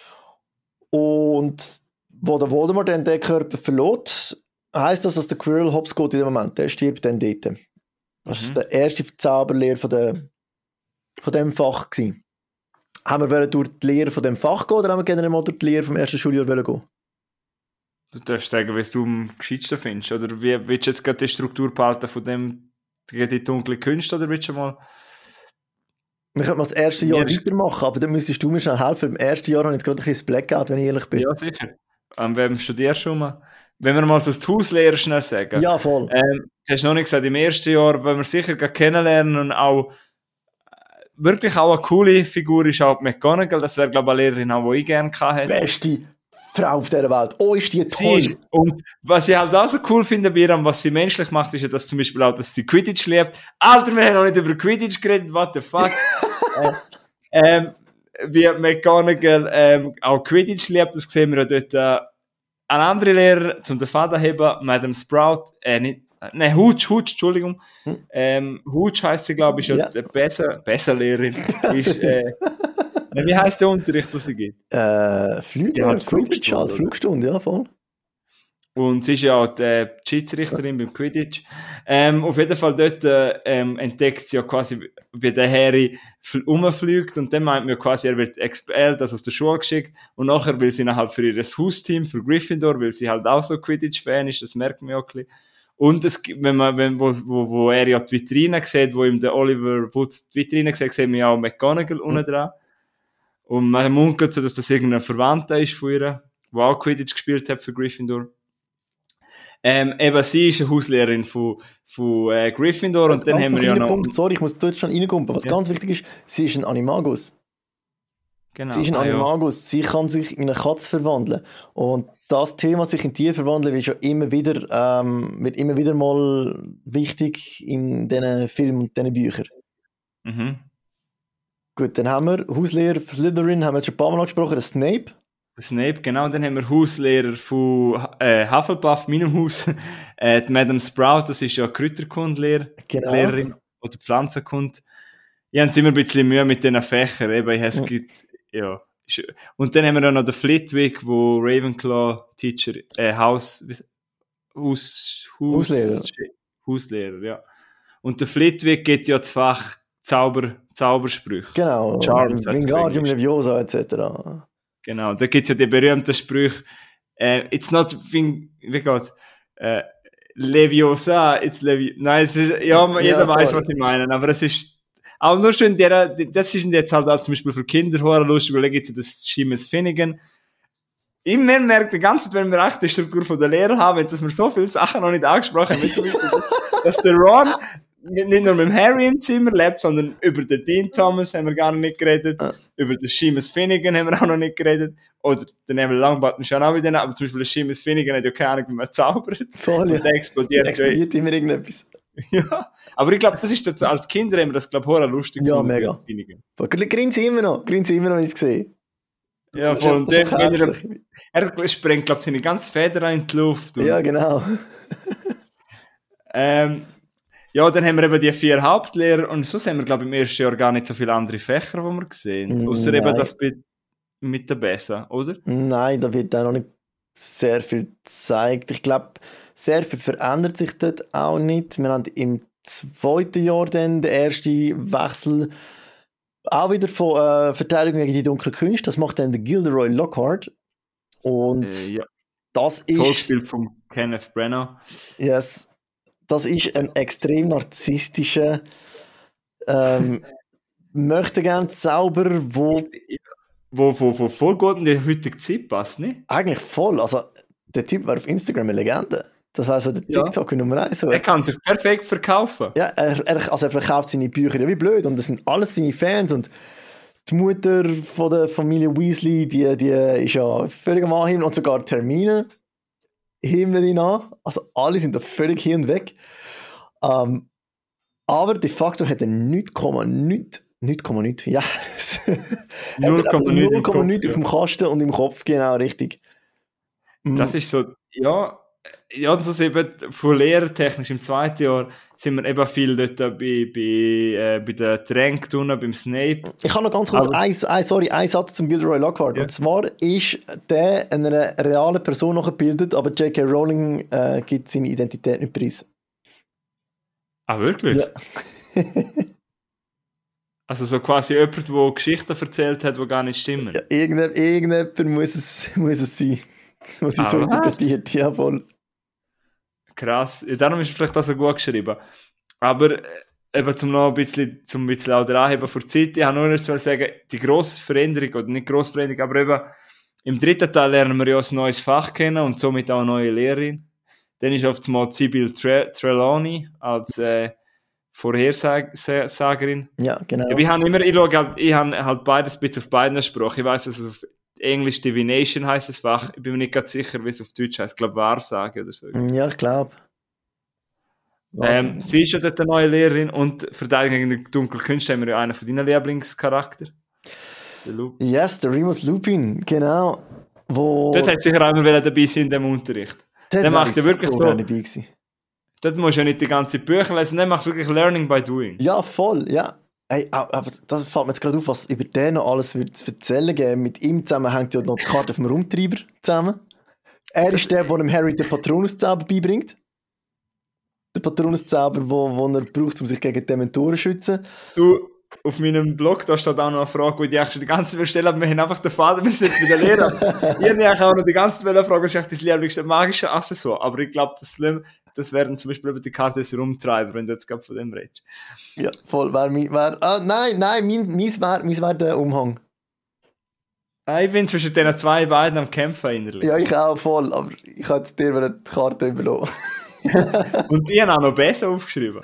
Und wo der Voldemort dann den Körper verlässt, heisst das, dass der Quirrell hops geht in dem Moment. Der stirbt dann dort. Das war Mhm. der erste Zauberlehrer von, der, von dem Fach gewesen. Haben wir durch die Lehre von dem Fach gehen oder haben wir generell mal durch die Lehre vom ersten Schuljahr gehen? Du darfst sagen, was du am gescheitsten findest. Oder wie willst du jetzt gerade die Struktur behalten von dem gegen die dunklen Künste, oder willst du mal... Wir könnten mal das erste Jahr Mir ist- weitermachen, aber dann müsstest du mir schnell helfen. Im ersten Jahr habe ich jetzt gerade ein bisschen das Blackout, wenn ich ehrlich bin. Ja, sicher. Ähm, wem studierst du mal? Wenn wir mal so das Hauslehrer schnell sagen. Ja, voll. Ähm, du hast noch nicht gesagt, im ersten Jahr, wenn wir sicher gerade kennenlernen und auch äh, wirklich auch eine coole Figur ist auch McGonagall. Das wäre, glaube ich, eine Lehrerin, auch, die ich gerne gehabt hätte. Beste Frau auf dieser Welt. Oh, ist die Sie toll. ist, und was ich halt auch so cool finde bei ihr, und was sie menschlich macht, ist ja, dass zum Beispiel auch, dass sie Quidditch liebt. Alter, wir haben noch nicht über Quidditch geredet, what the fuck. äh, ähm, wie McGonagall ähm, auch Quidditch liebt, das sehen wir ja dort. Äh, ein anderer Lehrer, zum den Faden heben, Madame Sprout, äh, nicht, äh, nein, Hooch, Hooch, Entschuldigung. Hm. Ähm, Hooch heisst sie, glaube ich, ist ja, Ja. die besser, besser Lehrerin. ist, äh, wie heisst der Unterricht, den sie gibt? Äh, Flüge, Ja, ja, halt Quidditch, Flugstunde, halt, Flugstunde, ja, voll. Und sie ist ja auch die Schiedsrichterin beim Quidditch. Ähm, auf jeden Fall dort äh, ähm, entdeckt sie ja quasi, wie der Harry fl- rumfliegt und dann meint man ja quasi, er wird expelled, also aus der Schule geschickt und nachher will sie ihn halt für ihr Hausteam, für Gryffindor, weil sie halt auch so Quidditch-Fan ist, das merkt man ja ein bisschen. Und es gibt, wenn man, wenn, wo, wo, wo er ja die Vitrine sieht, wo ihm der Oliver Woods die Vitrine sieht, sehen wir ja auch McGonagall unten dran. Und man munkelt so, dass das irgendein Verwandter ist von ihr, der auch Quidditch gespielt hat für Gryffindor. Ähm, eben, sie ist eine Hauslehrerin von, von äh, Gryffindor und dann Ganz haben wir ein ja kleiner noch... Punkt, sorry, ich muss dort schon reinkommen. Was Ja. ganz wichtig ist, sie ist ein Animagus. Genau, Sie ist ein ah, ja. Animagus. Sie kann sich in eine Katze verwandeln. Und das Thema, sich in Tier verwandeln, wird, ja immer wieder, ähm, wird immer wieder mal wichtig in diesen Filmen und diesen Büchern. Mhm. Gut, dann haben wir Hauslehrer von Slytherin, haben wir jetzt schon ein paar Mal angesprochen, der Snape. Der Snape, genau, und dann haben wir Hauslehrer von äh, Hufflepuff, meinem Haus, äh, die Madame Sprout, das ist ja Kräuterkundlehrerin Genau. Lehrerin, oder Pflanzenkunde. Ich habe immer ein bisschen Mühe mit diesen Fächern, eben, ich es Mhm. gibt, ja. ist- Und dann haben wir ja noch den Flitwick, wo Ravenclaw-Teacher, äh, Haus, wie- Haus, Haus, Hauslehrer. Hauslehrer, ja. Und der Flitwick geht ja das Fach Zauber, Zaubersprüche. Genau, Charms heisst es auf Wingardium Englisch. Leviosa et cetera. Genau, da gibt es ja die berühmten Sprüche, äh, it's not, wie wie geht's? Äh, Leviosa, it's Levi... Nein, es ist, ja, Ja, jeder weiß, voll. was ich meine, aber es ist auch nur schön, der, das ist jetzt halt auch zum Beispiel für Kinder hure lustig, weil da gibt es ja das Seamus Finnegan. Immer merkt die ganze Zeit, wenn wir echt die Struktur von der Lehrer haben, dass wir so viele Sachen noch nicht angesprochen haben, wie zum Beispiel, dass der Ron nicht nicht nur mit dem Harry im Zimmer lebt, sondern über den Dean Thomas haben wir gar nicht geredet, Ja. über den Seamus Finnegan haben wir auch noch nicht geredet, oder den Neville Longbottom schon auch wieder, aber zum Beispiel der Seamus Finnegan hat ja keine Ahnung, wie man zaubert. Voll, ja. Und der explodiert. Der explodiert immer irgendetwas. Ja. Aber ich glaube, das ist das, als Kinder haben wir das, glaube ich, lustig Ja, gefunden, mega. der Finnegan. Grinsen immer noch, grinsen immer noch, wenn ich es sehe. Ja, Das ist voll. ja- Und das ist dann, ja wenn er, hässlich. er sprengt, glaube ich, seine ganze Feder in die Luft. Und, Ja, genau. ähm, ja, dann haben wir eben die vier Hauptlehrer und sonst haben wir, glaube ich, im ersten Jahr gar nicht so viele andere Fächer, die wir sehen. Außer eben Nein, das mit, mit der Besa, oder? nein, da wird auch noch nicht sehr viel gezeigt. Ich glaube, sehr viel verändert sich dort auch nicht. Wir haben im zweiten Jahr dann den ersten Wechsel auch wieder von äh, Verteidigung gegen die dunkle Künste. Das macht dann der Gilderoy Lockhart. Und Äh, ja, das toll ist, gespielt von Kenneth Branagh. yes, das ist ein extrem narzisstischer, ähm, möchte gerne Zauber, wo Wo, wo, wo voll gut in die heutige Zeit passt, nicht? eigentlich voll, also der Typ war auf Instagram eine Legende. Das war so der Ja. TikTok Nummer eins. So. Er kann sich perfekt verkaufen. Ja, er, er, also er verkauft seine Bücher ja wie blöd und das sind alles seine Fans und die Mutter von der Familie Weasley, die, die ist ja völlig am Anhimmel und sogar Termine himmeln ihn an. Also alle sind da völlig hin und weg. Ähm, aber de facto hat er nichts, nichts, nichts, nichts, ja. null Komma null im Kopf, null Komma null auf ja. dem Kasten und im Kopf, genau, richtig. Das ist so, ja, ja, so ist eben von lehrertechnisch im zweiten Jahr sind wir eben viel dort bei, bei, äh, bei den Tränken tun, beim Snape. Ich habe noch ganz kurz Aber- ein, ein, sorry, einen Satz zum Gilderoy Lockhart. Ja. Und zwar ist der einer realen Person nachgebildet, aber J K. Rowling äh, gibt seine Identität nicht preis. Ah, wirklich? Ja. Also so quasi jemand, der Geschichten erzählt hat, die gar nicht stimmen. Ja, irgendjemand, irgendjemand muss es, muss es sein. Was sie Ah, so was? interpretiert, ja voll. Krass. Ja, darum ist vielleicht auch so gut geschrieben. Aber äh, eben zum noch ein bisschen, zum ein bisschen auch dranheben vor der Zeit, ich habe nur noch zu sagen, die grosse Veränderung, oder nicht grosse Veränderung, aber eben im dritten Teil lernen wir ja ein neues Fach kennen und somit auch eine neue Lehrerin. Dann ist auf einmal Sibyl Tre Trelawney als äh, Vorhersagerin. Ja, genau. Ja, ich habe immer, ich schaue halt, ich habe halt beides ein bisschen auf beiden Sprachen. Ich weiss, dass es auf Englisch Divination heisst das Fach. Ich bin mir nicht ganz sicher, wie es auf Deutsch heisst. Ich glaube Wahrsage oder so. Ja, ich glaube. Ähm, sie ist ja dort eine neue Lehrerin und Verteidigung gegen die dunkle Künste haben wir ja einen von deinen Lieblingscharakter. Der Luke. Yes, der Remus Lupin, genau. Wo Dort hat sicher einmal dabei sein in dem Unterricht. Dort der wär macht ja ich wirklich so- gerne dabei gewesen. Dort musst du ja nicht die ganze Bücher lesen, der macht wirklich Learning by Doing. Ja, voll, ja. Hey, aber das fällt mir jetzt gerade auf, was über den noch alles wird zu erzählen geben. Mit ihm zusammen hängt ja noch die Karte vom Rumtreiber zusammen. Er ist der, der dem Harry den Patronuszauber beibringt. Der Patronuszauber, wo, wo er braucht, um sich gegen Dementoren zu schützen. Du, auf meinem Blog, da steht auch noch eine Frage, die ich eigentlich schon die ganze Zeit stelle, aber wir haben einfach den Vater, wir sind jetzt bei der Lehrer. Ich habe eigentlich auch noch die ganze Zeit fragen, was ist eigentlich dein lieblichste magische Accessoire? Aber ich glaube, das, das wären zum Beispiel über die Karte des Rumtreiber, wenn du jetzt gerade von dem redest. Ja, voll. Wär, mein- wär, ah, nein, nein, mein, mein wäre mein wär der Umhang. Ah, ich bin zwischen den zwei beiden am Kämpfen innerlich. Ja, ich auch voll, aber ich hätte dir die Karte überlassen. Und die haben auch noch besser aufgeschrieben.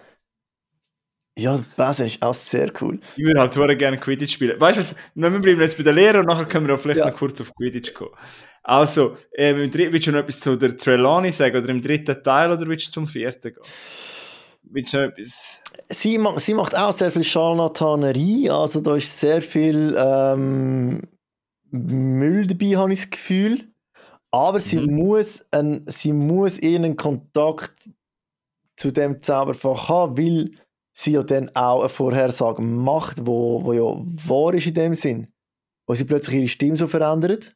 Ja, Besen ist auch sehr cool. Ich würde halt sehr gerne Quidditch spielen. Weißt du was? Wir bleiben jetzt bei der Lehre und nachher können wir auch vielleicht Ja. noch kurz auf Quidditch kommen. Also, ähm, im dritten, willst du noch etwas zu der Trelawney sagen oder im dritten Teil oder willst du zum vierten gehen? Willst du noch etwas? Sie, ma sie macht auch sehr viel Scharlatanerie, also da ist sehr viel ähm, Müll dabei, habe ich das Gefühl. Aber sie, Mhm. muss ein, sie muss eher einen Kontakt zu dem Zauberfach haben, weil sie ja dann auch eine Vorhersage macht, wo, wo ja wahr ist in dem Sinn. Wo sie plötzlich ihre Stimme so verändert.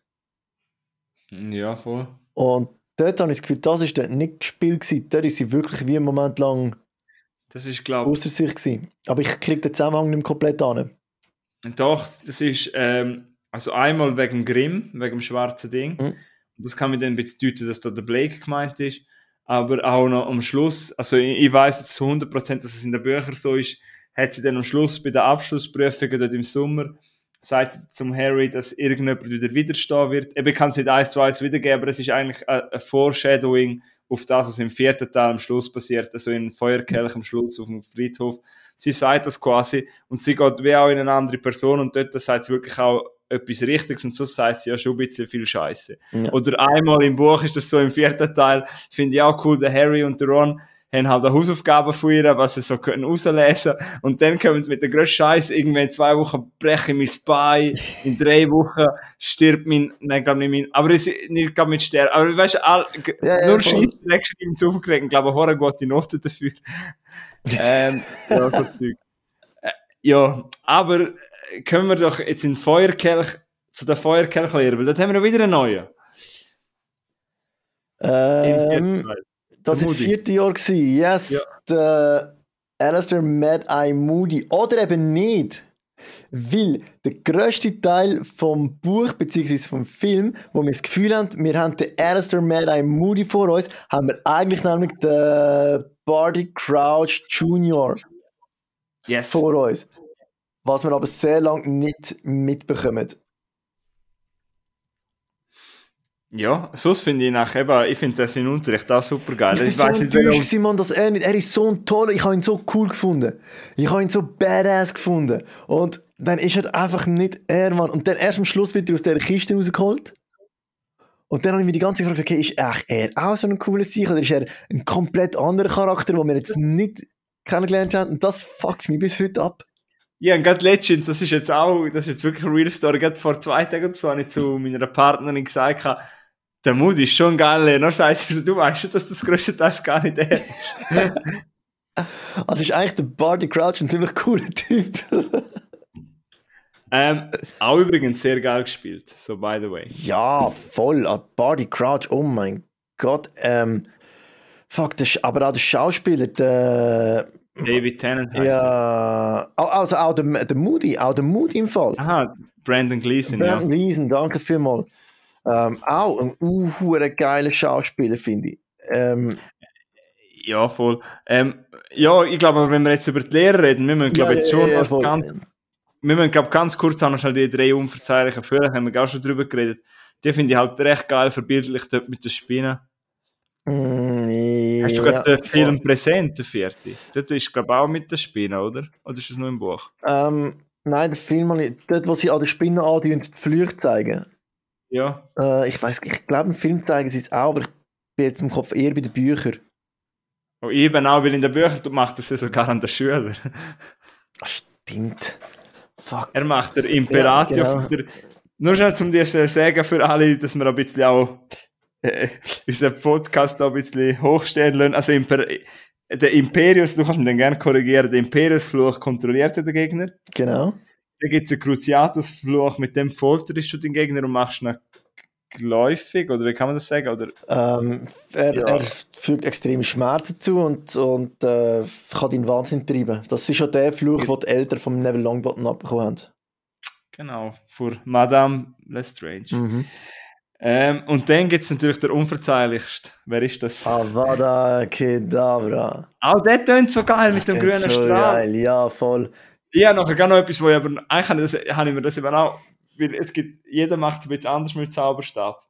Ja, voll. Und dort habe ich das Gefühl, das ist dort nicht gespielt gewesen. Dort ist sie wirklich wie einen Moment lang Das ist, glaube außer sich gewesen. Aber ich kriege den Zusammenhang nicht mehr komplett an. ich, doch, das ist, ähm, also einmal wegen Grimm, wegen dem schwarzen Ding. Mhm. Das kann mir dann ein bisschen deuten, dass da der Blake gemeint ist. Aber auch noch am Schluss, also ich, ich weiss jetzt zu hundert Prozent, dass es in den Büchern so ist, hat sie dann am Schluss bei den Abschlussprüfungen dort im Sommer, sagt sie zum Harry, dass irgendjemand wieder widerstehen wird. Eben kann es nicht eins zu eins wiedergeben, aber es ist eigentlich ein, ein Foreshadowing auf das, was im vierten Teil am Schluss passiert, also in Feuerkelch am Schluss auf dem Friedhof. Sie sagt das quasi und sie geht wie auch in eine andere Person und dort sagt sie wirklich auch etwas Richtiges und so sagt sie ja schon ein bisschen viel Scheiße. Ja. Oder einmal im Buch ist das so im vierten Teil, finde ich auch cool, der Harry und der Ron haben halt eine Hausaufgabe von ihr, was sie so können rauslesen. Und dann kommen sie mit der grössten Scheiß, irgendwie in zwei Wochen breche ich mein Bein, in drei Wochen stirbt mein, nein, glaub nicht mein, aber es ist nicht glaub mit Sterben, aber weißt du, all, Ja, ja, nur voll. Scheiß geschrieben zu aufgeregt, glaube ich, eine gute Note dafür. ähm, ja, so Zeug. Äh, ja, aber äh, können wir doch jetzt in den Feuerkelch, zu den Feuerkelch lernen, weil dort haben wir noch wieder einen neuen. Im vierten Ähm, Teil. das Der war das Moody. vierte Jahr gewesen. Yes, Ja. der Alistair Mad-Eye Moody. Oder eben nicht. Weil der grösste Teil vom Buch bzw. vom Film, wo wir das Gefühl haben, wir haben den Alistair Mad-Eye Moody vor uns, haben wir eigentlich nämlich den Barty Crouch Junior Yes. vor uns. Was wir aber sehr lange nicht mitbekommen. Ja, sonst finde ich nach eben, ich finde das in Unterricht auch super geil. Ich Ich, war weiss so nicht, wer enttäuscht, uns- gewesen, Mann, dass er nicht. Er ist so ein toller. Ich habe ihn so cool gefunden. Ich habe ihn so badass gefunden. Und dann ist er einfach nicht er, Mann. Und dann erst am Schluss wird er aus dieser Kiste rausgeholt. Und dann habe ich mir die ganze Zeit gefragt, okay, ist echt er auch so ein cooler Sieg oder ist er ein komplett anderer Charakter, den wir jetzt nicht kennengelernt haben? Und das fuckt mich bis heute ab. Ja, und gerade Legends, das ist jetzt auch, das ist jetzt wirklich eine Real Story. Gerade vor zwei Tagen oder so habe ich zu meiner Partnerin gesagt, der Moody ist schon geil. Dann sagt sie, du weißt schon, dass das grösstenteils gar nicht er ist. Also ist eigentlich der Barty Crouch ein ziemlich cooler Typ. ähm, auch übrigens sehr geil gespielt, so by the way. Ja, voll. Ah, Barty Crouch, oh mein Gott. Ähm, fuck, das, aber auch der Schauspieler, der... David Tennant heißt Ja, au- also auch der, der Moody, auch der Moody im Fall. er. Aha, Brandon Gleeson, Brandon ja. Gleeson, danke vielmals. Ähm, auch ein uh, geiler Schauspieler, finde ich. Ähm, Ja, voll. Ähm, ja, ich glaube, wenn wir jetzt über die Lehrer reden, wir müssen, glaube ja, jetzt ja, schon ja, noch voll. ganz, wir müssen, glaube ganz kurz auch noch schnell die drei unverzeihlichen Fehler, haben wir auch schon drüber geredet. Die finde ich halt recht geil verbildlicht dort mit den Spinnen. Mm, Hast du ja, gerade den voll. Film präsent, der vierte? Dort ist, glaube ich, auch mit den Spinnen, oder? Oder ist das nur im Buch? Ähm, nein, der Film, habe ich- dort, wo sie an den Spinnen andrehen und die Flüche zeigen. Ja. Äh, ich weiß, ich glaube, im Film zeigen sie es auch, aber ich bin jetzt im Kopf eher bei den Büchern. Und eben auch, weil in den Büchern macht das ja sogar an den Schüler. Ach, stimmt. Fuck. Er macht der Imperatio. Ja, genau. der, nur schnell zum dir zu sagen für alle, dass wir ein bisschen auch äh, unseren Podcast da ein bisschen hochstellen lassen. Also Imper der Imperius, du kannst mich dann gerne korrigieren, der Imperius-Fluch kontrolliert ja den Gegner. Genau. Dann gibt es einen Cruciatus-Fluch, mit dem folterst du den Gegner und machst ihn geläufig, oder wie kann man das sagen? Oder Ähm, er, Ja. er fügt extreme Schmerzen zu und, und äh, kann ihn Wahnsinn treiben. Das ist schon der Fluch, den die Eltern von Neville Longbottom abbekommen haben. genau, für Madame Lestrange. Mhm. Ähm, und dann gibt es natürlich der unverzeihlichste. Wer ist das? Avada Kedavra. Auch der tönt so geil mit Das dem klingt grünen so Strahl. geil. Ja, voll. Ja, nachher gar noch etwas, wo ich aber, eigentlich habe ich, das, habe ich mir das eben auch, weil es gibt, jeder macht es ein bisschen anders mit dem Zauberstab.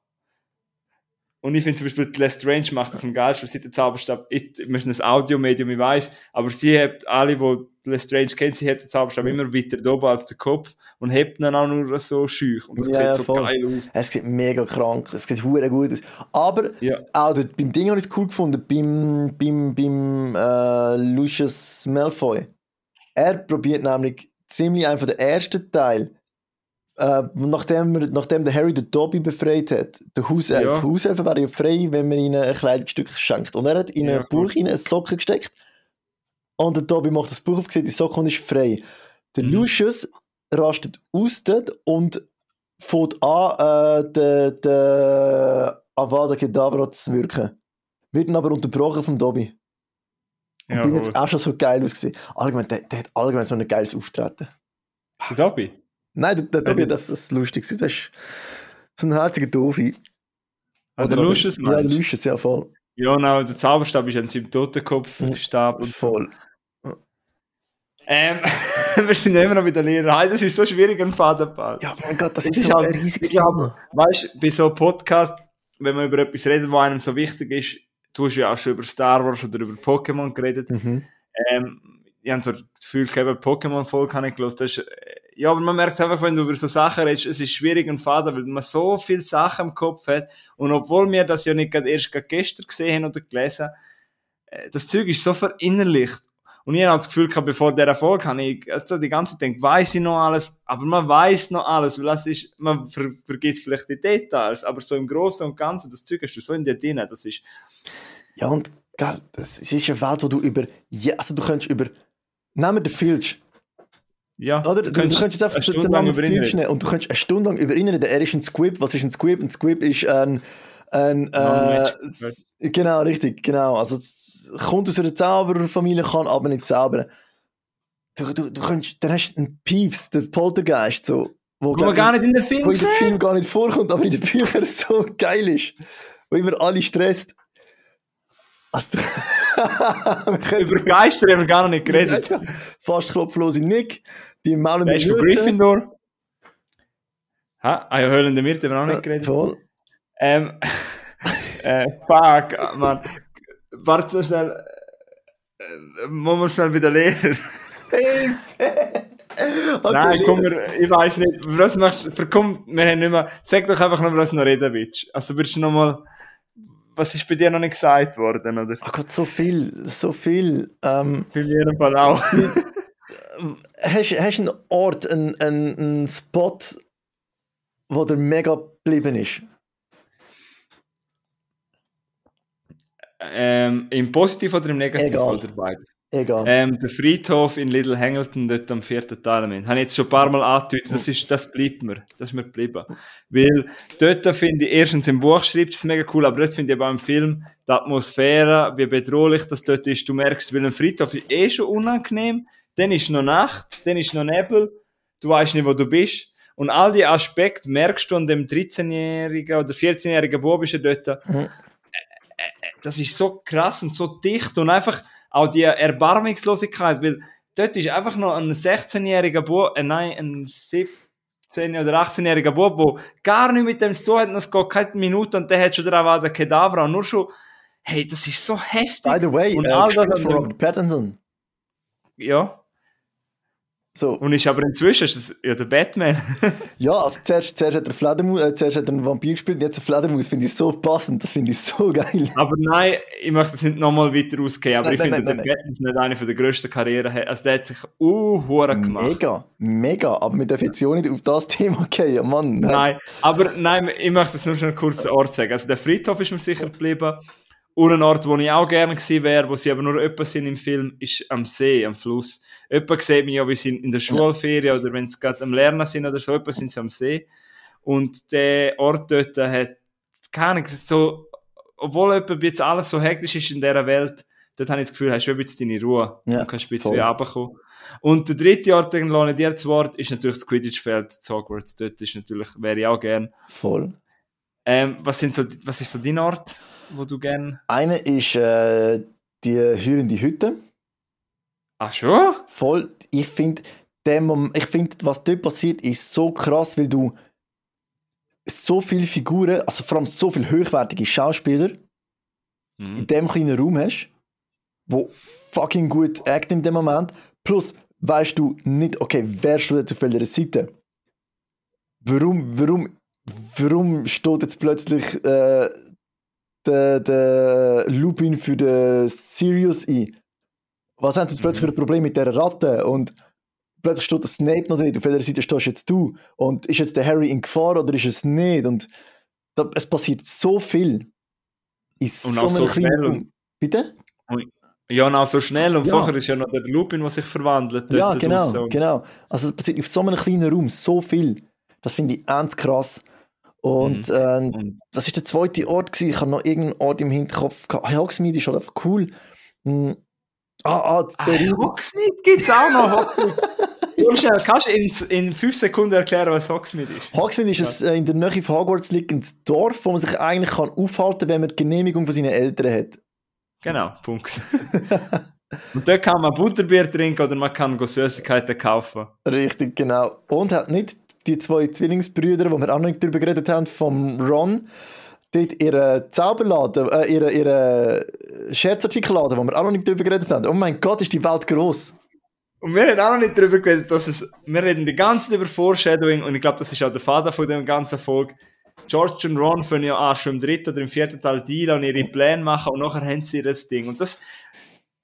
Und ich finde zum Beispiel, Lestrange macht das am geilsten, weil sie den Zauberstab, ich, wir sind ein Audiomedium, ich weiss, aber sie hat, alle, die Lestrange kennen, sie hat den Zauberstab immer weiter oben als der Kopf und hebt ihn auch nur so schüch. Und das Ja, sieht ja, so voll. geil aus. Es sieht mega krank, es sieht hure gut aus. Aber Ja. auch dort, beim Ding habe ich es cool gefunden, beim, beim, beim äh, Lucius Malfoy. Er probiert nämlich ziemlich einen von den ersten Teil, äh, nachdem, wir- nachdem der Harry den Dobby befreit hat, der Hauself. Ja. Hauselfen wären ja frei, wenn man ihnen ein Kleidungsstück schenkt. Und er hat in Ja, ein Buch voll. eine Socke gesteckt und der Dobby macht das Buch auf, sieht die Socke und ist frei. Der Mhm. Lucius rastet aus dort und fängt an, äh, den, den Avada Kedavra zu wirken. Wird dann aber unterbrochen vom Dobby. Und Ja, bin jetzt wohl. auch schon so geil ausgesehen. Allgemein, der, der hat allgemein so ein geiles Auftreten. Der Dobby? Nein, der, der Dobby Ja, hat das, das lustig gewesen. Das ist so ein herziger Doofi. Ah, der Oder- Lucius Ja, der meinst du? Lucius, ja voll. Ja, genau, der Zauberstab ist an seinem Totenkopfstab und so. Voll. Ähm, wir sind immer noch bei den Lehrern. Hey, das ist so schwierig, ein Fadenball. Ja, mein Gott, das Es ist ist so halt- ein riesiges ich glaube, Thema. weißt du, bei so einem Podcast, wenn man über etwas redet, was einem so wichtig ist, du hast ja auch schon über Star Wars oder über Pokémon geredet. Mhm. Ähm, ich habe so das Gefühl, gehabt, Pokémon-Folge habe ich gelesen. Das ist, äh, ja, aber man merkt einfach, wenn du über so Sachen redest, es ist schwierig und Faden, weil man so viele Sachen im Kopf hat. Und obwohl wir das ja nicht gerade erst gerade gestern gesehen haben oder gelesen, das Zeug ist so verinnerlicht. Und ich habe das Gefühl gehabt, bevor der Erfolg habe ich also die ganze Zeit gedacht, weiss ich noch alles, aber man weiss noch alles, weil das ist, man ver- vergisst vielleicht die Details, aber so im Großen und Ganzen, das Zeug hast du so in dir drin, das ist... Ja, und gell, das ist eine Welt, wo du über, ja, also du könntest über, nehmen wir den Filch, Ja, oder? Du, du könntest jetzt einfach eine Stunde den lang Namen über ihn Filch reden. nehmen und du könntest eine Stunde lang über ihn reden. Er ist ein Squib. Was ist ein Squib? Ein Squib ist ein, ein äh, Non-Magic. s- genau, richtig, genau. Also es kommt aus einer Zaubererfamilie, kann aber nicht zaubern. Du, du, du könntest, dann hast du einen Peeves, den Poltergeist, so, wo, Wo glaub man ich, gar nicht in den Film wo in dem sieht. Film gar nicht vorkommt, aber in den Büchern so geil ist. Wo immer alle stresst. Also, du, wir können- Über Geister haben wir gar noch nicht geredet. Ja, fast klopflose Nick, die maulende Der ist von Myrte. Gryffindor. Ha, ah ja, höhlende Mirte haben wir auch nicht Ja, geredet. voll. Ähm, äh, fuck, Mann. Warte so schnell. Äh, muss man schnell wieder lernen. Okay, Nein, komm, wir, ich weiss nicht. Was machst du? Verkomm, wir haben nicht mehr. Sag doch einfach noch, was du noch reden willst. Also, willst du noch mal. Was ist bei dir noch nicht gesagt worden, oder? Oh Gott, so viel, so viel. Ähm, Bei mir im Fall auch. hast du einen Ort, einen, einen, einen Spot, wo der mega geblieben ist? ähm, Im Positiv oder im Negativ Egal. oder beides? Egal. Ähm, der Friedhof in Little Hangleton, dort am vierten Teil. Habe ich jetzt schon ein paar Mal angedeutet, das, ist, das bleibt mir. Das ist mir geblieben. Weil dort finde ich, erstens im Buch schreibt es mega cool, aber das finde ich aber im Film, die Atmosphäre, wie bedrohlich das dort ist. Du merkst, weil ein Friedhof ist eh schon unangenehm, dann ist noch Nacht, dann ist noch Nebel, du weißt nicht, wo du bist. Und all die Aspekte merkst du an dem dreizehnjährigen oder vierzehnjährigen Bub ist er dort. Mhm. Das ist so krass und so dicht und einfach auch die Erbarmungslosigkeit, weil dort ist einfach noch ein sechzehnjähriger Bub, äh, nein, ein siebzehn- oder achtzehnjähriger Bub, der gar nichts mit dem zu tun hat, und es geht keine Minute und der hat schon drauf den Kedavra und nur schon, hey, das ist so heftig. By the way, und äh, all das gespielt an von dem- Robert Pattinson. Ja, So, und ist aber inzwischen ist das, ja, der Batman. ja, also zuerst, zuerst hat er Fledermaus, äh, zuerst hat er einen Vampir gespielt, jetzt eine Fledermaus, finde ich so passend, das finde ich so geil. Aber nein, ich möchte das nicht nochmal weiter ausgehen, aber Nein, ich finde, nein, der nein, Batman ist nicht eine von der grössten Karrieren, also der hat sich uh, hure gemacht. Mega, mega, aber wir dürfen jetzt ja auch nicht auf das Thema gehen, Mann. Nein, aber nein, ich möchte es nur schon kurz den Ort sagen. Also der Friedhof ist mir sicher geblieben. Und ein Ort, wo ich auch gerne gewesen wäre, wo sie aber nur öppe sind im Film, ist am See, am Fluss. Öppe sieht man ja, wie sie in der Schulferien oder wenn sie gerade am Lernen sind oder so, öppe sind sie am See. Und der Ort dort hat, keine Ahnung, es ist so, obwohl öppe jetzt alles so hektisch ist in dieser Welt, dort habe ich das Gefühl, hast du ein bisschen deine Ruhe Ja, und kannst ein bisschen voll. runterkommen. Und der dritte Ort, den lohne ich dir das Wort, ist natürlich das Quidditch-Feld, das Hogwarts. Dort ist natürlich, wäre ich auch gern. Voll. Ähm, was, sind so, was ist so dein Ort, wo du gern... Eine ist äh, die heulende Hütte. Ach schon? Voll. Ich finde, ich finde, was dort passiert, ist so krass, weil du so viele Figuren, also vor allem so viele hochwertige Schauspieler in Mhm. dem kleinen Raum hast, wo fucking gut acten in dem Moment. Plus weißt du nicht, okay, wer steht auf welcher Seite? Warum, warum, warum steht jetzt plötzlich äh, der, der Lupin für den Sirius ein? Was haben sie jetzt plötzlich für ein Problem mit dieser Ratte? Und plötzlich steht der Snape noch nicht, auf welcher Seite stehst jetzt du? Und ist jetzt der Harry in Gefahr oder ist es nicht? Und da, es passiert so viel. In Und so auch so einem kleinen schnell. Raum. Bitte? Ja, und auch so schnell. Und Ja. vorher ist ja noch der Lupin, der sich verwandelt. dort Ja, genau, draussen. genau. Also es passiert auf so einem kleinen Raum so viel. Das finde ich ernst krass. Und Mhm. äh, Und was ist der zweite Ort gewesen? Ich habe noch irgendeinen Ort im Hinterkopf gehabt. Ah, Hogsmeade ist halt einfach cool. Hm. Ah, ah, ah, der Raum- Hogsmeade gibt es auch noch. Hogsmeade. So schnell, kannst du in, in fünf Sekunden erklären, was Hogsmeade ist? Hogsmeade ist ein, äh, in der Nähe von Hogwarts liegendes Dorf, wo man sich eigentlich kann aufhalten kann, wenn man die Genehmigung von seinen Eltern hat. Genau, Punkt. Und dort kann man Butterbier trinken oder man kann go Süßigkeiten kaufen. Richtig, genau. Und hat nicht die zwei Zwillingsbrüder, die wir auch noch nicht darüber geredet haben, vom Ron, dort ihren Zauberladen, äh, ihren, ihren Scherzartikelladen, wo wir auch noch nicht darüber geredet haben. Oh mein Gott, ist die Welt gross. Und wir haben auch noch nicht darüber geredet, dass es, wir reden die ganze Zeit über Foreshadowing und ich glaube, das ist auch der Vater von dem ganzen Folge. George und Ron fangen ja an, schon im dritten oder im vierten Teil Deal und ihre Pläne machen und nachher haben sie das Ding. Und das,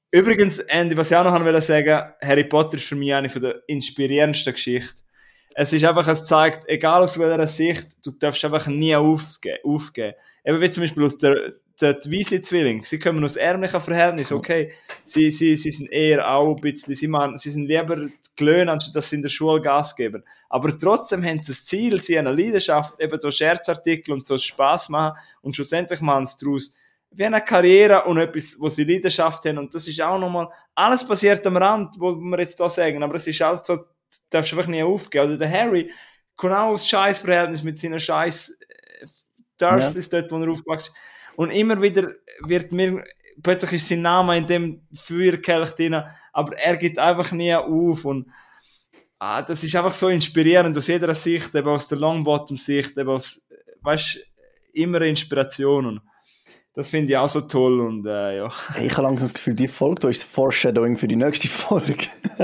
Übrigens, Andy, was ich auch noch wollte sagen, Harry Potter ist für mich eine der inspirierendsten Geschichten. Es ist einfach, es zeigt, egal aus welcher Sicht, du darfst einfach nie aufgeben. aufgeben. Eben wie zum Beispiel aus der, der Weasley-Zwilling. Sie kommen aus ärmlichen Verhältnissen, okay. Sie, sie, sie sind eher auch ein bisschen, sie, machen, sie sind lieber gelöhnt, anstatt dass sie in der Schule Gas geben. Aber trotzdem haben sie das Ziel, sie haben eine Leidenschaft, eben so Scherzartikel und so Spass machen und schlussendlich machen sie daraus wie eine Karriere und etwas, wo sie Leidenschaft haben. Und das ist auch nochmal, alles passiert am Rand, wo wir jetzt da sagen, aber es ist alles so, darfst du einfach nie aufgeben. Oder der Harry kommt auch aus Scheißverhältnis mit seiner Scheiß Dursleys ja. dort, wo er aufgewachsen ist. Und immer wieder wird mir, plötzlich ist sein Name in dem Feuerkelch drin, aber er geht einfach nie auf. Und ah, das ist einfach so inspirierend aus jeder Sicht, eben aus der Longbottom-Sicht, eben aus, weißt du, immer eine Inspiration. Und das finde ich auch so toll. Und, äh, ja. Ich habe langsam das Gefühl, die Folge da ist das Foreshadowing für die nächste Folge.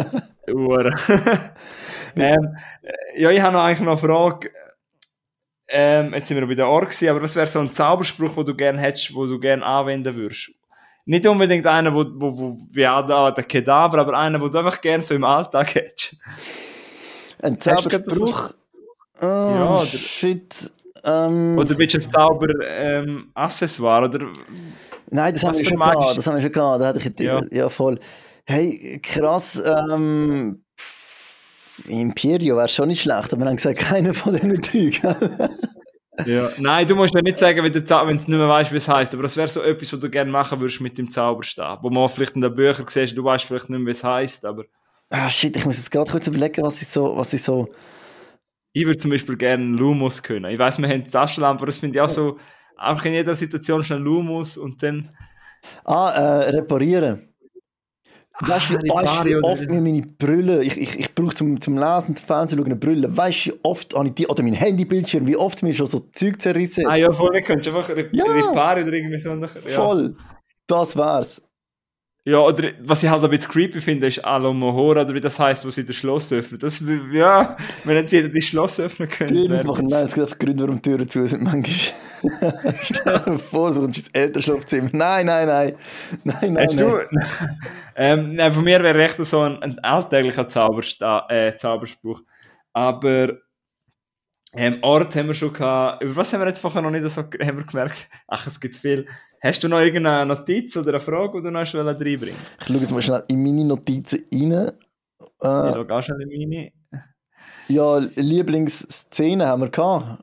ähm, ja, ich habe noch eigentlich noch eine Frage. Ähm, jetzt sind wir bei der Org gewesen, aber was wäre so ein Zauberspruch, den du gerne hättest, den du gerne anwenden würdest? Nicht unbedingt einer, wo, wo, wo wie auch da, der Kedavra, aber einer, den du einfach gerne so im Alltag hättest. Ein Zauberspruch? Oh, ja, oder, shit. Ähm, oder willst du ein Zauber-Accessoire? Ähm, Nein, das haben wir schon gehabt. Das haben wir schon gehabt. Da hatte ich ja. ja voll. Hey, krass. Ähm, Imperio wäre schon nicht schlecht, aber wir haben gesagt, keiner von diesen drei. Ja. Nein, du musst ja nicht sagen, wenn du nicht mehr weißt, wie es heisst, aber das wäre so etwas, was du gerne machen würdest mit dem Zauberstab. Wo man vielleicht in den Büchern siehst, du weißt vielleicht nicht mehr, wie es heisst, aber... Ah, shit, ich muss jetzt gerade kurz überlegen, was ich so... Was ich, so... ich würde zum Beispiel gerne Lumos können. Ich weiss, wir haben Taschenlampe, aber das finde ich auch so... Einfach in jeder Situation schnell Lumos und dann... Ah, äh, reparieren. Weißt du, wie, weißt, wie oft mir meine Brille, ich, ich, ich brauche zum, zum Lesen, zum Fernsehen schauen eine Brille, weißt du, wie oft habe ich die, oder mein Handybildschirm, wie oft mir schon so Zeug zerrissen. Ah ja, voll, du könntest einfach rep- ja, reparieren oder irgendwie so. Ja. Voll, das wär's. Ja, oder was ich halt ein bisschen creepy finde, ist Alomohora, oder wie das heisst, wo sie das Schloss öffnen. Das, ja, wenn jetzt jeder das Schloss öffnen könnte. Türen machen, nein, es gibt einfach Gründe, warum Türen zu sind manchmal. Stell dir vor, so kommst du ins Elternschlafzimmer. Nein, nein, nein. Nein, nein, Hast du, ähm, nein, von mir wäre echt so ein, ein alltäglicher Zaubersta- äh, Zauberspruch. Aber ähm, Ort haben wir schon gehabt. Über was haben wir jetzt vorher noch nicht so haben wir gemerkt? Ach, es gibt viel. Hast du noch irgendeine Notiz oder eine Frage, die du noch reinbringen willst? Ich schaue jetzt mal schnell in meine Notizen rein. Äh, ich schaue auch schnell in meine. Ja, Lieblingsszene haben wir gehabt.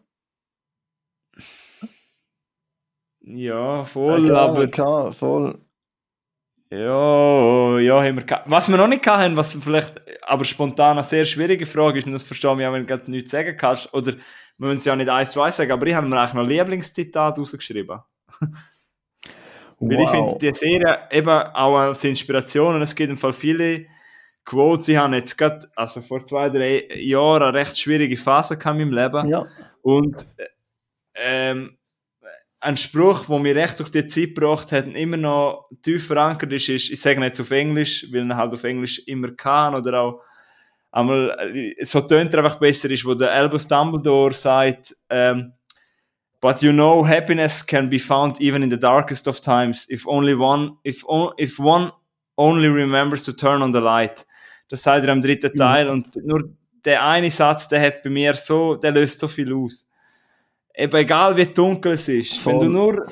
Ja, voll, ja, aber... Gehabt, voll. Ja, ja, haben wir gehabt. Was wir noch nicht hatten, was vielleicht aber spontan eine sehr schwierige Frage ist, und das verstehe ich auch, wenn du gerade nichts sagen kannst, oder wir müssen es ja nicht eins zu eins sagen, aber ich habe mir eigentlich noch Lieblingszitat rausgeschrieben. Weil wow. Ich finde die Serie eben auch als Inspiration, und es gibt im Fall viele Quotes. Ich habe jetzt gerade, also vor zwei, drei Jahren eine recht schwierige Phase in meinem Leben. Ja. Und ähm, ein Spruch, der mich recht durch die Zeit gebracht hat und immer noch tief verankert ist, ist, ich sage nicht auf Englisch, weil er halt auf Englisch immer kann, oder auch einmal, so tönt er einfach besser ist, wo der Albus Dumbledore sagt, ähm, but you know, happiness can be found even in the darkest of times, if only one, if, on, if one only remembers to turn on the light. Das sagt er im dritten Teil, mhm. Und nur der eine Satz, der hat bei mir so, der löst so viel aus. Eben egal wie dunkel es ist, voll. Wenn du nur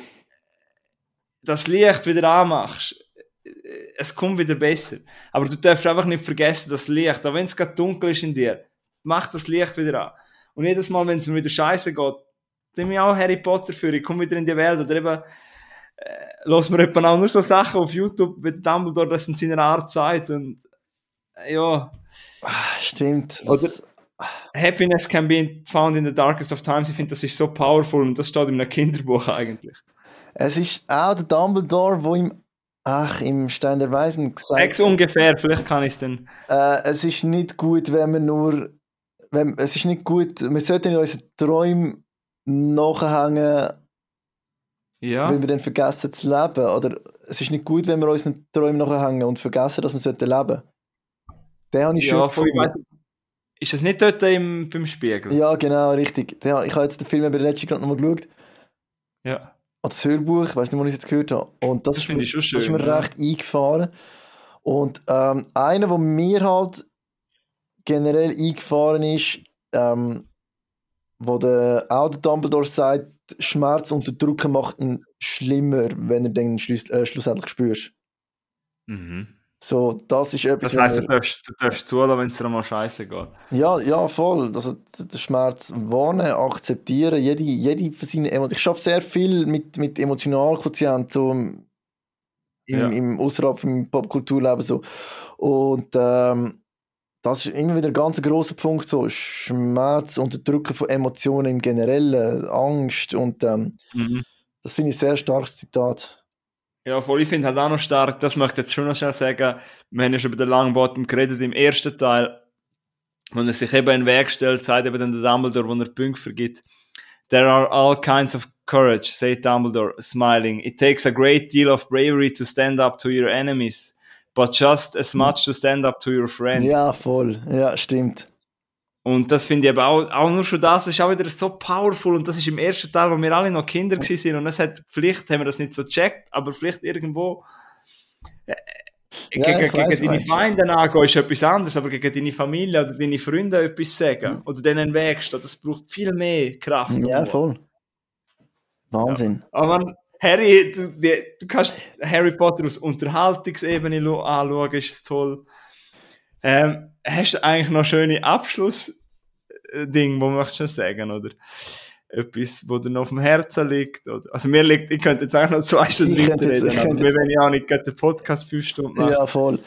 das Licht wieder anmachst, es kommt wieder besser. Aber du darfst einfach nicht vergessen, das Licht, auch wenn es gerade dunkel ist in dir, mach das Licht wieder an. Und jedes Mal, wenn es mir wieder scheiße geht, dann ich auch Harry Potter für, ich komme wieder in die Welt, oder eben äh, los mir eben auch nur so Sachen auf YouTube, wie Dumbledore das in seiner Art sagt, und äh, ja. Stimmt. Oder Happiness can be found in the darkest of times. Ich finde, das ist so powerful, und das steht in einem Kinderbuch eigentlich. Es ist auch der Dumbledore, wo im, ach, im Stein der Weisen gesagt hat. Sechs ungefähr, vielleicht kann ich es dann. Äh, es ist nicht gut, wenn man nur, wenn, es ist nicht gut, wir sollten in unseren Träumen nachhängen, ja. Weil wir dann vergessen zu leben. Oder es ist nicht gut, wenn wir unseren Träumen nachhängen und vergessen, dass wir sollten leben. Den habe ich ja, schon gefunden. Ist das nicht dort im, beim Spiegel? Ja, genau, richtig. Ja, ich habe jetzt den Film bei der letzten gerade nochmal geschaut. Ja. Oder das Hörbuch, ich weiß nicht, wo ich es jetzt gehört habe. Und das, das ist, mir, ich schon schön, das ist mir ja. recht eingefahren. Und ähm, einer, der mir halt generell eingefahren ist, ähm, wo der, auch der Dumbledore sagt, Schmerz unterdrücken macht ihn schlimmer, wenn er den schluss, äh, schlussendlich spürst. Mhm. So, das ist etwas, Das heisst, wo du mir, darfst, du darfst zulassen, wenn es dir mal scheiße geht. ja, ja, voll. Also, d- den Schmerz wahrnehmen, akzeptieren, jede, jede von seinen Emotionen. Ich schaffe sehr viel mit, mit Emotionalquotient, so im, im, Ja. im außerhalb vom Popkulturleben so. Und ähm, das ist immer wieder ein ganz grosser Punkt, so Schmerz, Unterdrücken von Emotionen im Generellen, Angst und ähm, Mhm. das finde ich ein sehr starkes Zitat. Ja, voll, ich finde halt auch noch stark, das möchte ich jetzt schon noch schnell sagen, wir haben ja schon über den Langbottom geredet im ersten Teil, wo er sich eben in den Weg stellt, sagt eben dann der Dumbledore, wo er die Punkte vergibt. There are all kinds of courage, said Dumbledore, smiling. It takes a great deal of bravery to stand up to your enemies, but just as much to stand up to your friends. Ja, voll. Ja, stimmt. Und das finde ich eben auch, auch nur schon das ist auch wieder so powerful und das ist im ersten Teil, wo wir alle noch Kinder gewesen sind und es hat, vielleicht haben wir das nicht so gecheckt, aber vielleicht irgendwo äh, Ja, gegen, ich weiss, gegen deine meinst du. Feinde angehen ist etwas anderes, aber gegen deine Familie oder deine Freunde etwas sagen oder denen Weg stehen, das braucht viel mehr Kraft und Ja, Mut. voll. Wahnsinn. Aber man, Harry, du, die, du kannst Harry Potter aus Unterhaltungsebene lo- anschauen, ist es toll. Ähm, hast du eigentlich noch schöne Abschlussdinge, wo möchtest du sagen, oder? Etwas, wo dir noch auf dem Herzen liegt, oder? Also mir liegt, ich könnte jetzt eigentlich noch zwei Stunden Ich könnte jetzt- weiterreden, ich aber könnte wir jetzt- werden ja auch nicht gerade den Podcast fünf Stunden machen. Ja, voll.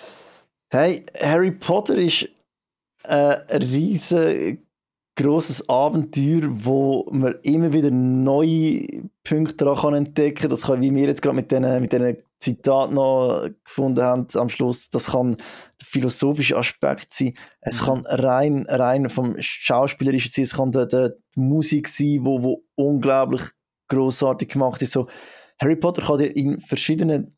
Hey, Harry Potter ist äh, ein riesen grosses Abenteuer, wo man immer wieder neue Punkte daran kann entdecken kann. Das kann, wie wir jetzt gerade mit diesen mit diesen Zitaten noch gefunden haben am Schluss, das kann der philosophische Aspekt sein. Es Mhm. kann rein, rein vom Schauspielerischen sein, es kann die, die Musik sein, wo, wo unglaublich grossartig gemacht ist. So, Harry Potter kann dir in verschiedenen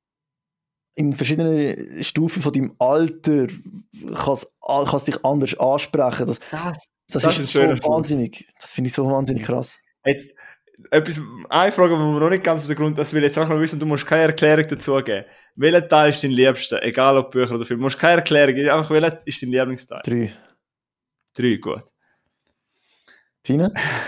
in verschiedenen Stufen von deinem Alter kann's, kann's dich anders ansprechen. Das, Das, das, das ist ein so schöner Schluss. wahnsinnig. Das finde ich so wahnsinnig krass. Jetzt, etwas, eine Frage, die wir noch nicht ganz auf den Grund, das will ich jetzt auch noch wissen, du musst keine Erklärung dazu geben. Welcher Teil ist dein Liebster? Egal ob Bücher oder Film. Du musst keine Erklärung geben, einfach welcher ist dein Lieblingsteil? Drei. Drei, gut. Tina?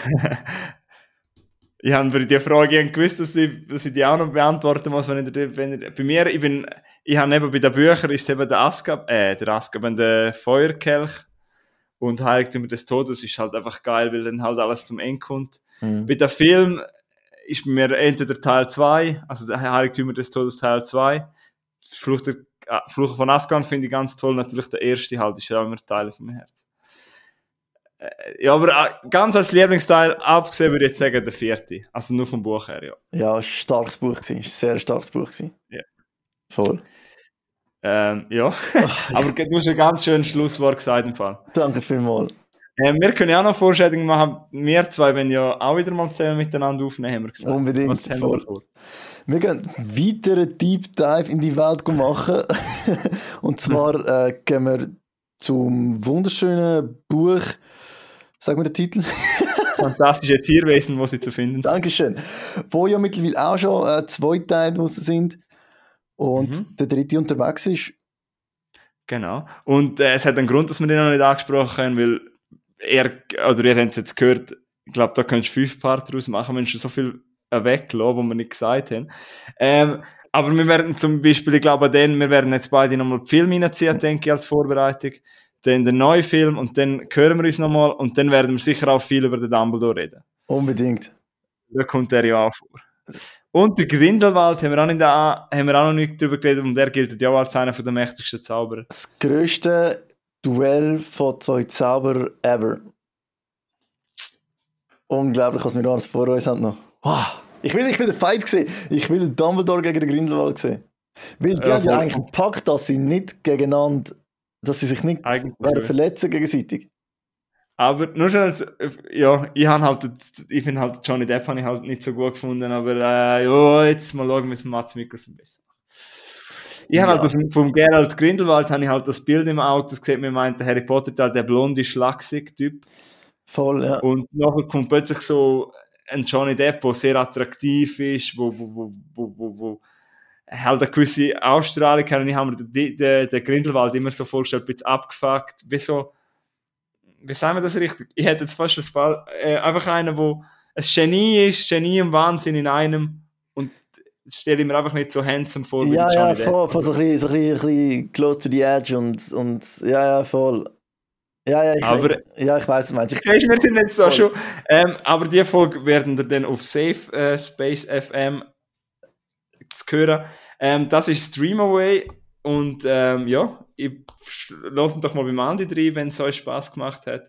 Ich habe bei dieser Frage gewusst, dass ich, dass ich die auch noch beantworten muss, wenn ich, wenn ich, bei mir, ich bin, ich habe eben bei den Büchern ist eben der Azkaban, äh, der Azkaban, der Feuerkelch und Heiligtümer des Todes ist halt einfach geil, weil dann halt alles zum Ende kommt. Mhm. Bei dem Film ist bei mir entweder Teil zwei, also der Heiligtümer des Todes Teil zwei, Fluch, der, äh, Fluch von Azkaban finde ich ganz toll, natürlich der erste halt, ist ja immer Teil von meinem Herz. Ja, aber äh, ganz als Lieblingsteil, abgesehen würde ich jetzt sagen, der vierte. Also nur vom Buch her, ja. Ja, es war ein starkes Buch. Es war ein sehr starkes Buch. Ja. Voll. Ähm, ja. Aber du hast ein ganz schönes Schlusswort gesagt im Fall. Danke vielmals. Ähm, wir können ja auch noch Vorstellungen machen. Wir zwei wollen ja auch wieder mal zusammen miteinander aufnehmen, haben wir gesagt. Unbedingt, Was haben voll. wir vor? Wir gehen weiteren Deep Dive in die Welt machen. Und zwar äh, gehen wir zum wunderschönen Buch. Sag mir den Titel. Fantastische Tierwesen, wo sie zu finden sind. Dankeschön. Wo ja mittlerweile auch schon äh, zwei Teile draussen sind. Und Mhm. der dritte unterwegs ist. Genau. Und äh, es hat einen Grund, dass wir den noch nicht angesprochen haben, weil er, oder ihr habt es jetzt gehört, ich glaube, da könntest du fünf Part draus machen, wenn du so viel weglassen, was wir nicht gesagt haben. Ähm, aber wir werden zum Beispiel, ich glaube, dann, wir werden jetzt beide nochmal die Filme reinziehen, denke ich, als Vorbereitung. Dann den neuen Film und dann hören wir uns nochmal und dann werden wir sicher auch viel über den Dumbledore reden. Unbedingt. Da kommt er ja auch vor. Und der Grindelwald haben wir auch, nicht da, haben wir auch noch nicht drüber geredet und der gilt ja auch als einer der mächtigsten Zauberer. Das grösste Duell von zwei Zauberern ever. Unglaublich, was wir da alles vor uns haben noch. Wow. Ich will, ich will den Fight sehen. Ich will den Dumbledore gegen den Grindelwald sehen. Weil die Ja, haben ja voll. eigentlich einen Pakt, dass sie nicht gegeneinander, dass sie sich nicht Eigentlich werden schon. verletzen gegenseitig. Aber nur schon als, ja, ich habe halt, ich finde halt Johnny Depp habe ich halt nicht so gut gefunden, aber äh, ja, jetzt mal schauen, wie es Mats Mikkelsen besser. Ich habe Ja. halt aus, dem- vom Geralt Grindelwald habe ich halt das Bild im Auge, das sieht mir meint der Harry Potter Teil, der blonde schlaksig Typ. Voll, ja. Und nachher kommt plötzlich so ein Johnny Depp, der sehr attraktiv ist, wo, wo, wo, wo, wo, wo halt eine gewisse Ausstrahlung haben. Und ich habe mir den, den, den Grindelwald immer so vorgestellt, ein bisschen abgefuckt, wie so, wie sagen wir das richtig? Ich hätte jetzt fast das Fall, äh, einfach einer, wo ein Genie ist, Genie im Wahnsinn in einem, und das stelle ich mir einfach nicht so handsome vor, wie Ja, Johnny ja, Depp. voll, voll so ein bisschen, so ein bisschen, ein bisschen close to the edge und, und ja, ja, voll. Ja, ja, ich, Aber- ja, ich weiß, was du meinst. Ich, Okay, wir sind jetzt so Voll. schon. Ähm, aber die Folge werden wir dann auf Safe äh, Space F M zu hören. Ähm, das ist Streamaway und ähm, ja, ich lasse doch mal beim Andi rein, wenn es euch Spaß gemacht hat.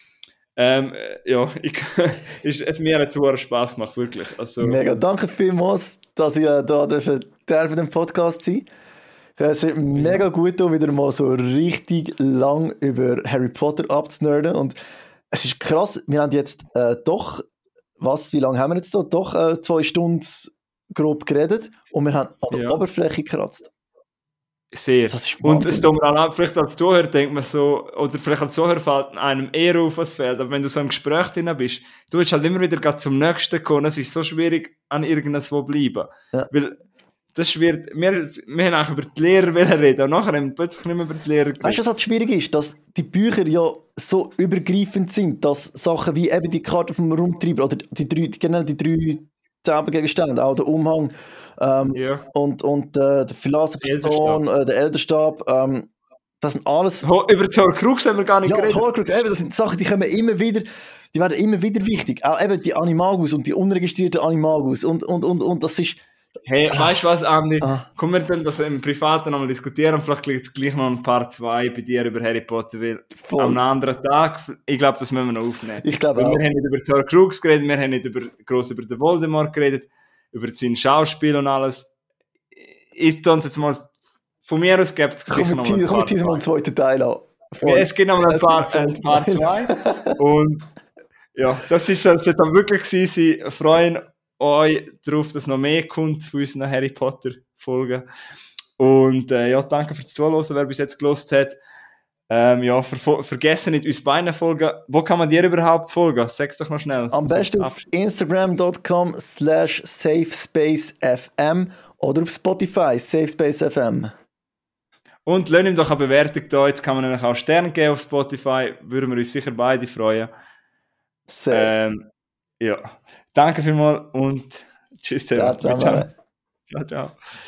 Ähm, äh, ja, ich, ist, es mir hat es Spaß gemacht, wirklich. Also, Mega, danke vielmals, dass ich äh, da dürfen, Teil von dem Podcast sein. Es wird mega gut, um wieder mal so richtig lang über Harry Potter abzunerden. Und es ist krass, wir haben jetzt äh, doch, was, wie lange haben wir jetzt da? Doch äh, zwei Stunden grob geredet und wir haben an der Ja. Oberfläche gekratzt. Sehr. Das ist Und Wahnsinn. es tut mir auch, vielleicht als Zuhörer denkt man so, oder vielleicht als Zuhörer fällt einem eher auf, was fehlt. Aber wenn du so im Gespräch drin bist, du willst halt immer wieder grad zum nächsten kommen. Es ist so schwierig, an irgendwo bleiben. Ja. Weil das ist schwierig. Wir, wir haben auch über die Lehrer reden und nachher haben wir plötzlich nicht mehr über die Lehrer geredet. Weißt du, was halt schwierig ist? Dass die Bücher ja so übergreifend sind, dass Sachen wie eben die Karte vom Rumtreiber oder die drei, generell die drei Zaubergegenstände, auch der Umhang ähm, Ja. und, und äh, der Philosopher's Stone, äh, der Elderstab, ähm, das sind alles... Ho, über die Horcrux haben wir gar nicht Ja, geredet. die Horcrux, eben, das sind Sachen, die kommen immer wieder, die werden immer wieder wichtig. Auch eben die Animagus und die unregistrierten Animagus und, und, und, und das ist... Hey, weißt du was, Andi? Ah. Können wir dann das im Privaten nochmal diskutieren? Vielleicht gibt es gleich noch ein Part zwei bei dir über Harry Potter, weil Voll. am anderen Tag, ich glaube, das müssen wir noch aufnehmen. Ich glaube Weil auch. wir haben nicht über die Horcrux geredet, wir haben nicht über, gross über den Voldemort geredet, über sein Schauspiel und alles. Ist uns jetzt mal, von mir aus gibt es sicher Komm, noch wir mal ein komm, Part wir mal zwei. einen zweiten Teil an. Ja, es gibt noch mal ein Es Part, gibt ein Part zwei. Und ja, das ist soll es jetzt dann wirklich gewesen sein. Freuen euch darauf, dass noch mehr kommt von unseren Harry Potter Folgen. Und äh, ja, danke fürs Zuhören, wer bis jetzt gelost hat. Ähm, ja, ver vergessen nicht uns beiden folgen. Wo kann man dir überhaupt folgen? Sag's doch noch schnell. Am besten auf instagram dot com slash safespacefm oder auf Spotify, safespacefm. Und lasst ihm doch eine Bewertung da. Jetzt kann man nämlich auch Sterne geben auf Spotify. Würden wir uns sicher beide freuen. Sehr. Ähm, ja. Danke vielmals und tschüss. Ciao, zusammen. zusammen. Ciao, ciao.